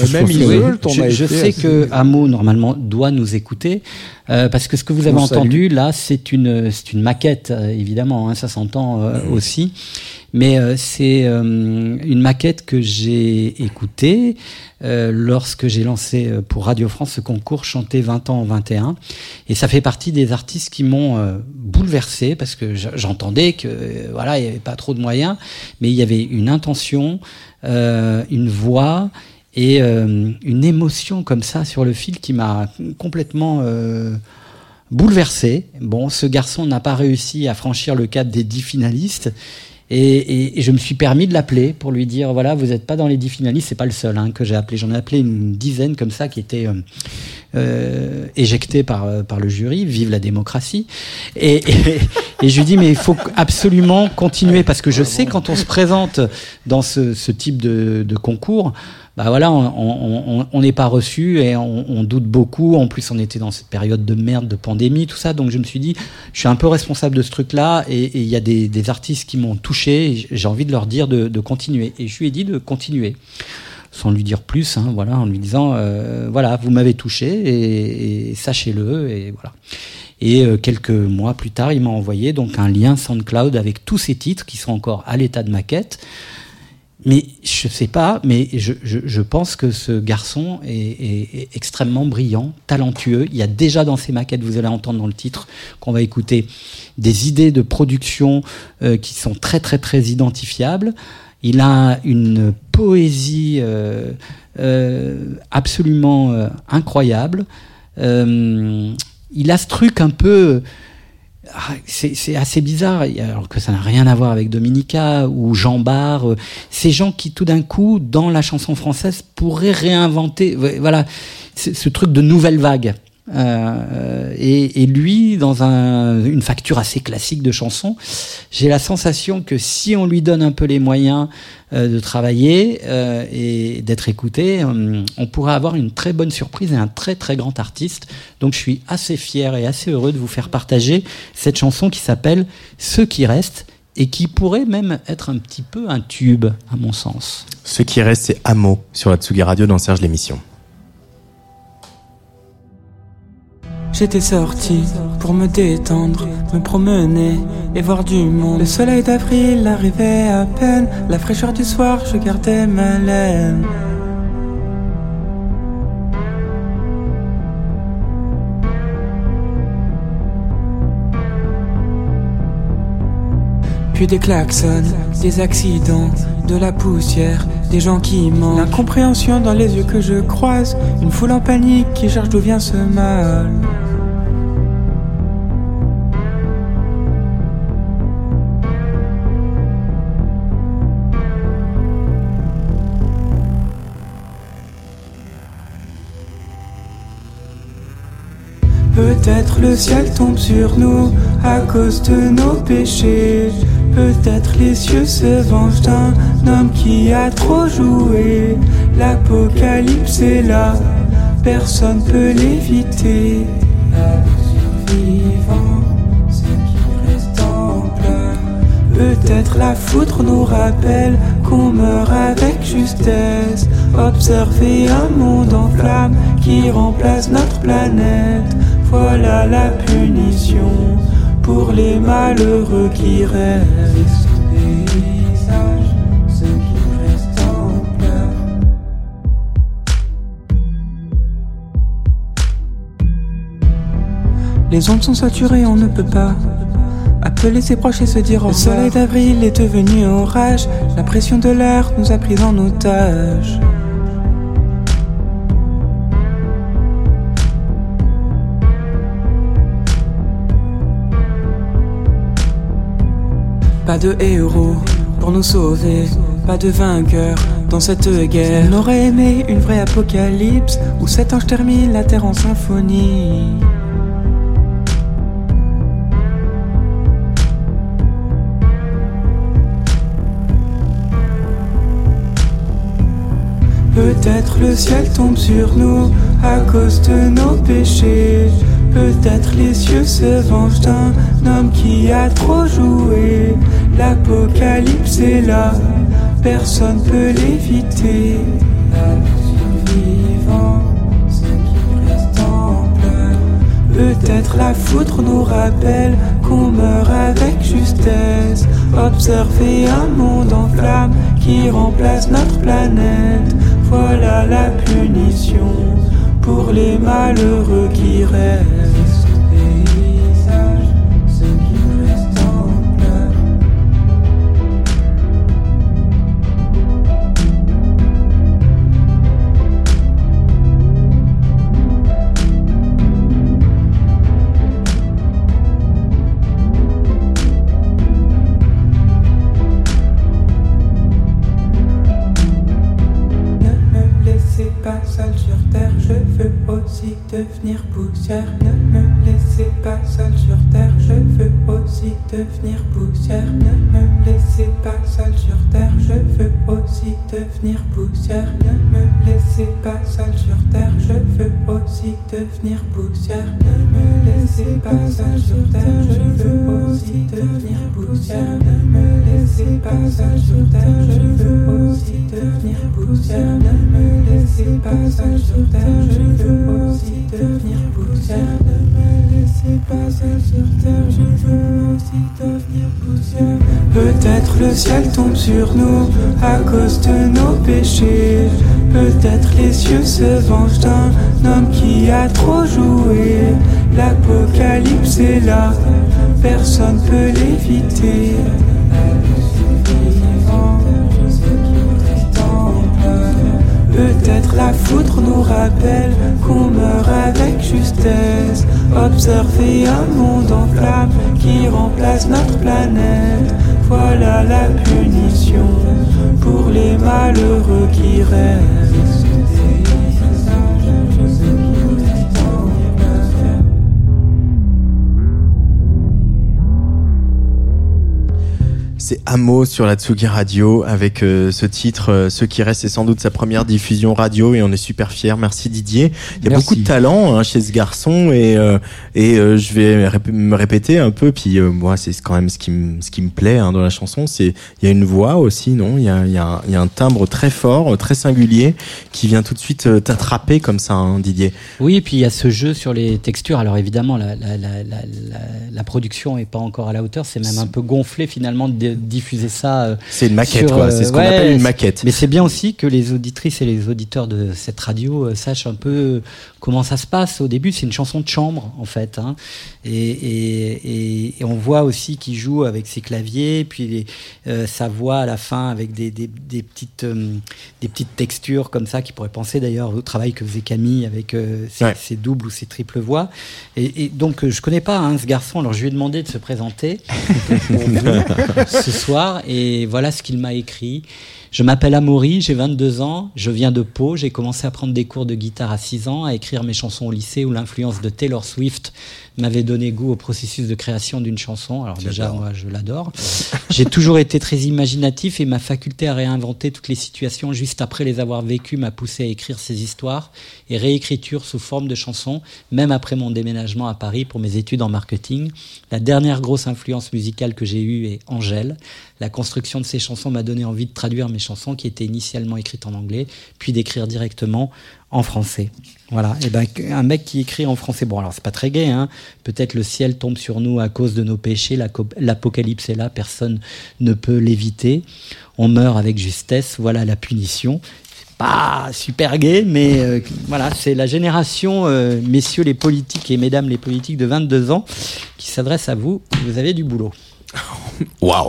je sais que Amo normalement doit nous écouter. Parce que ce que vous avez entendu là, c'est une maquette, évidemment, ça s'entend aussi, mais c'est une maquette que j'ai écoutée lorsque j'ai lancé pour Radio France ce concours Chanter 20 ans en 21, et ça fait partie des artistes qui m'ont bouleversé, parce que j'entendais que il y avait pas trop de moyens, mais il y avait une intention, une voix et une émotion comme ça sur le fil qui m'a complètement bouleversé. Bon, ce garçon n'a pas réussi à franchir le cap des 10 finalistes, et je me suis permis de l'appeler pour lui dire, voilà, vous n'êtes pas dans les 10 finalistes, c'est pas le seul que j'ai appelé, j'en ai appelé une dizaine comme ça qui étaient éjectés par le jury. Vive la démocratie. Et je lui dis, mais il faut absolument continuer, parce que je sais, quand on se présente dans ce type de concours, on n'est pas reçu et on doute beaucoup. En plus, on était dans cette période de merde, de pandémie, tout ça. Donc, je me suis dit, je suis un peu responsable de ce truc-là, et il y a des artistes qui m'ont touché. J'ai envie de leur dire de continuer. Et je lui ai dit de continuer, sans lui dire plus, en lui disant, vous m'avez touché et sachez-le, et voilà. Et quelques mois plus tard, il m'a envoyé donc un lien SoundCloud avec tous ces titres qui sont encore à l'état de maquette. Mais je sais pas, mais je pense que ce garçon est extrêmement brillant, talentueux. Il y a déjà dans ses maquettes, vous allez entendre dans le titre qu'on va écouter, des idées de production qui sont très très très identifiables. Il a une poésie absolument incroyable. il a ce truc un peu... C'est assez bizarre, alors que ça n'a rien à voir avec Dominica ou Jean Bart, ces gens qui tout d'un coup, dans la chanson française, pourraient réinventer, voilà, ce truc de nouvelle vague. Et lui, dans une facture assez classique de chansons, j'ai la sensation que si on lui donne un peu les moyens de travailler et d'être écouté, on pourrait avoir une très bonne surprise et un très très grand artiste. Donc je suis assez fier et assez heureux de vous faire partager cette chanson qui s'appelle « Ceux qui restent » et qui pourrait même être un petit peu un tube, à mon sens. Ce qui reste, c'est Amo sur la Tsugi Radio dans Serge l'émission. J'étais sorti pour me détendre, me promener et voir du monde. Le soleil d'avril arrivait à peine, la fraîcheur du soir, je gardais ma laine. Puis des klaxons, des accidents, de la poussière, des gens qui mentent. L'incompréhension dans les yeux que je croise, une foule en panique qui cherche d'où vient ce mal. Peut-être le ciel tombe sur nous à cause de nos péchés. Peut-être les cieux se vengent d'un homme qui a trop joué. L'apocalypse est là, personne peut l'éviter. Survivants, ceux qui restent en pleurs. Peut-être la foudre nous rappelle qu'on meurt avec justesse. Observer un monde en flammes qui remplace notre planète. Voilà la punition pour les malheureux qui restent. Paysage, ceux qui restent en pleurs. Les ondes sont saturées, on ne peut pas appeler ses proches et se dire au revoir. Le soleil d'avril est devenu orage, la pression de l'air nous a pris en otage. Pas de héros pour nous sauver, pas de vainqueur dans cette guerre. On aurait aimé une vraie apocalypse où cet ange termine la terre en symphonie. Peut-être le ciel tombe sur nous à cause de nos péchés. Peut-être les cieux se vengent d'un homme qui a trop joué. L'apocalypse est là, personne peut l'éviter. Survivants, ceux qui restent en pleurs. Peut-être la foudre nous rappelle qu'on meurt avec justesse. Observer un monde en flammes qui remplace notre planète. Voilà la punition pour les malheureux qui restent. Paysage, ceux qui restent en pleurs. Pas seul sur terre, je veux aussi devenir poussière. Ne me laissez pas seul sur terre, je veux aussi devenir poussière. Ne me laissez pas seul sur terre, je veux aussi devenir poussière. Ne me laissez pas seul sur terre, je veux aussi devenir poussière. Ne me laissez pas seul sur terre, je veux aussi devenir poussière. Ne me laissez pas seul sur terre, je veux aussi devenir poussière. Ne me laissez pas seul sur terre, je veux aussi devenir poussière. Ne me laissez pas seul sur terre, je veux aussi devenir poussière. Peut-être le ciel tombe sur nous à cause de nos péchés. Peut-être les cieux se vengent d'un homme qui a trop joué. L'apocalypse est là, personne peut l'éviter. Peut-être Peut-être la foudre nous rappelle qu'on meurt avec justesse. Observer un monde en flammes qui remplace notre planète. Voilà la punition pour les malheureux qui restent. C'est Amo sur la Tsugi Radio avec ce titre, Ce qui reste, c'est sans doute sa première diffusion radio et on est super fiers. Merci Didier. Il y a beaucoup de talent chez ce garçon et je vais me répéter un peu. Puis moi, c'est quand même ce qui me plaît dans la chanson. C'est il y a une voix aussi, non ? Il y a un timbre très fort, très singulier qui vient tout de suite t'attraper comme ça, Didier. Oui, et puis il y a ce jeu sur les textures. Alors évidemment, la production est pas encore à la hauteur. C'est même un peu gonflé finalement de diffuser ça. C'est une maquette, quoi. C'est ce qu'on appelle une maquette. Mais c'est bien aussi que les auditrices et les auditeurs de cette radio sachent un peu comment ça se passe. Au début, c'est une chanson de chambre, en fait. Et on voit aussi qu'il joue avec ses claviers, puis sa voix à la fin avec des petites textures comme ça, qui pourraient penser d'ailleurs au travail que faisait Camille avec ses doubles ou ses triples voix. Et donc, je connais pas ce garçon. Alors, je lui ai demandé de se présenter pour vous ce soir, et voilà ce qu'il m'a écrit. Je m'appelle Amaury, j'ai 22 ans, je viens de Pau, j'ai commencé à prendre des cours de guitare à 6 ans, à écrire mes chansons au lycée où l'influence de Taylor Swift m'avait donné goût au processus de création d'une chanson. Alors déjà, moi, je l'adore. J'ai toujours été très imaginatif et ma faculté à réinventer toutes les situations juste après les avoir vécues m'a poussé à écrire ces histoires et réécriture sous forme de chansons, même après mon déménagement à Paris pour mes études en marketing. La dernière grosse influence musicale que j'ai eue est Angèle. La construction de ces chansons m'a donné envie de traduire mes chansons qui étaient initialement écrites en anglais, puis d'écrire directement en français. Voilà. Et ben, un mec qui écrit en français, bon, alors c'est pas très gai, peut-être le ciel tombe sur nous à cause de nos péchés, l'apocalypse est là, personne ne peut l'éviter, on meurt avec justesse, voilà la punition. C'est pas super gai, mais voilà, c'est la génération, messieurs les politiques et mesdames les politiques de 22 ans, qui s'adresse à vous, vous avez du boulot. Waouh.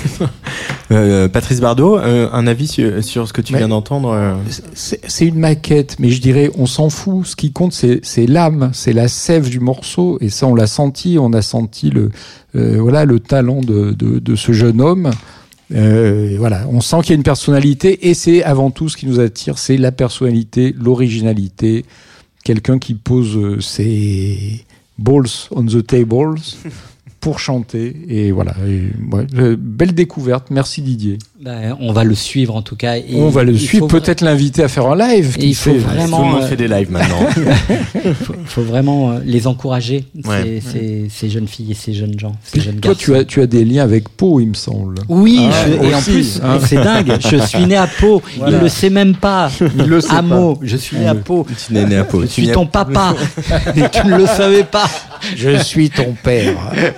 Patrice Bardot, un avis sur ce que tu viens d'entendre C'est une maquette, mais je dirais on s'en fout. Ce qui compte, c'est l'âme, c'est la sève du morceau, et ça on l'a senti. On a senti le talent de ce jeune homme. Voilà, on sent qu'il y a une personnalité, et c'est avant tout ce qui nous attire, c'est la personnalité, l'originalité, quelqu'un qui pose ses balls on the tables. Pour chanter, et voilà, belle découverte, merci Didier. On va le suivre en tout cas. Et on va le suivre, peut-être l'inviter à faire un live. Et il faut vraiment, tout le monde fait des lives maintenant. faut vraiment les encourager, ces jeunes filles et ces jeunes gens, ces jeunes garçons. Toi, tu as des liens avec Pau, il me semble. Oui, et en plus, c'est dingue, je suis né à Pau, il le sait même pas. Il le sait Amo, je suis né à Pau. Tu es né à Pau. Je suis ton papa, et tu ne le savais pas. Je suis ton père.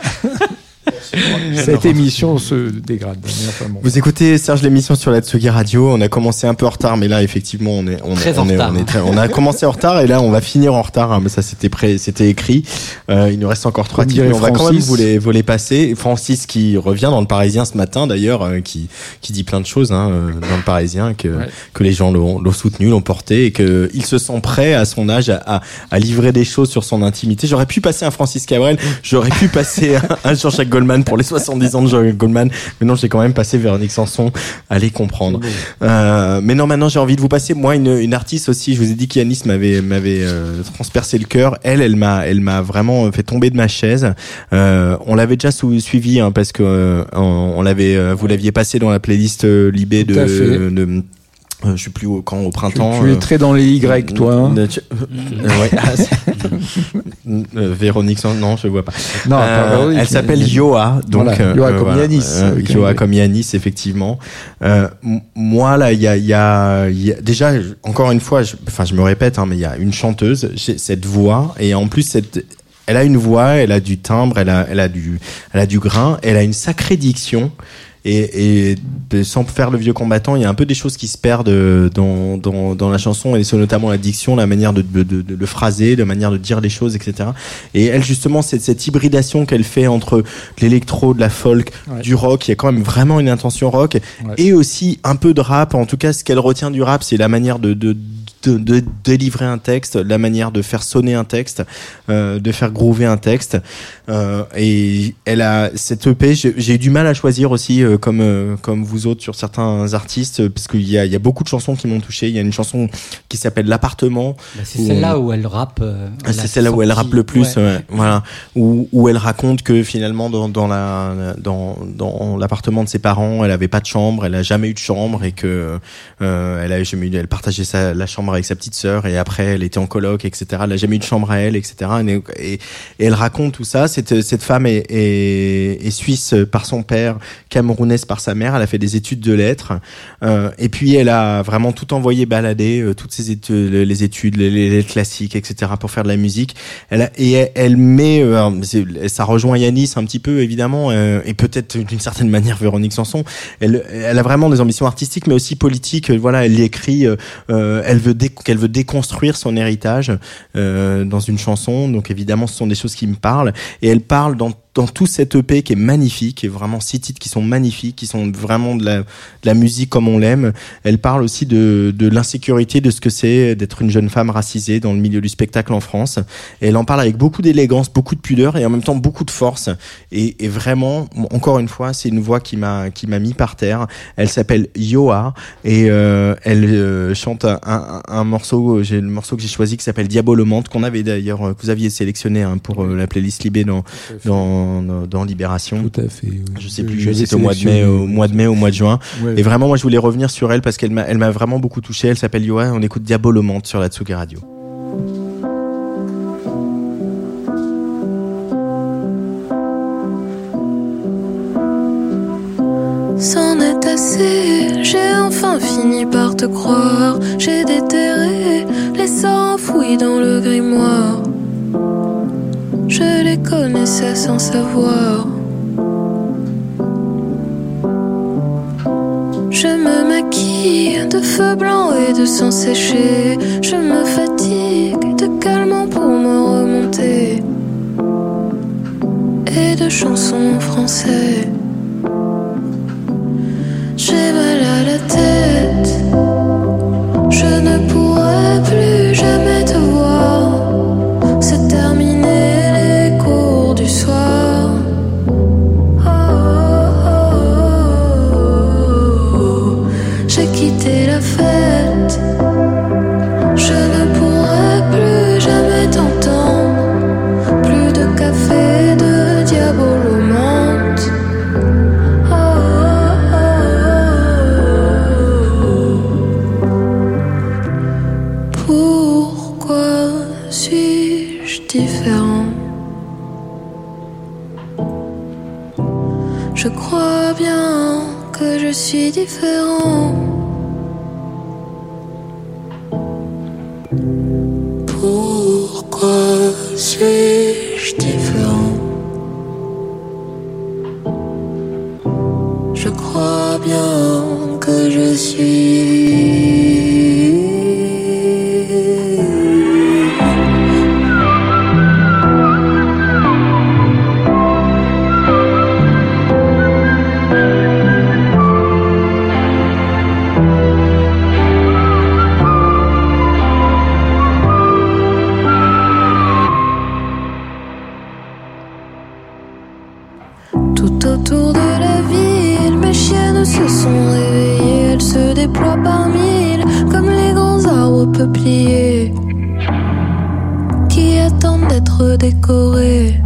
Cette émission se dégrade. Enfin, bon. Vous écoutez Serge l'émission sur la Tsugi Radio. On a commencé un peu en retard, mais là effectivement on a commencé en retard et là on va finir en retard. Mais ça c'était écrit. Il nous reste encore 3 titres. On va quand même vous les passer. Francis qui revient dans le Parisien ce matin d'ailleurs, qui dit plein de choses dans le Parisien, que les gens l'ont soutenu, l'ont porté et que il se sent prêt à son âge à livrer des choses sur son intimité. J'aurais pu passer un Francis Cabrel, j'aurais pu passer un Jean-Jacques Goldman pour les 70 ans de Jean-Jacques Goldman, mais non, j'ai quand même passé Véronique Sanson, allez comprendre. Mais non, maintenant j'ai envie de vous passer moi une artiste aussi. Je vous ai dit qu'Yanis m'avait transpercé le cœur. Elle m'a vraiment fait tomber de ma chaise. On l'avait déjà suivi parce que vous l'aviez passé dans la playlist Libé de je sais plus quand au printemps. Tu es très dans les Y, toi. Véronique, non, je vois pas. Non, elle s'appelle Yoa, donc voilà, Yoa comme Yanis. Yoa comme Yanis, effectivement. Moi là, il y a déjà encore une fois, je me répète, mais il y a une chanteuse, j'ai cette voix et en plus elle a une voix, elle a du timbre, elle a du grain, elle a une sacrée diction. Et sans faire le vieux combattant, il y a un peu des choses qui se perdent dans la chanson, et c'est notamment la diction, la manière de le phraser, la manière de dire les choses, etc. Et elle, justement, c'est cette hybridation qu'elle fait entre l'électro, de la folk, du rock. Il y a quand même vraiment une intention rock, et aussi un peu de rap. En tout cas, ce qu'elle retient du rap, c'est la manière de de délivrer un texte, la manière de faire sonner un texte, de faire groover un texte. Et elle a cette EP, j'ai eu du mal à choisir aussi, comme vous autres, sur certains artistes, parce qu'il y a beaucoup de chansons qui m'ont touché. Il y a une chanson qui s'appelle L'appartement. C'est celle-là où elle rappe. C'est celle-là où elle rappe le plus, ouais. Voilà. Où elle raconte que finalement dans l'appartement de ses parents, elle avait pas de chambre, elle a jamais eu de chambre, et que elle partageait la chambre avec sa petite sœur, et après elle était en coloc, etc. Elle a jamais eu de chambre à elle, etc. Et elle raconte tout ça. Cette femme est suisse par son père, camerounaise par sa mère. Elle a fait des études de lettres, et puis elle a vraiment tout envoyé balader, toutes ses études, les études, les lettres classiques, etc. pour faire de la musique. Elle met, ça rejoint Yanis un petit peu évidemment, et peut-être d'une certaine manière Véronique Sanson. Elle a vraiment des ambitions artistiques, mais aussi politiques. Voilà, elle écrit, qu'elle veut déconstruire son héritage dans une chanson. Donc évidemment, ce sont des choses qui me parlent, et elle parle dans tout cet EP qui est magnifique, et vraiment 6 titres qui sont magnifiques, qui sont vraiment de la musique comme on l'aime. Elle parle aussi de l'insécurité, de ce que c'est d'être une jeune femme racisée dans le milieu du spectacle en France. Et elle en parle avec beaucoup d'élégance, beaucoup de pudeur, et en même temps beaucoup de force. Et vraiment, encore une fois, c'est une voix qui m'a mis par terre. Elle s'appelle Yoa, et elle chante un morceau, le morceau que j'ai choisi qui s'appelle Diabolomante, qu'on avait d'ailleurs, que vous aviez sélectionné pour la playlist Libé dans Libération. Tout à fait. Oui. Je sais plus, c'était au mois de mai ou au mois de juin. Ouais. Et vraiment, moi, je voulais revenir sur elle parce qu'elle m'a vraiment beaucoup touché. Elle s'appelle Yoa. On écoute Diabolomante sur la Tsugi Radio. C'en est assez, j'ai enfin fini par te croire. J'ai déterré les sorts enfouis dans le grimoire. Je les connaissais sans savoir. Je me maquille de feu blanc et de sang séché. Je me fatigue de calmant pour me remonter, et de chansons en français. J'ai mal à la tête, je ne pourrai plus jamais te voir. C'est terminé les cours du soir. Oh, oh, oh, oh. J'ai quitté la fête, je ne pourrai plus jamais t'entendre. Plus de café, de diabolomante. Oh, oh, oh, oh. Pourquoi suis-je différent? Je crois bien que je suis différent. Pourquoi suis-je différent? Je crois bien que je suis. Tout autour de la ville, mes chiennes se sont réveillées. Elles se déploient par mille, comme les grands arbres peupliers qui attendent d'être décorés.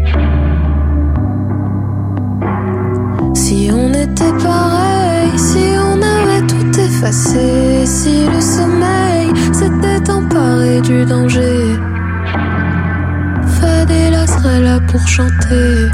Si on était pareil, si on avait tout effacé, si le sommeil s'était emparé du danger, Fadela serait là pour chanter.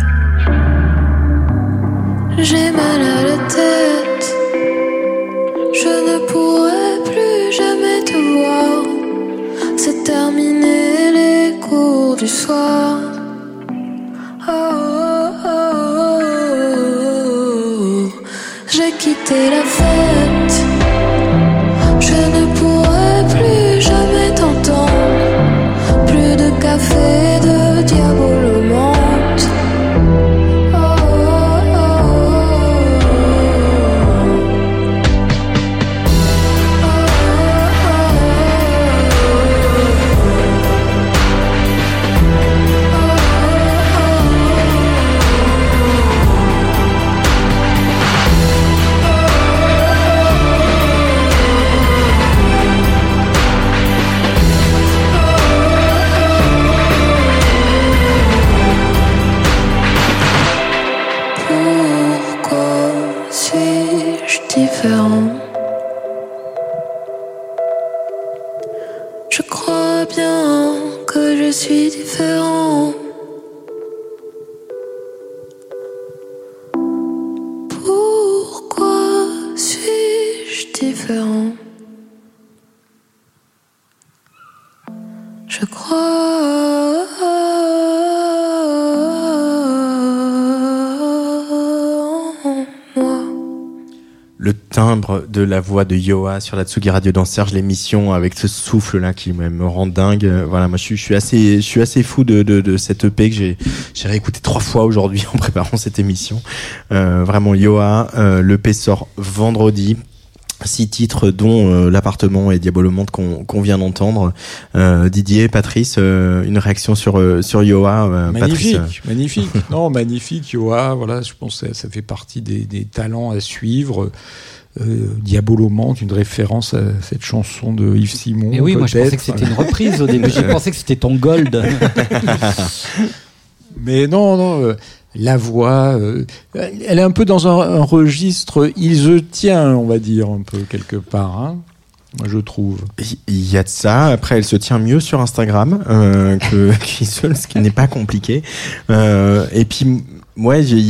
J'ai mal à la tête, je ne pourrai plus jamais te voir. C'est terminé les cours du soir. Oh, oh, oh, oh. J'ai quitté la fête, je ne pourrai plus jamais t'entendre. Plus de café, de diabolomante. le timbre de la voix de Yoa sur la Tsugi Radio dans Serge l'émission, avec ce souffle là qui me rend dingue. Voilà, moi je suis assez fou de cette EP que j'ai réécouté 3 fois aujourd'hui en préparant cette émission. Vraiment Yoa, l'EP sort vendredi. 6 titres dont l'appartement et Diabolo Monde qu'on vient d'entendre. Didier, Patrice, une réaction sur Yoa. Magnifique, Patrice, magnifique. Non, magnifique Yoa. Voilà, je pense que ça fait partie des talents à suivre. Diabolo Monde, une référence à cette chanson de Yves Simon. Mais oui, moi je pensais que c'était une reprise au début. J'ai pensé que c'était ton Gold. Mais non. La voix, elle est un peu dans un registre il se tient, on va dire, un peu quelque part, hein, moi je trouve. Il y a de ça. Après, elle se tient mieux sur Instagram qu'Isol, ce qui n'est pas compliqué. Et puis, ouais, il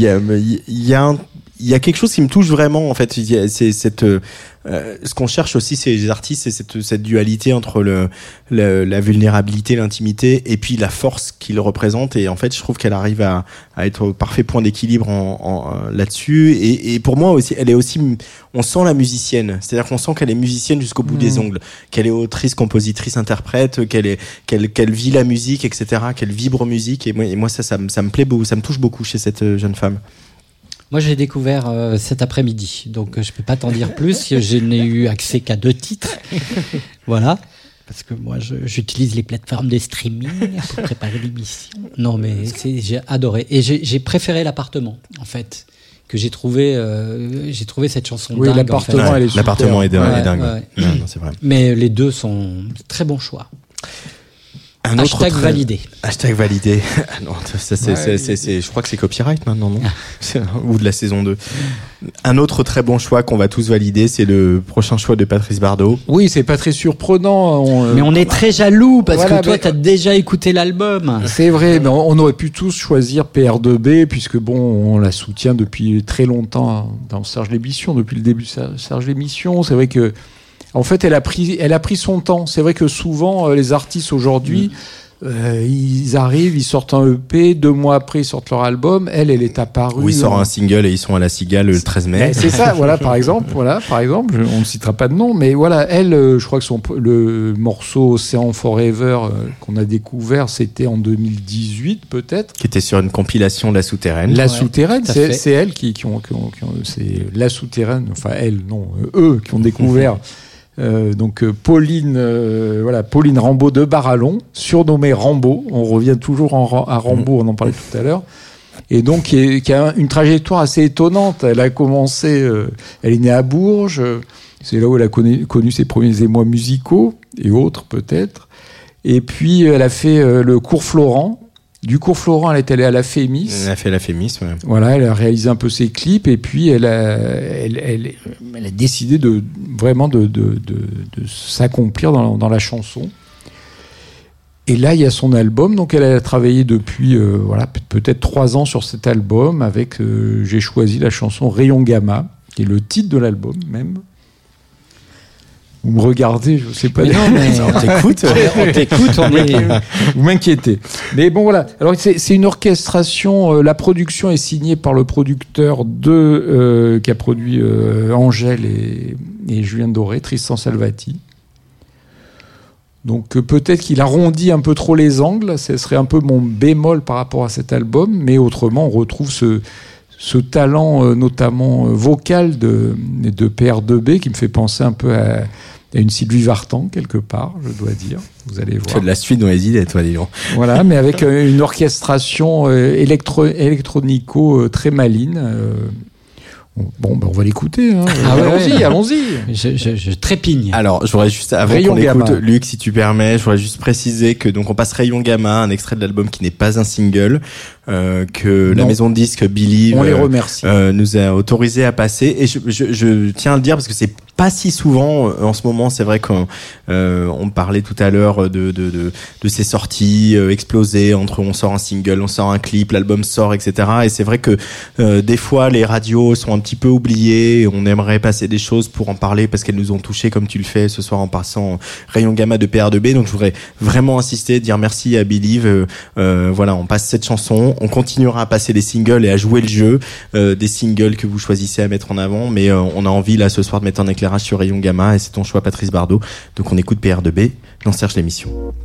y a quelque chose qui me touche vraiment, en fait. C'est cette ce qu'on cherche aussi, c'est les artistes, c'est cette dualité entre la vulnérabilité, l'intimité, et puis la force qu'ils représentent. Et en fait, je trouve qu'elle arrive à être au parfait point d'équilibre là-dessus. Et pour moi aussi, elle est aussi, on sent la musicienne. C'est-à-dire qu'on sent qu'elle est musicienne jusqu'au bout des ongles, qu'elle est autrice, compositrice, interprète, qu'elle vit la musique, etc., qu'elle vibre musique. Et moi, ça me plaît beaucoup, ça me touche beaucoup chez cette jeune femme. Moi, j'ai découvert cet après-midi, donc je peux pas t'en dire plus. Je n'ai eu accès qu'à 2 titres, voilà, parce que moi, j'utilise les plateformes de streaming pour préparer l'émission. Non, mais j'ai adoré, et j'ai préféré l'appartement, en fait, que j'ai trouvé cette chanson dingue. L'appartement, en fait. elle est super. L'appartement est dingue. Ouais. Non, c'est vrai. Mais les deux sont très bons choix. Hashtag validé. Hashtag validé. Non, ça, je crois que c'est copyright maintenant, non? Ou de la saison 2. Un autre très bon choix qu'on va tous valider, c'est le prochain choix de Patrice Bardot. Oui, c'est pas très surprenant. Mais on est très jaloux parce que toi, t'as déjà écouté l'album. C'est vrai, mais on aurait pu tous choisir PR2B puisque bon, on la soutient depuis très longtemps dans Serge l'émission, depuis le début de Serge l'émission. C'est vrai que en fait, elle a pris son temps. C'est vrai que souvent, les artistes aujourd'hui, ils arrivent, ils sortent un EP, 2 mois après, ils sortent leur album. Elle est apparue. Ou ils sortent un single et ils sont à la Cigale le 13 mai. C'est ça, voilà, par exemple. On ne citera pas de nom, mais voilà, elle, je crois que le morceau Ocean Forever qu'on a découvert, c'était en 2018, peut-être. Qui était sur une compilation La Souterraine. La Souterraine, c'est elle qui ont c'est La Souterraine, enfin, elle, non, eux qui ont découvert. Donc Pauline Rambaud de Barallon, surnommée Rambaud. On revient toujours à Rambaud, on en parlait tout à l'heure. Et donc qui a une trajectoire assez étonnante. Elle a commencé, elle est née à Bourges. C'est là où elle a connu ses premiers émois musicaux et autres peut-être. Et puis elle a fait le cours Florent. Du cours Florent, elle est allée à la Fémis. Elle a fait la Fémis, ouais. Voilà, elle a réalisé un peu ses clips et puis elle a décidé de s'accomplir dans la chanson. Et là, il y a son album. Donc, elle a travaillé depuis peut-être 3 ans sur cet album avec, j'ai choisi la chanson Rayon Gamma, qui est le titre de l'album même. Vous me regardez, je sais pas. Mais non, mais on t'écoute. Vous m'inquiétez. Mais bon, voilà. Alors, c'est une orchestration. La production est signée par le producteur qui a produit Angèle et Julien Doré, Tristan Salvati. Donc, peut-être qu'il arrondit un peu trop les angles. Ce serait un peu mon bémol par rapport à cet album. Mais autrement, on retrouve ce talent, notamment vocal de PR2B, qui me fait penser un peu à une Sylvie Vartan, quelque part, je dois dire. Vous allez voir. Tu as de la suite dans les idées, toi, dis donc. Voilà, mais avec une orchestration électronico très maligne. Bon, on va l'écouter. Hein. Allons-y. Je trépigne. Alors, je voudrais juste, avant qu'on écoute, Luc, si tu permets, je voudrais juste préciser que donc on passe Rayon Gamma, un extrait de l'album qui n'est pas un single, que la maison de disques Believe on les remercie. nous a autorisé à passer. Et je tiens à le dire parce que c'est pas si souvent en ce moment. C'est vrai qu'on parlait tout à l'heure de ces sorties explosées entre on sort un single, on sort un clip, l'album sort, etc. Et c'est vrai que des fois les radios sont un petit peu oubliées. On aimerait passer des choses pour en parler parce qu'elles nous ont touchés comme tu le fais ce soir en passant Rayon Gamma de PR2B. Donc je voudrais vraiment insister, dire merci à Believe. Voilà, on passe cette chanson, on continuera à passer les singles et à jouer le jeu des singles que vous choisissez à mettre en avant, mais on a envie là ce soir de mettre un éclairage sur Rayon Gamma et c'est ton choix Patrice Bardot. Donc on écoute PR2B dans Serge l'émission.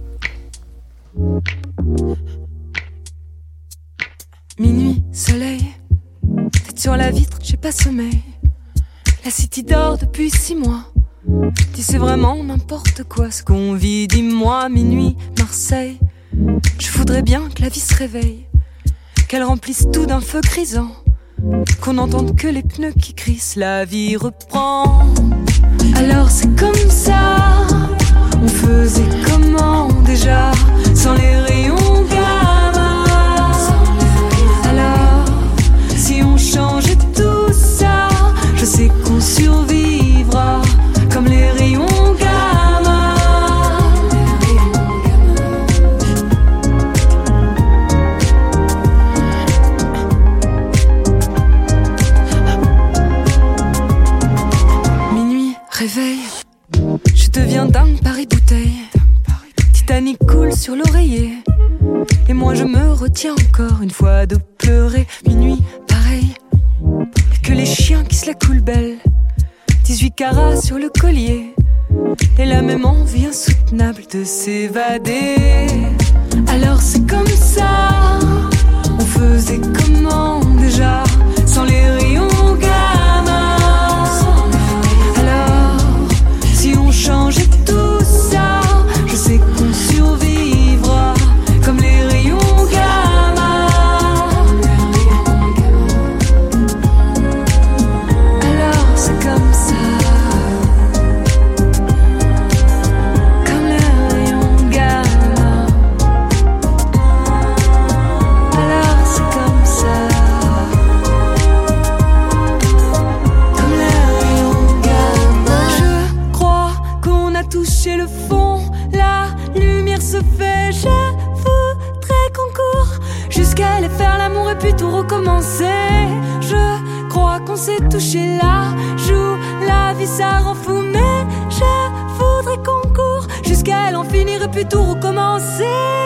Minuit, soleil, tête sur la vitre, j'ai pas sommeil. La city dort depuis 6 mois. Dis c'est vraiment n'importe quoi ce qu'on vit, dis-moi. Minuit, Marseille, je voudrais bien que la vie se réveille, qu'elle remplisse tout d'un feu grisant, qu'on n'entende que les pneus qui crissent. La vie reprend. Alors c'est comme ça. On faisait comment déjà sans les rayons gamma? Alors si on changeait tout ça, je sais qu'on survivra comme les rayons gamma. Minuit, réveil, je deviens dingue Paris-Bouteille. Titanic coule sur l'oreiller et moi je me retiens encore une fois de pleurer. Minuit, pareil, que les chiens qui se la coulent belle. 18 carats sur le collier et la même envie insoutenable de s'évader. Alors c'est comme ça. On faisait comment déjà sans les rayons gamma? Alors si on changeait tout ça, je sais qu'on survivra comme les rayons gamma. Alors c'est comme ça, comme les rayons gamma. Alors c'est comme ça, comme les rayons gamma. Je crois qu'on a touché le fond, la lumière se fait. Je voudrais qu'on court jusqu'à aller faire l'amour et puis tout recommencer. Je crois qu'on s'est touché là, joue la vie ça rend fou, mais je voudrais qu'on court jusqu'à elle en finir et puis tout recommencer.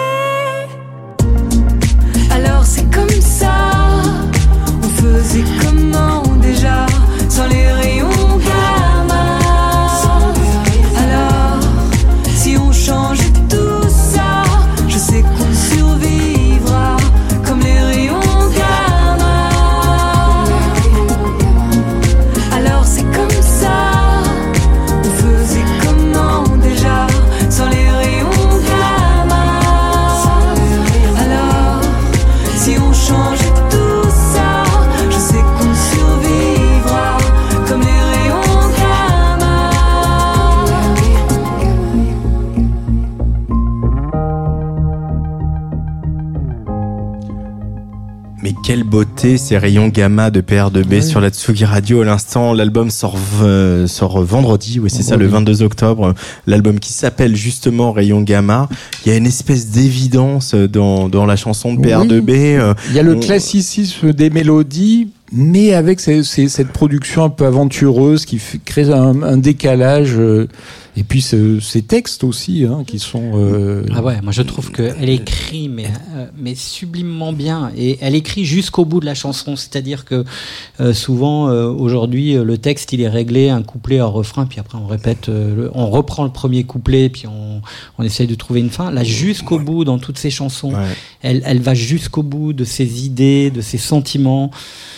Alors c'est comme ça. On faisait comment déjà sans les rayons gamma? Alors si on changeait tout ça, je sais qu'on survivra comme les rayons gamma. Alors c'est comme ça. On faisait comment déjà sans les rayons gamma? Alors si on changeait tout ça, je sais qu'on survivra comme les rayons gamma. Mais quelle beauté ces rayons gamma de PR2B sur la Tsugi Radio à l'instant. L'album sort vendredi, oui c'est ça, le 22 octobre. L'album qui s'appelle justement Rayons Gamma. Il y a une espèce d'évidence dans la chanson de PR2B. Il y a le classicisme des mélodies, mais avec cette production un peu aventureuse qui crée un décalage. Et puis ces textes aussi, hein, qui sont. Ah ouais, moi je trouve qu'elle écrit mais sublimement bien, et elle écrit jusqu'au bout de la chanson. C'est-à-dire que souvent aujourd'hui le texte il est réglé, un couplet, un refrain, puis après on répète, on reprend le premier couplet, puis on essaye de trouver une fin. Là jusqu'au bout dans toutes ses chansons, elle va jusqu'au bout de ses idées, de ses sentiments.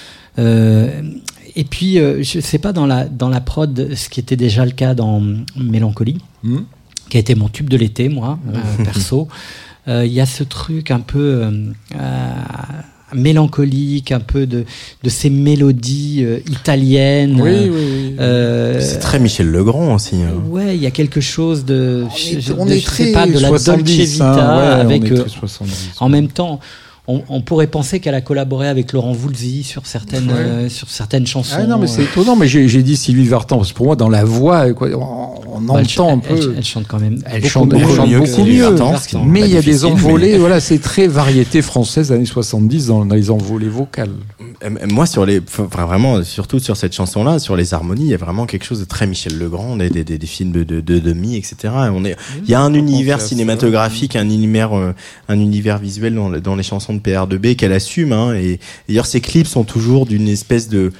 Et puis, je sais pas, dans la prod, ce qui était déjà le cas dans Mélancolie, qui a été mon tube de l'été, moi, perso, il y a ce truc un peu mélancolique, un peu de ces mélodies italiennes. Oui. C'est très Michel Legrand aussi. Ouais, il y a quelque chose de, on est je sais pas, de la Dolce Vita, avec, en même temps, on pourrait penser qu'elle a collaboré avec Laurent Voulzy sur certaines chansons. Ah non, mais c'est étonnant. Mais j'ai dit Sylvie Vartan parce que pour moi, dans la voix, quoi, on entend un peu. Elle chante quand même. Elle chante beaucoup mieux. Mais il y a des envolées. Voilà, c'est très variété française des années 70 dans les envolées vocales. Moi, vraiment, surtout sur cette chanson-là, sur les harmonies, il y a vraiment quelque chose de très Michel Legrand, des films de demi, etc. Il y a un univers cinématographique, un univers visuel dans les chansons de PR2B qu'elle assume, hein, et d'ailleurs ces clips sont toujours d'une espèce de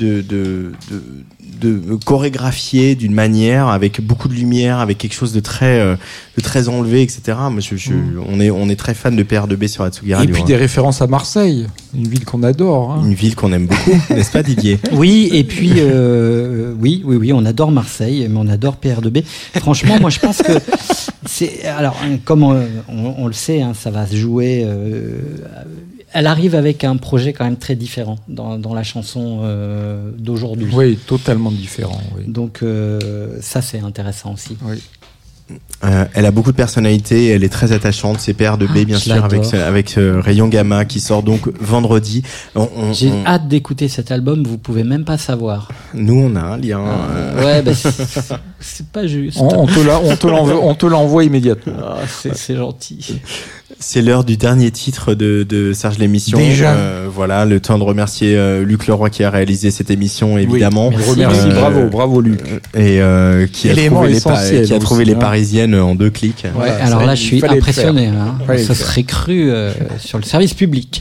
chorégraphié d'une manière avec beaucoup de lumière, avec quelque chose de très enlevé, etc. Moi, on est très fan de PR2B sur Atsugi Radio. Et puis des références à Marseille, une ville qu'on adore. Hein. Une ville qu'on aime beaucoup, n'est-ce pas, Didier? Oui, et puis oui, on adore Marseille, mais on adore PR2B. Franchement, moi je pense que comme on le sait, hein, ça va se jouer. Elle arrive avec un projet quand même très différent dans la chanson d'aujourd'hui. Oui, totalement différent. Oui. Donc ça, c'est intéressant aussi. Oui. Elle a beaucoup de personnalité, elle est très attachante. C'est PR2B, bien sûr, avec Rayon Gamma qui sort donc vendredi. J'ai hâte d'écouter cet album, vous pouvez même pas savoir. Nous, on a un lien. Ouais, c'est pas juste. On te l'envoie immédiatement. C'est gentil. C'est l'heure du dernier titre de Serge l'émission. Déjà. Voilà, le temps de remercier Luc Leroy qui a réalisé cette émission, évidemment. Oui, merci, bravo Luc. Et qui a trouvé les Parisiennes en 2 clics. Ouais, alors là, je suis impressionné. Hein. Ça serait cru sur le service public.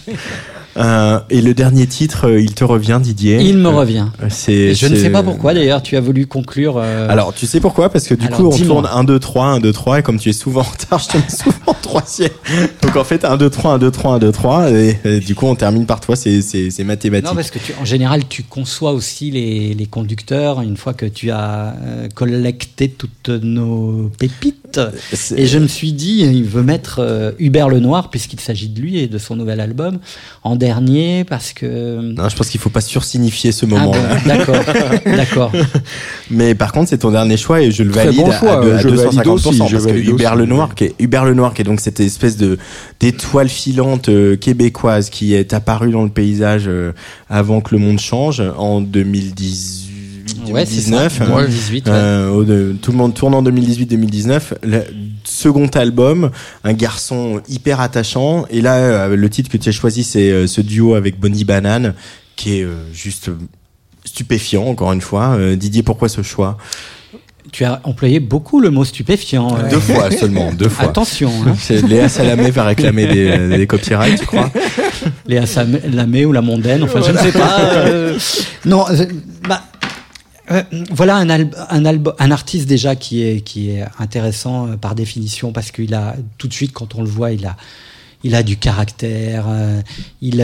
Et le dernier titre, il te revient, Didier. Il me revient. Je ne sais pas pourquoi, d'ailleurs, tu as voulu conclure. Alors, tu sais pourquoi? Parce que du coup, on tourne 1, 2, 3, 1, 2, 3, et comme tu es souvent en retard, je te mets souvent en 3e. Donc, en fait, 1, 2, 3, 1, 2, 3, 1, 2, 3, et du coup, on termine par toi, c'est mathématique. Non, parce que en général, tu conçois aussi les conducteurs une fois que tu as collecté toutes nos pépites. Et je me suis dit, il veut mettre Hubert Lenoir, puisqu'il s'agit de lui et de son nouvel album, en dernier, parce que... Non, je pense qu'il faut pas sursignifier ce moment-là. D'accord. Mais par contre, c'est ton dernier choix et je le valide à 250%. Parce que Hubert Lenoir, qui est donc cette espèce d'étoile filante québécoise qui est apparue dans le paysage avant que le monde change en 2018. 2019, ouais, 2018, tout le monde tourne en 2018-2019. Le second album, un garçon hyper attachant. Et là, le titre que tu as choisi, c'est ce duo avec Bonnie Banane, qui est juste stupéfiant, encore une fois. Didier, pourquoi ce choix? Tu as employé beaucoup le mot stupéfiant. 2 fois seulement, 2 fois. Attention. Hein. Léa Salamé va réclamer des copyrights, tu crois? Léa Salamé ou la mondaine, enfin, je ne sais pas. Non, voilà un artiste déjà qui est intéressant par définition, parce qu'il a tout de suite, quand on le voit, il a du caractère, il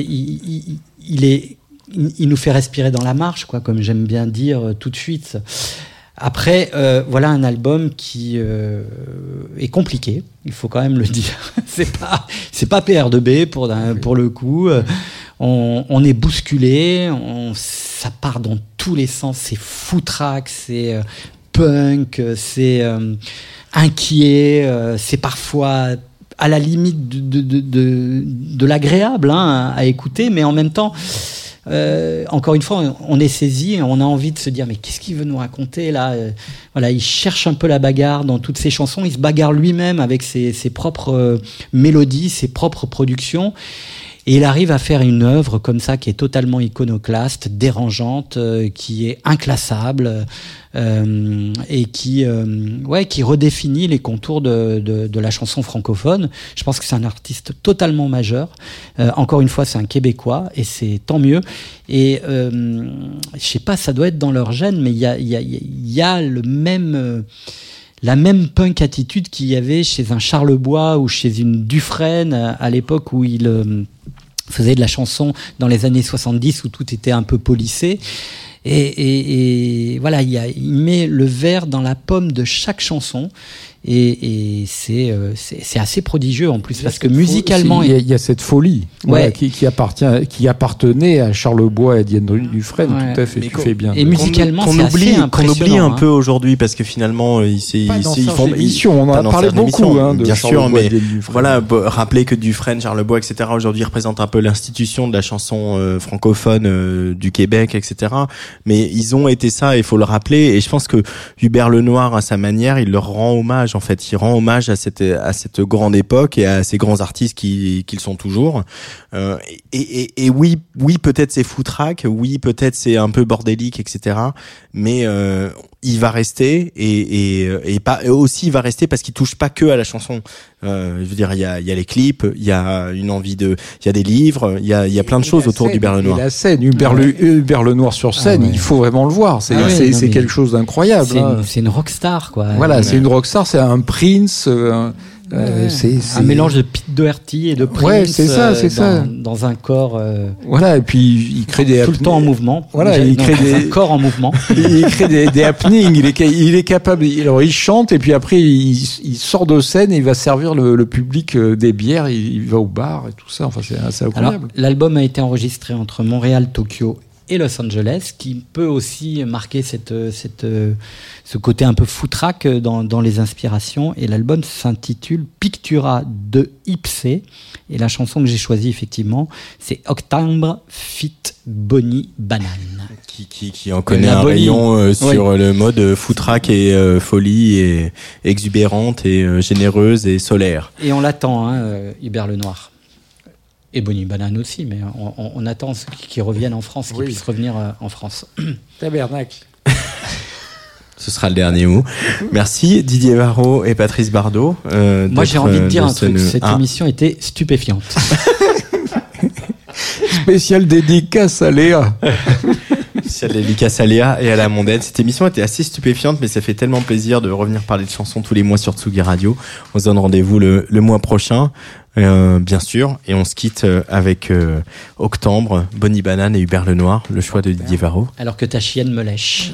nous fait respirer dans la marche, quoi, comme j'aime bien dire tout de suite. Après, voilà un album qui est compliqué, il faut quand même le dire. C'est pas PR2B pour le coup. On est bousculé, ça part dans tous les sens. C'est foutraque, c'est punk, c'est inquiet, c'est parfois à la limite de l'agréable à écouter, mais en même temps. Encore une fois, on est saisi et on a envie de se dire mais qu'est-ce qu'il veut nous raconter là? Voilà, il cherche un peu la bagarre dans toutes ses chansons, il se bagarre lui-même avec ses propres mélodies, ses propres productions. Et il arrive à faire une œuvre comme ça qui est totalement iconoclaste, dérangeante, qui est inclassable et qui redéfinit les contours de la chanson francophone. Je pense que c'est un artiste totalement majeur. Encore une fois, c'est un Québécois et c'est tant mieux. Et je sais pas, ça doit être dans leur gène, mais il y a le même... la même punk attitude qu'il y avait chez un Charlebois ou chez une Dufresne à l'époque où il faisait de la chanson dans les années 70 où tout était un peu polissé. Et voilà, il met le verre dans la pomme de chaque chanson et c'est assez prodigieux en plus parce que musicalement il y a cette folie qui appartenait à Charles Bois et à Diane Dufresne, tout à fait. Tu fais bien. Et musicalement, c'est assez impressionnant. Qu'on oublie un peu aujourd'hui parce que finalement ils font émission. On en a parlé beaucoup de bien Charles sûr, Bois mais et Diane Dufresne. voilà, rappeler que Dufresne, Charles Bois, etc. aujourd'hui représentent un peu l'institution de la chanson francophone du Québec, etc. Mais ils ont été ça, il faut le rappeler. Et je pense que Hubert Lenoir, à sa manière, il leur rend hommage. En fait, il rend hommage à cette grande époque et à ces grands artistes qu'ils sont toujours. Et oui, peut-être c'est foutraque, oui, peut-être c'est un peu bordélique, etc. Mais il va rester et pas aussi il va rester parce qu'il touche pas que à la chanson. Je veux dire, il y a les clips, il y a une envie il y a des livres, il y a plein de choses autour d'Hubert Lenoir. La scène, Hubert Lenoir sur scène, il faut vraiment le voir. C'est quelque chose d'incroyable. C'est une rockstar, quoi. Voilà, c'est une rockstar, c'est un Prince. C'est un mélange de Pete Doherty et de Prince. Ouais, c'est ça. Dans un corps. Voilà, et puis il crée des tout le temps en mouvement. Voilà, il crée un corps en mouvement. Il crée des happenings. Il est capable. Alors il chante et puis après il sort de scène et il va servir le public des bières. Il va au bar et tout ça. Enfin, c'est assez incroyable. Alors, l'album a été enregistré entre Montréal, Tokyo et Los Angeles, qui peut aussi marquer ce côté un peu foutraque dans les inspirations. Et l'album s'intitule Pictura de Ipsé. Et la chanson que j'ai choisie, effectivement, c'est Octobre Fit Bonnie Banane. Qui en connaît un rayon sur le mode foutraque et folie et exubérante et généreuse et solaire. Et on l'attend, Hubert Lenoir. Et Bonnie Banane aussi, mais on attend ceux qui reviennent en France, qui puissent revenir en France. Tabernacle. Ce sera le dernier mot. Merci Didier Varro et Patrice Bardot. Moi j'ai envie de dire un truc, cette émission était stupéfiante. Spécial dédicace à Léa. Spécial dédicace à Léa et à la mondaine. Cette émission était assez stupéfiante, mais ça fait tellement plaisir de revenir parler de chansons tous les mois sur Tsugi Radio. On se donne rendez-vous le mois prochain. Bien sûr, et on se quitte avec Octobre, Bonnie Banane et Hubert Lenoir, le choix de Didier Varro. Alors que ta chienne me lèche.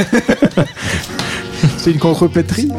C'est une contrepétrie.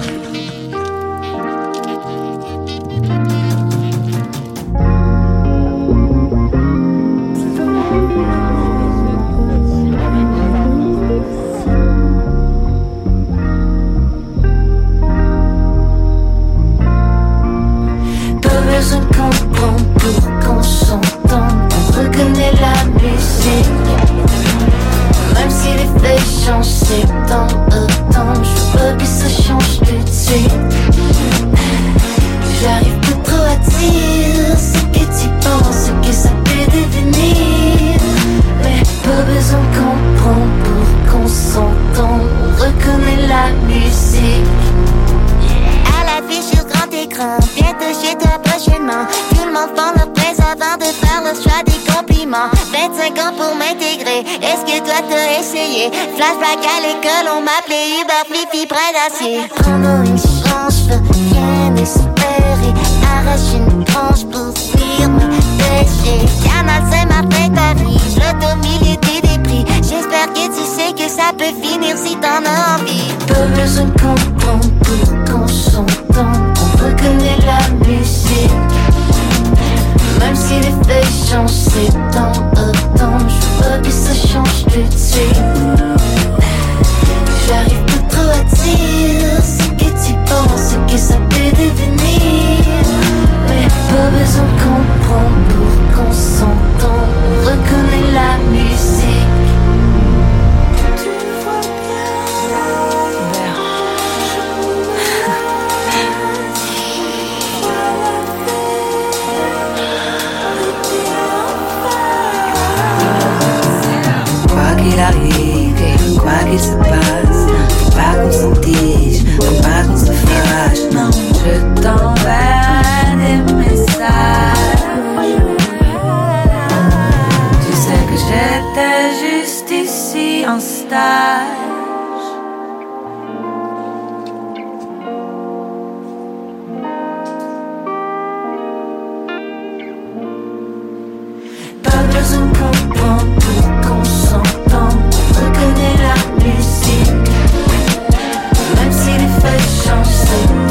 Prends-nous une chance, je veux rien espérer. Arrache une branche pour fuir mes péchés. Canal Saint-Martin, Paris, je le milieu des prix. J'espère que tu sais que ça peut finir si t'en as envie. Pas besoin de comprendre pour qu'on s'entende. On reconnaît la musique. Même si les feuilles changent, c'est temps automne. Je veux pas que ça change tout de suite. J'arrive pas trop à dire ce que tu penses, ce que ça peut devenir. Mais pas besoin de comprendre pour qu'on s'entende. On reconnaît la musique. Tu vois bien. Quoi qu'il arrive, quoi qu'il se passe, pas qu'on s'indige, faut pas qu'on se fâche, non. Je t'enverrai des messages. Tu sais que j'étais juste ici en stage. Pas besoin de comprendre pour qu'on s'entende. On reconnaît la musique. Même si les feuilles changent, c'est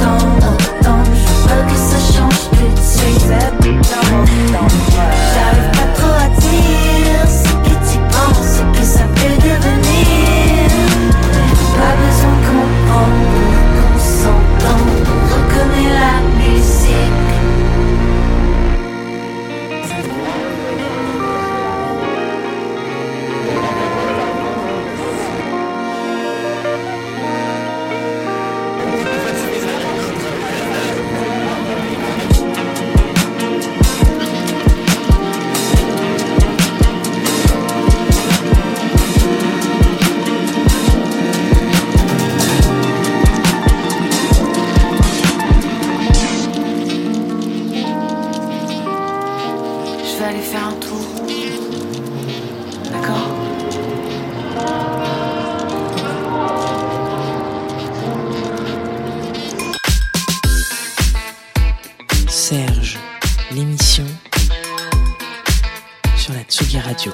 aller faire un tour. D'accord ? Serge, l'émission sur la Tsugi Radio.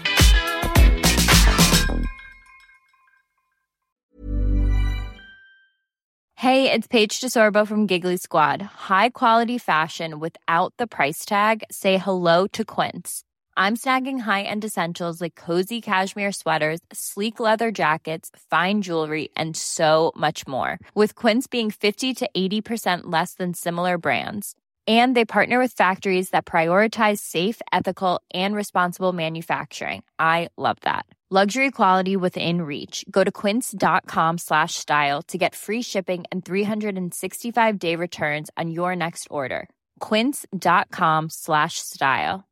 Hey, it's Paige DeSorbo from Giggly Squad. High quality fashion without the price tag. Say hello to Quince. I'm snagging high-end essentials like cozy cashmere sweaters, sleek leather jackets, fine jewelry, and so much more. With Quince being 50 to 80% less than similar brands. And they partner with factories that prioritize safe, ethical, and responsible manufacturing. I love that. Luxury quality within reach. Go to quince.com/style to get free shipping and 365-day returns on your next order. Quince.com/style.